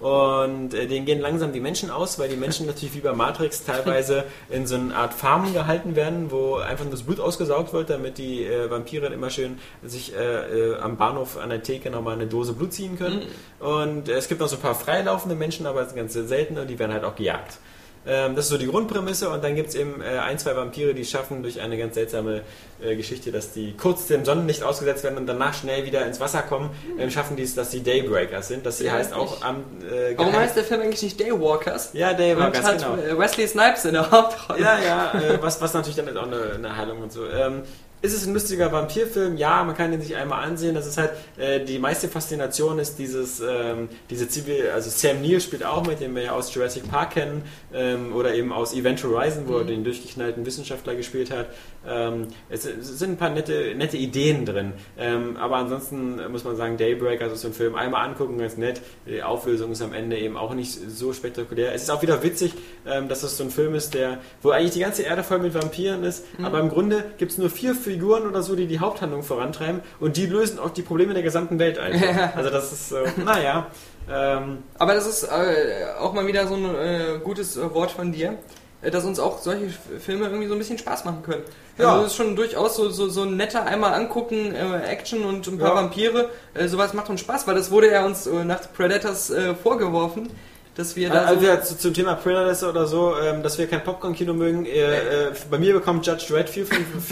und äh, denen gehen langsam die Menschen aus, weil die Menschen natürlich wie bei Matrix teilweise in so eine Art Farmen gehalten werden, wo einfach nur das Blut ausgesaugt wird, damit die äh, Vampire immer schön sich äh, äh, am Bahnhof an der Theke nochmal eine Dose Blut ziehen können. Mhm. Und äh, es gibt noch so ein paar freilaufende Menschen, aber es sind ganz selten und die werden halt auch gejagt. Das ist so die Grundprämisse und dann gibt es eben äh, ein, zwei Vampire, die schaffen durch eine ganz seltsame äh, Geschichte, dass die kurz dem Sonnenlicht ausgesetzt werden und danach schnell wieder ins Wasser kommen, äh, schaffen die es, dass die Daybreakers sind. Das ja, heißt auch am... Äh, Warum heißt der Film eigentlich nicht Daywalkers? Ja, Daywalkers, und hat genau. Wesley Snipes in der Hauptrolle. Ja, ja, äh, was, was natürlich dann auch eine, eine Heilung und so. Ähm, Ist es ein lustiger Vampirfilm? Ja, man kann ihn sich einmal ansehen. Das ist halt, äh, die meiste Faszination ist dieses, ähm, diese Zivil, also Sam Neill spielt auch mit, den wir ja aus Jurassic Park kennen, ähm, oder eben aus Event Horizon, wo mhm. er den durchgeknallten Wissenschaftler gespielt hat. Ähm, es, es sind ein paar nette, nette Ideen drin. Ähm, aber ansonsten muss man sagen, Daybreakers ist so ein Film, einmal angucken, ganz nett. Die Auflösung ist am Ende eben auch nicht so spektakulär. Es ist auch wieder witzig, ähm, dass es so ein Film ist, der, wo eigentlich die ganze Erde voll mit Vampiren ist, mhm. aber im Grunde gibt es nur vier Figuren oder so, die die Haupthandlung vorantreiben und die lösen auch die Probleme der gesamten Welt ein. Also das ist, äh, naja. Ähm, Aber das ist äh, auch mal wieder so ein äh, gutes äh, Wort von dir, äh, dass uns auch solche Filme irgendwie so ein bisschen Spaß machen können. Ja. Also das ist schon durchaus so, so, so ein netter einmal angucken, äh, Action und ein paar ja. Vampire, äh, sowas macht uns Spaß, weil das wurde ja uns äh, nach Predators äh, vorgeworfen, dass wir da also so... Ja, zu, zum Thema Predators oder so, ähm, dass wir kein Popcorn-Kino mögen. Äh, äh, bei mir bekommt Judge Dredd vier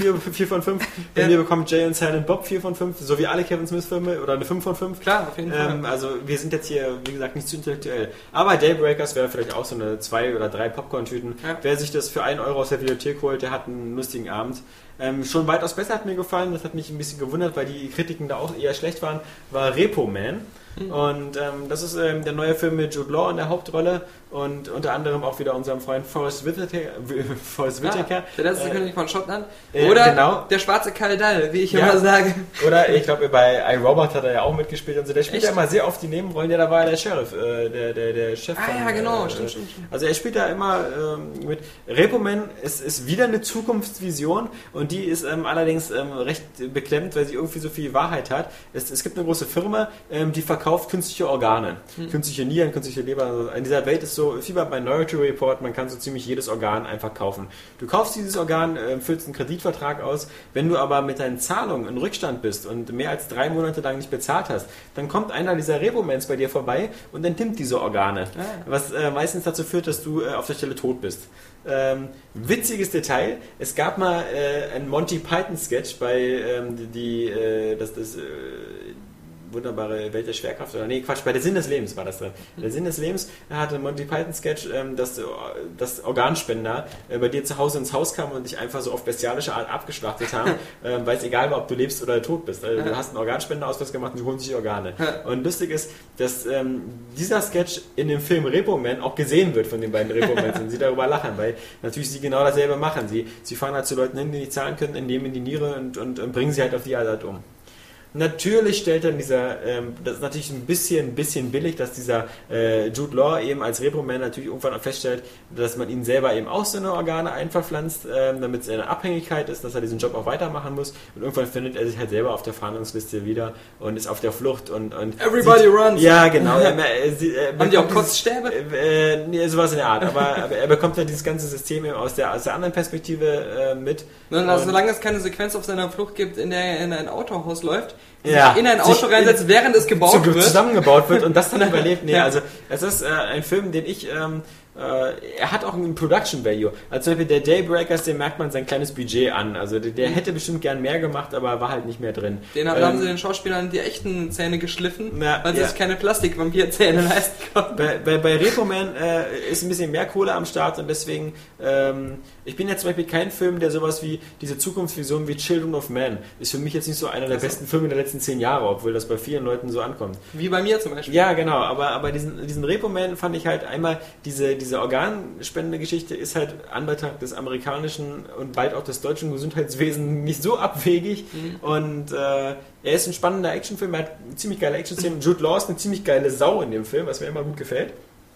von fünf, bei ja. mir bekommt Jay und Silent Bob vier von fünf, so wie alle Kevin Smith-Filme, oder eine fünf von fünf. Klar, auf jeden ähm, Fall. Also wir sind jetzt hier, wie gesagt, nicht zu intellektuell. Aber Daybreakers wäre vielleicht auch so eine zwei oder drei Popcorn-Tüten. Ja. Wer sich das für einen Euro aus der Videothek holt, der hat einen lustigen Abend. Ähm, schon weitaus besser hat mir gefallen, das hat mich ein bisschen gewundert, weil die Kritiken da auch eher schlecht waren, war Repo Man. Mhm. Und ähm, das ist ähm, der neue Film mit Jude Law in der Hauptrolle und unter anderem auch wieder unserem Freund Forrest Whitaker. Forrest Whitaker Ah, der letzte äh, König von Schottland. äh, Oder genau. der schwarze Kaldal, wie ich Ja. immer sage. Oder ich glaube, bei iRobot hat er ja auch mitgespielt und so. Der spielt Echt? ja immer sehr oft die Nebenrollen. Ja, da war er der Sheriff, äh, der, der, der Chef Ah von... ja, genau, äh, stimmt, stimmt, stimmt. Also er spielt da immer ähm, mit. Repo Man ist, ist wieder eine Zukunftsvision und die ist ähm, allerdings ähm, recht beklemmt, weil sie irgendwie so viel Wahrheit hat. Es, es gibt eine große Firma, ähm, die verkauft künstliche Organe. Hm. Künstliche Nieren, künstliche Leber. Also in dieser Welt ist so, wie bei Minority Report, man kann so ziemlich jedes Organ einfach kaufen. Du kaufst dieses Organ, äh, füllst einen Kreditvertrag aus. Wenn du aber mit deinen Zahlungen in Rückstand bist und mehr als drei Monate lang nicht bezahlt hast, dann kommt einer dieser Repo-Mans bei dir vorbei und entnimmt diese Organe. Ah. Was äh, meistens dazu führt, dass du äh, auf der Stelle tot bist. Ähm, witziges Detail, es gab mal äh, einen Monty Python Sketch bei ähm, die, die äh, das, das äh, wunderbare Welt der Schwerkraft, oder nee, Quatsch, bei der Sinn des Lebens war das drin. Der Sinn des Lebens, da hatte Monty Python Sketch, ähm, dass, dass Organspender äh, bei dir zu Hause ins Haus kamen und dich einfach so auf bestialische Art abgeschlachtet haben, ähm, weil es egal war, ob du lebst oder tot bist. Also, du hast einen Organspenderausweis gemacht und die holen sich Organe. Und lustig ist, dass ähm, dieser Sketch in dem Film Repo Man auch gesehen wird von den beiden Repo Mans und sie darüber lachen, weil natürlich sie genau dasselbe machen. Sie, sie fahren halt zu Leuten hin, die nicht zahlen können, nehmen in die Niere und, und, und bringen sie halt auf die Art um. Natürlich stellt dann dieser, ähm, das ist natürlich ein bisschen, ein bisschen billig, dass dieser äh, Jude Law eben als Repo-Man natürlich irgendwann auch feststellt, dass man ihn selber eben auch so eine Organe einverpflanzt, ähm, damit es eine Abhängigkeit ist, dass er diesen Job auch weitermachen muss und irgendwann findet er sich halt selber auf der Fahndungsliste wieder und ist auf der Flucht und... und Everybody sieht, runs! Ja, genau. Er, er, er, Haben die auch Kotzstäbe? Äh, nee, sowas in der Art, aber, aber er bekommt dann dieses ganze System eben aus der, aus der anderen Perspektive äh, mit. Also, solange es keine Sequenz auf seiner Flucht gibt, in der er in ein Autohaus läuft, ja, sich in ein Auto reinsetzt, während es gebaut zu, wird. zusammengebaut wird und das dann überlebt. Nee, ja. also es ist äh, ein Film, den ich... Ähm, äh, er hat auch einen Production Value. Also zum Beispiel der Daybreakers, den merkt man sein kleines Budget an. Also der, der hätte bestimmt gern mehr gemacht, aber war halt nicht mehr drin. Den ähm, haben sie den Schauspielern die echten Zähne geschliffen, na, weil sie ja. sich keine Plastikvampirzähne leisten konnten. Bei, bei, bei Repo Man äh, ist ein bisschen mehr Kohle am Start und deswegen, ähm, ich bin jetzt zum Beispiel kein Film, der sowas wie diese Zukunftsvision wie Children of Man ist für mich jetzt nicht so einer der also. besten Filme der letzten zehn Jahre, obwohl das bei vielen Leuten so ankommt. Wie bei mir zum Beispiel. Ja, genau, aber, aber diesen, diesen Repo Man fand ich halt einmal, diese, diese Organspende-Geschichte ist halt an Anbetracht des amerikanischen und bald auch des deutschen Gesundheitswesens nicht so abwegig mhm. und äh, er ist ein spannender Actionfilm, er hat ziemlich geile Action-Szenen. Jude Law ist eine ziemlich geile Sau in dem Film, was mir immer gut gefällt.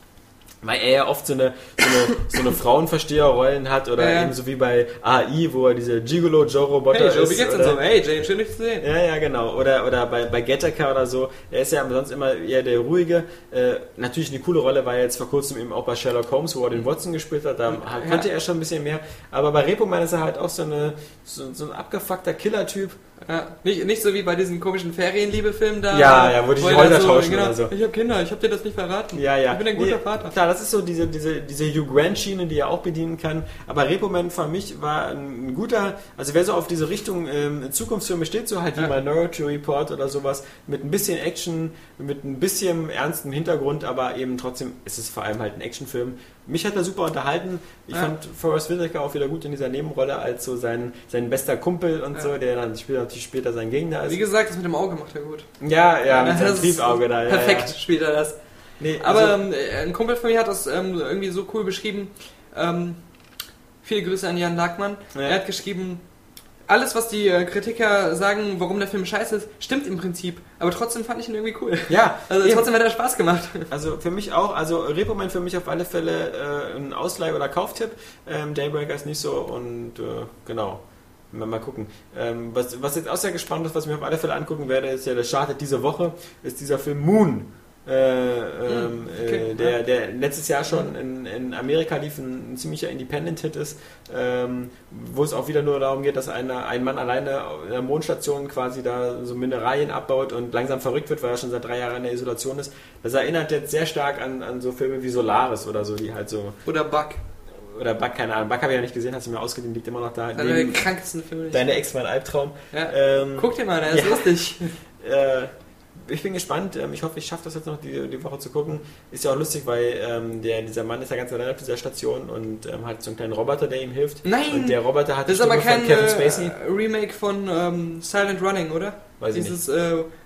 Weil er ja oft so eine, so eine, so eine Frauenversteherrollen hat oder ja. eben so wie bei A I, wo er diese Gigolo Joe Roboter hey, Joe, ist. Wie geht's denn so? Hey Jane, schön dich zu sehen. Ja, ja, genau. Oder, oder bei, bei Gattaca oder so. Er ist ja sonst immer eher der ruhige. Äh, natürlich eine coole Rolle war er jetzt vor kurzem eben auch bei Sherlock Holmes, wo er den Watson gespielt hat. Da ja. konnte er schon ein bisschen mehr. Aber bei Repo Man ist er halt auch so, eine, so, so ein abgefuckter Killer-Typ. Ja, nicht, nicht so wie bei diesen komischen Ferienliebefilmen da. Ja, ja, wo die Häuser so, tauschen genau, oder so. Ich habe Kinder, ich habe dir das nicht verraten. Ja, ja. Ich bin ein guter nee, Vater. Klar, das ist so diese, diese, diese Hugh Grant-Schiene, die er auch bedienen kann. Aber Repo Man für mich war ein guter, also wer so auf diese Richtung ähm, Zukunftsfilme steht, so halt wie ja. Minority Report oder sowas, mit ein bisschen Action, mit ein bisschen ernstem Hintergrund, aber eben trotzdem ist es vor allem halt ein Actionfilm. Mich hat er super unterhalten. Ich ja. fand Forrest Whitaker auch wieder gut in dieser Nebenrolle als so sein, sein bester Kumpel und ja. so, der dann später, natürlich später sein Gegner ist. Wie gesagt, das mit dem Auge macht er gut. Ja, ja, mit seinem Triebauge da. Ja, perfekt ja. spielt er das. Nee, aber also, ähm, ein Kumpel von mir hat das ähm, irgendwie so cool beschrieben. Ähm, viele Grüße an Jan Lagmann. Ja. Er hat geschrieben, alles, was die äh, Kritiker sagen, warum der Film scheiße ist, stimmt im Prinzip. Aber trotzdem fand ich ihn irgendwie cool. Ja. Also eben. Trotzdem hat er Spaß gemacht. Also für mich auch. Also Repo Man für mich auf alle Fälle äh, ein Ausleih- oder Kauftipp. Ähm, Daybreaker ist nicht so und äh, genau. Mal, mal gucken. Ähm, was, was jetzt auch sehr gespannt ist, was ich mir auf alle Fälle angucken werde, ist ja, der startet diese Woche, ist dieser Film Moon. Äh, ähm, okay. äh, der, der letztes Jahr schon in, in Amerika lief, ein, ein ziemlicher Independent-Hit ist, ähm, wo es auch wieder nur darum geht, dass eine, ein Mann alleine in der Mondstation quasi da so Mineralien abbaut und langsam verrückt wird, weil er schon seit drei Jahren in der Isolation ist. Das erinnert jetzt sehr stark an, an so Filme wie Solaris oder so, die halt so... Oder Bug. Oder Bug, keine Ahnung. Bug habe ich ja nicht gesehen, hast du mir ausgeliehen, liegt immer noch da. Einer der krankesten Filme. Deine Ex, mein Albtraum. Ja. Ähm, Guck dir mal, der ist ja. lustig. Äh, ich bin gespannt. Ich hoffe, ich schaffe das jetzt noch die, die Woche zu gucken. Ist ja auch lustig, weil ähm, der, dieser Mann ist ja ganz allein auf dieser Station und ähm, hat so einen kleinen Roboter, der ihm hilft. Nein! Und der Roboter hat das die ist aber Stimme kein von Kevin Spacey. Äh, Remake von ähm, Silent Running, oder? Weiß ich Dieses, nicht. Äh,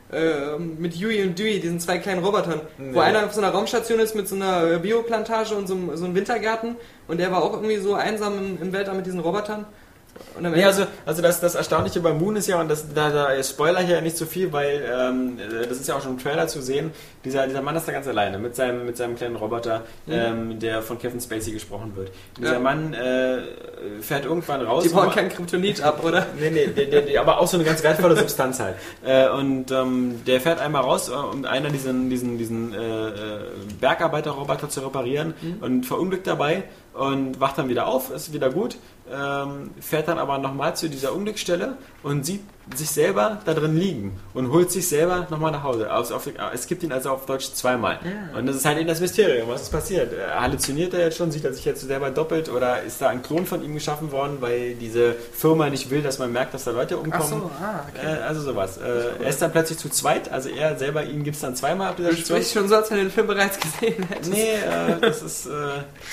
äh, mit Huey und Dewey, diesen zwei kleinen Robotern, Nee. wo einer auf so einer Raumstation ist mit so einer Bioplantage und so einem, so einem Wintergarten und der war auch irgendwie so einsam im, im Weltall mit diesen Robotern. Und am Nee, Ende- also, also das, das Erstaunliche bei Moon ist ja, und das, da, da spoiler ich ja nicht so viel, weil ähm, das ist ja auch schon im Trailer zu sehen, dieser, dieser Mann ist da ganz alleine mit seinem, mit seinem kleinen Roboter, Mhm. ähm, der von Kevin Spacey gesprochen wird. Dieser Ja. Mann äh, fährt irgendwann raus. die bauen wo- kein Kryptonit ab, oder? Nee, nee, der, der, der, aber auch so eine ganz wertvolle Substanz halt. Äh, und ähm, der fährt einmal raus, äh, um einer diesen, diesen, diesen äh, äh, Bergarbeiterroboter zu reparieren und verunglückt dabei und wacht dann wieder auf, ist wieder gut, ähm, fährt dann aber nochmal zu dieser Unglücksstelle und sieht sich selber da drin liegen und holt sich selber nochmal nach Hause. Auf, auf, es gibt ihn also auf Deutsch zweimal. Und das ist halt eben das Mysterium, was ist passiert? Äh, Halluziniert er jetzt schon? Sieht er sich jetzt selber doppelt? Oder ist da ein Klon von ihm geschaffen worden, weil diese Firma nicht will, dass man merkt, dass da Leute umkommen? Ach so, ah, okay. Äh, also sowas. Äh, er ist dann plötzlich zu zweit, also er selber, ihn gibt es dann zweimal auf dieser Du sprichst schon so, als wenn du den Film bereits gesehen hättest. Nee, äh, das ist... Äh,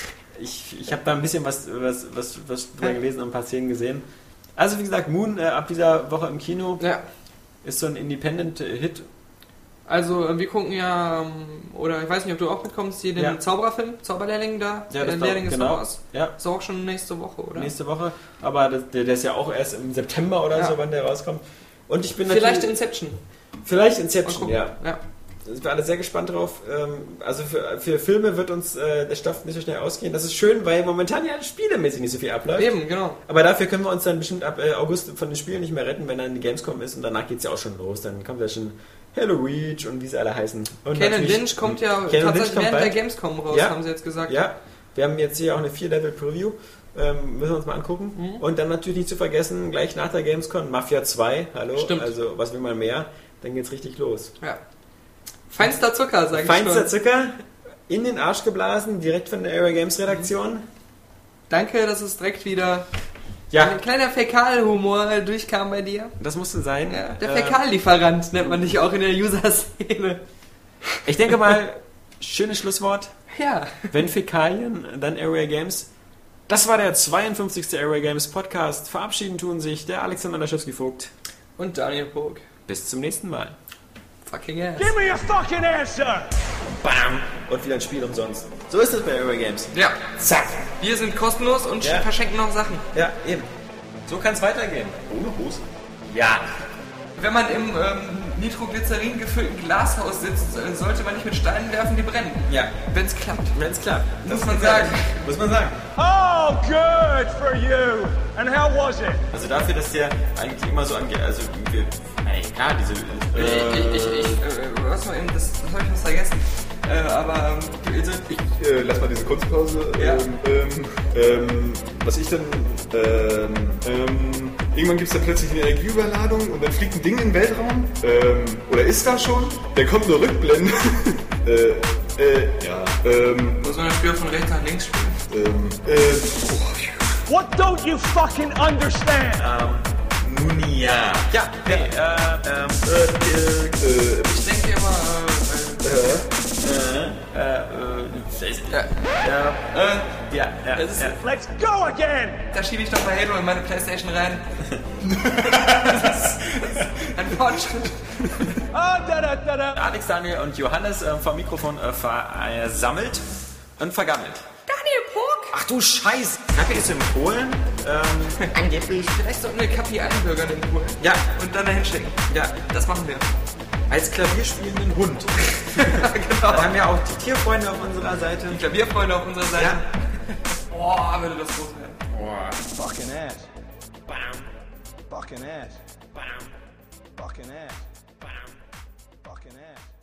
ich ich habe da ein bisschen was, was, was, was drüber gelesen und ein paar Szenen gesehen. Also wie gesagt, Moon äh, ab dieser Woche im Kino Ja, ist so ein Independent-Hit. also äh, wir gucken ja, ähm, oder ich weiß nicht, ob du auch mitkommst, hier den Ja. Zaubererfilm, Zauberlehrling da, Ja, das der war- Lehrling des genau. Zaubers. Ja, Ist auch schon nächste Woche, oder? nächste Woche. Aber das, der, der ist ja auch erst im September oder Ja. so, wann der rauskommt. Und ich bin Vielleicht natürlich... Inception. Vielleicht Mal Inception, gucken. ja. ja. Da sind wir alle sehr gespannt drauf. Ähm, Also für, für Filme wird uns äh, der Stoff nicht so schnell ausgehen. Das ist schön, weil momentan ja spielemäßig nicht so viel abläuft. Eben, genau. Aber dafür können wir uns dann bestimmt ab äh, August von den Spielen nicht mehr retten, wenn dann die Gamescom ist. Und danach geht es ja auch schon los. Dann kommt ja schon Halo Reach und wie sie alle heißen. Und Ken natürlich- Lynch kommt ja Ken tatsächlich Lynch kommt während der bald. Gamescom raus, Ja. haben sie jetzt gesagt. Ja, wir haben jetzt hier auch eine vier Level Preview. Ähm, müssen wir uns mal angucken. Mhm. Und dann natürlich nicht zu vergessen, gleich nach der Gamescom Mafia zwei. Hallo. Stimmt. Also was will man mehr? Dann geht's richtig los. Ja. Feinster Zucker, sag ich Feinster schon. Zucker, in den Arsch geblasen, direkt von der Area Games Redaktion. Danke, dass es direkt wieder Ja, ein kleiner Fäkalhumor durchkam bei dir. das musste sein. Ja, der Äh, Fäkallieferant nennt man dich auch in der User-Szene. Ich denke mal, schönes Schlusswort. Ja. Wenn Fäkalien, dann Area Games. Das war der zweiundfünfzigste Area Games Podcast. Verabschieden tun sich der Alexander Laschewski-Vogt. Und Daniel Pog. Bis zum nächsten Mal. Fucking ass. Give me a fucking answer! Bam! Und wieder ein Spiel umsonst. So ist es bei Area Games. Ja. Zack! Wir sind kostenlos und Ja. verschenken noch Sachen. Ja, eben. So kann es weitergehen. Ohne Hose. Ja. Wenn man im ähm, Nitroglycerin gefüllten Glashaus sitzt, äh, sollte man nicht mit Steinen werfen, die brennen. Ja. Wenn es klappt. Wenn es klappt. Muss man sagen. Muss man sagen. Oh, good for you! And how was it? Also dafür, dass der eigentlich immer so angeht, also wir, ey, klar, diese... Äh, Ich, ich, ich, äh, was mal eben, das, das habe ich was vergessen. Äh, aber, ähm, also, ich, Äh, lass mal diese Kunstpause. Ja. Ähm, ähm, ähm, was ich dann. Ähm, ähm, irgendwann gibt es dann plötzlich eine Energieüberladung und dann fliegt ein Ding in den Weltraum. Ähm, oder ist da schon? Der kommt nur Rückblenden. äh, äh, ja. Ähm, muss man das Spiel von rechts nach links spielen. ähm, äh, oh, What don't you fucking understand? Nun ja. Ja, nee, äh, ähm, äh, äh, Ich denke immer, äh, äh, äh, äh, Ja. ja, äh, ja, ja, Das ist- ja. Let's go again! da schiebe ich doch mal Halo in meine Playstation rein. das ist ein Fortschritt. Ah, da da da da. Alex, Daniel und Johannes äh, vom Mikrofon äh, versammelt und vergammelt. Daniel Pog? Ach du Scheiß! Kacke ist in Polen. Ähm, angeblich. Vielleicht sollten wir Kapi einbürgern in Polen. Ja, Und dann dahin schicken. ja, Das machen wir. als klavierspielenden Hund. genau. Wir haben ja auch die Tierfreunde auf unserer Seite. Klavierfreunde auf unserer Seite. Ja. Boah, würde das groß werden. Boah. Fucking ass. Bam, Fucking ass. bam, Fucking ass. bam. Fucking ass.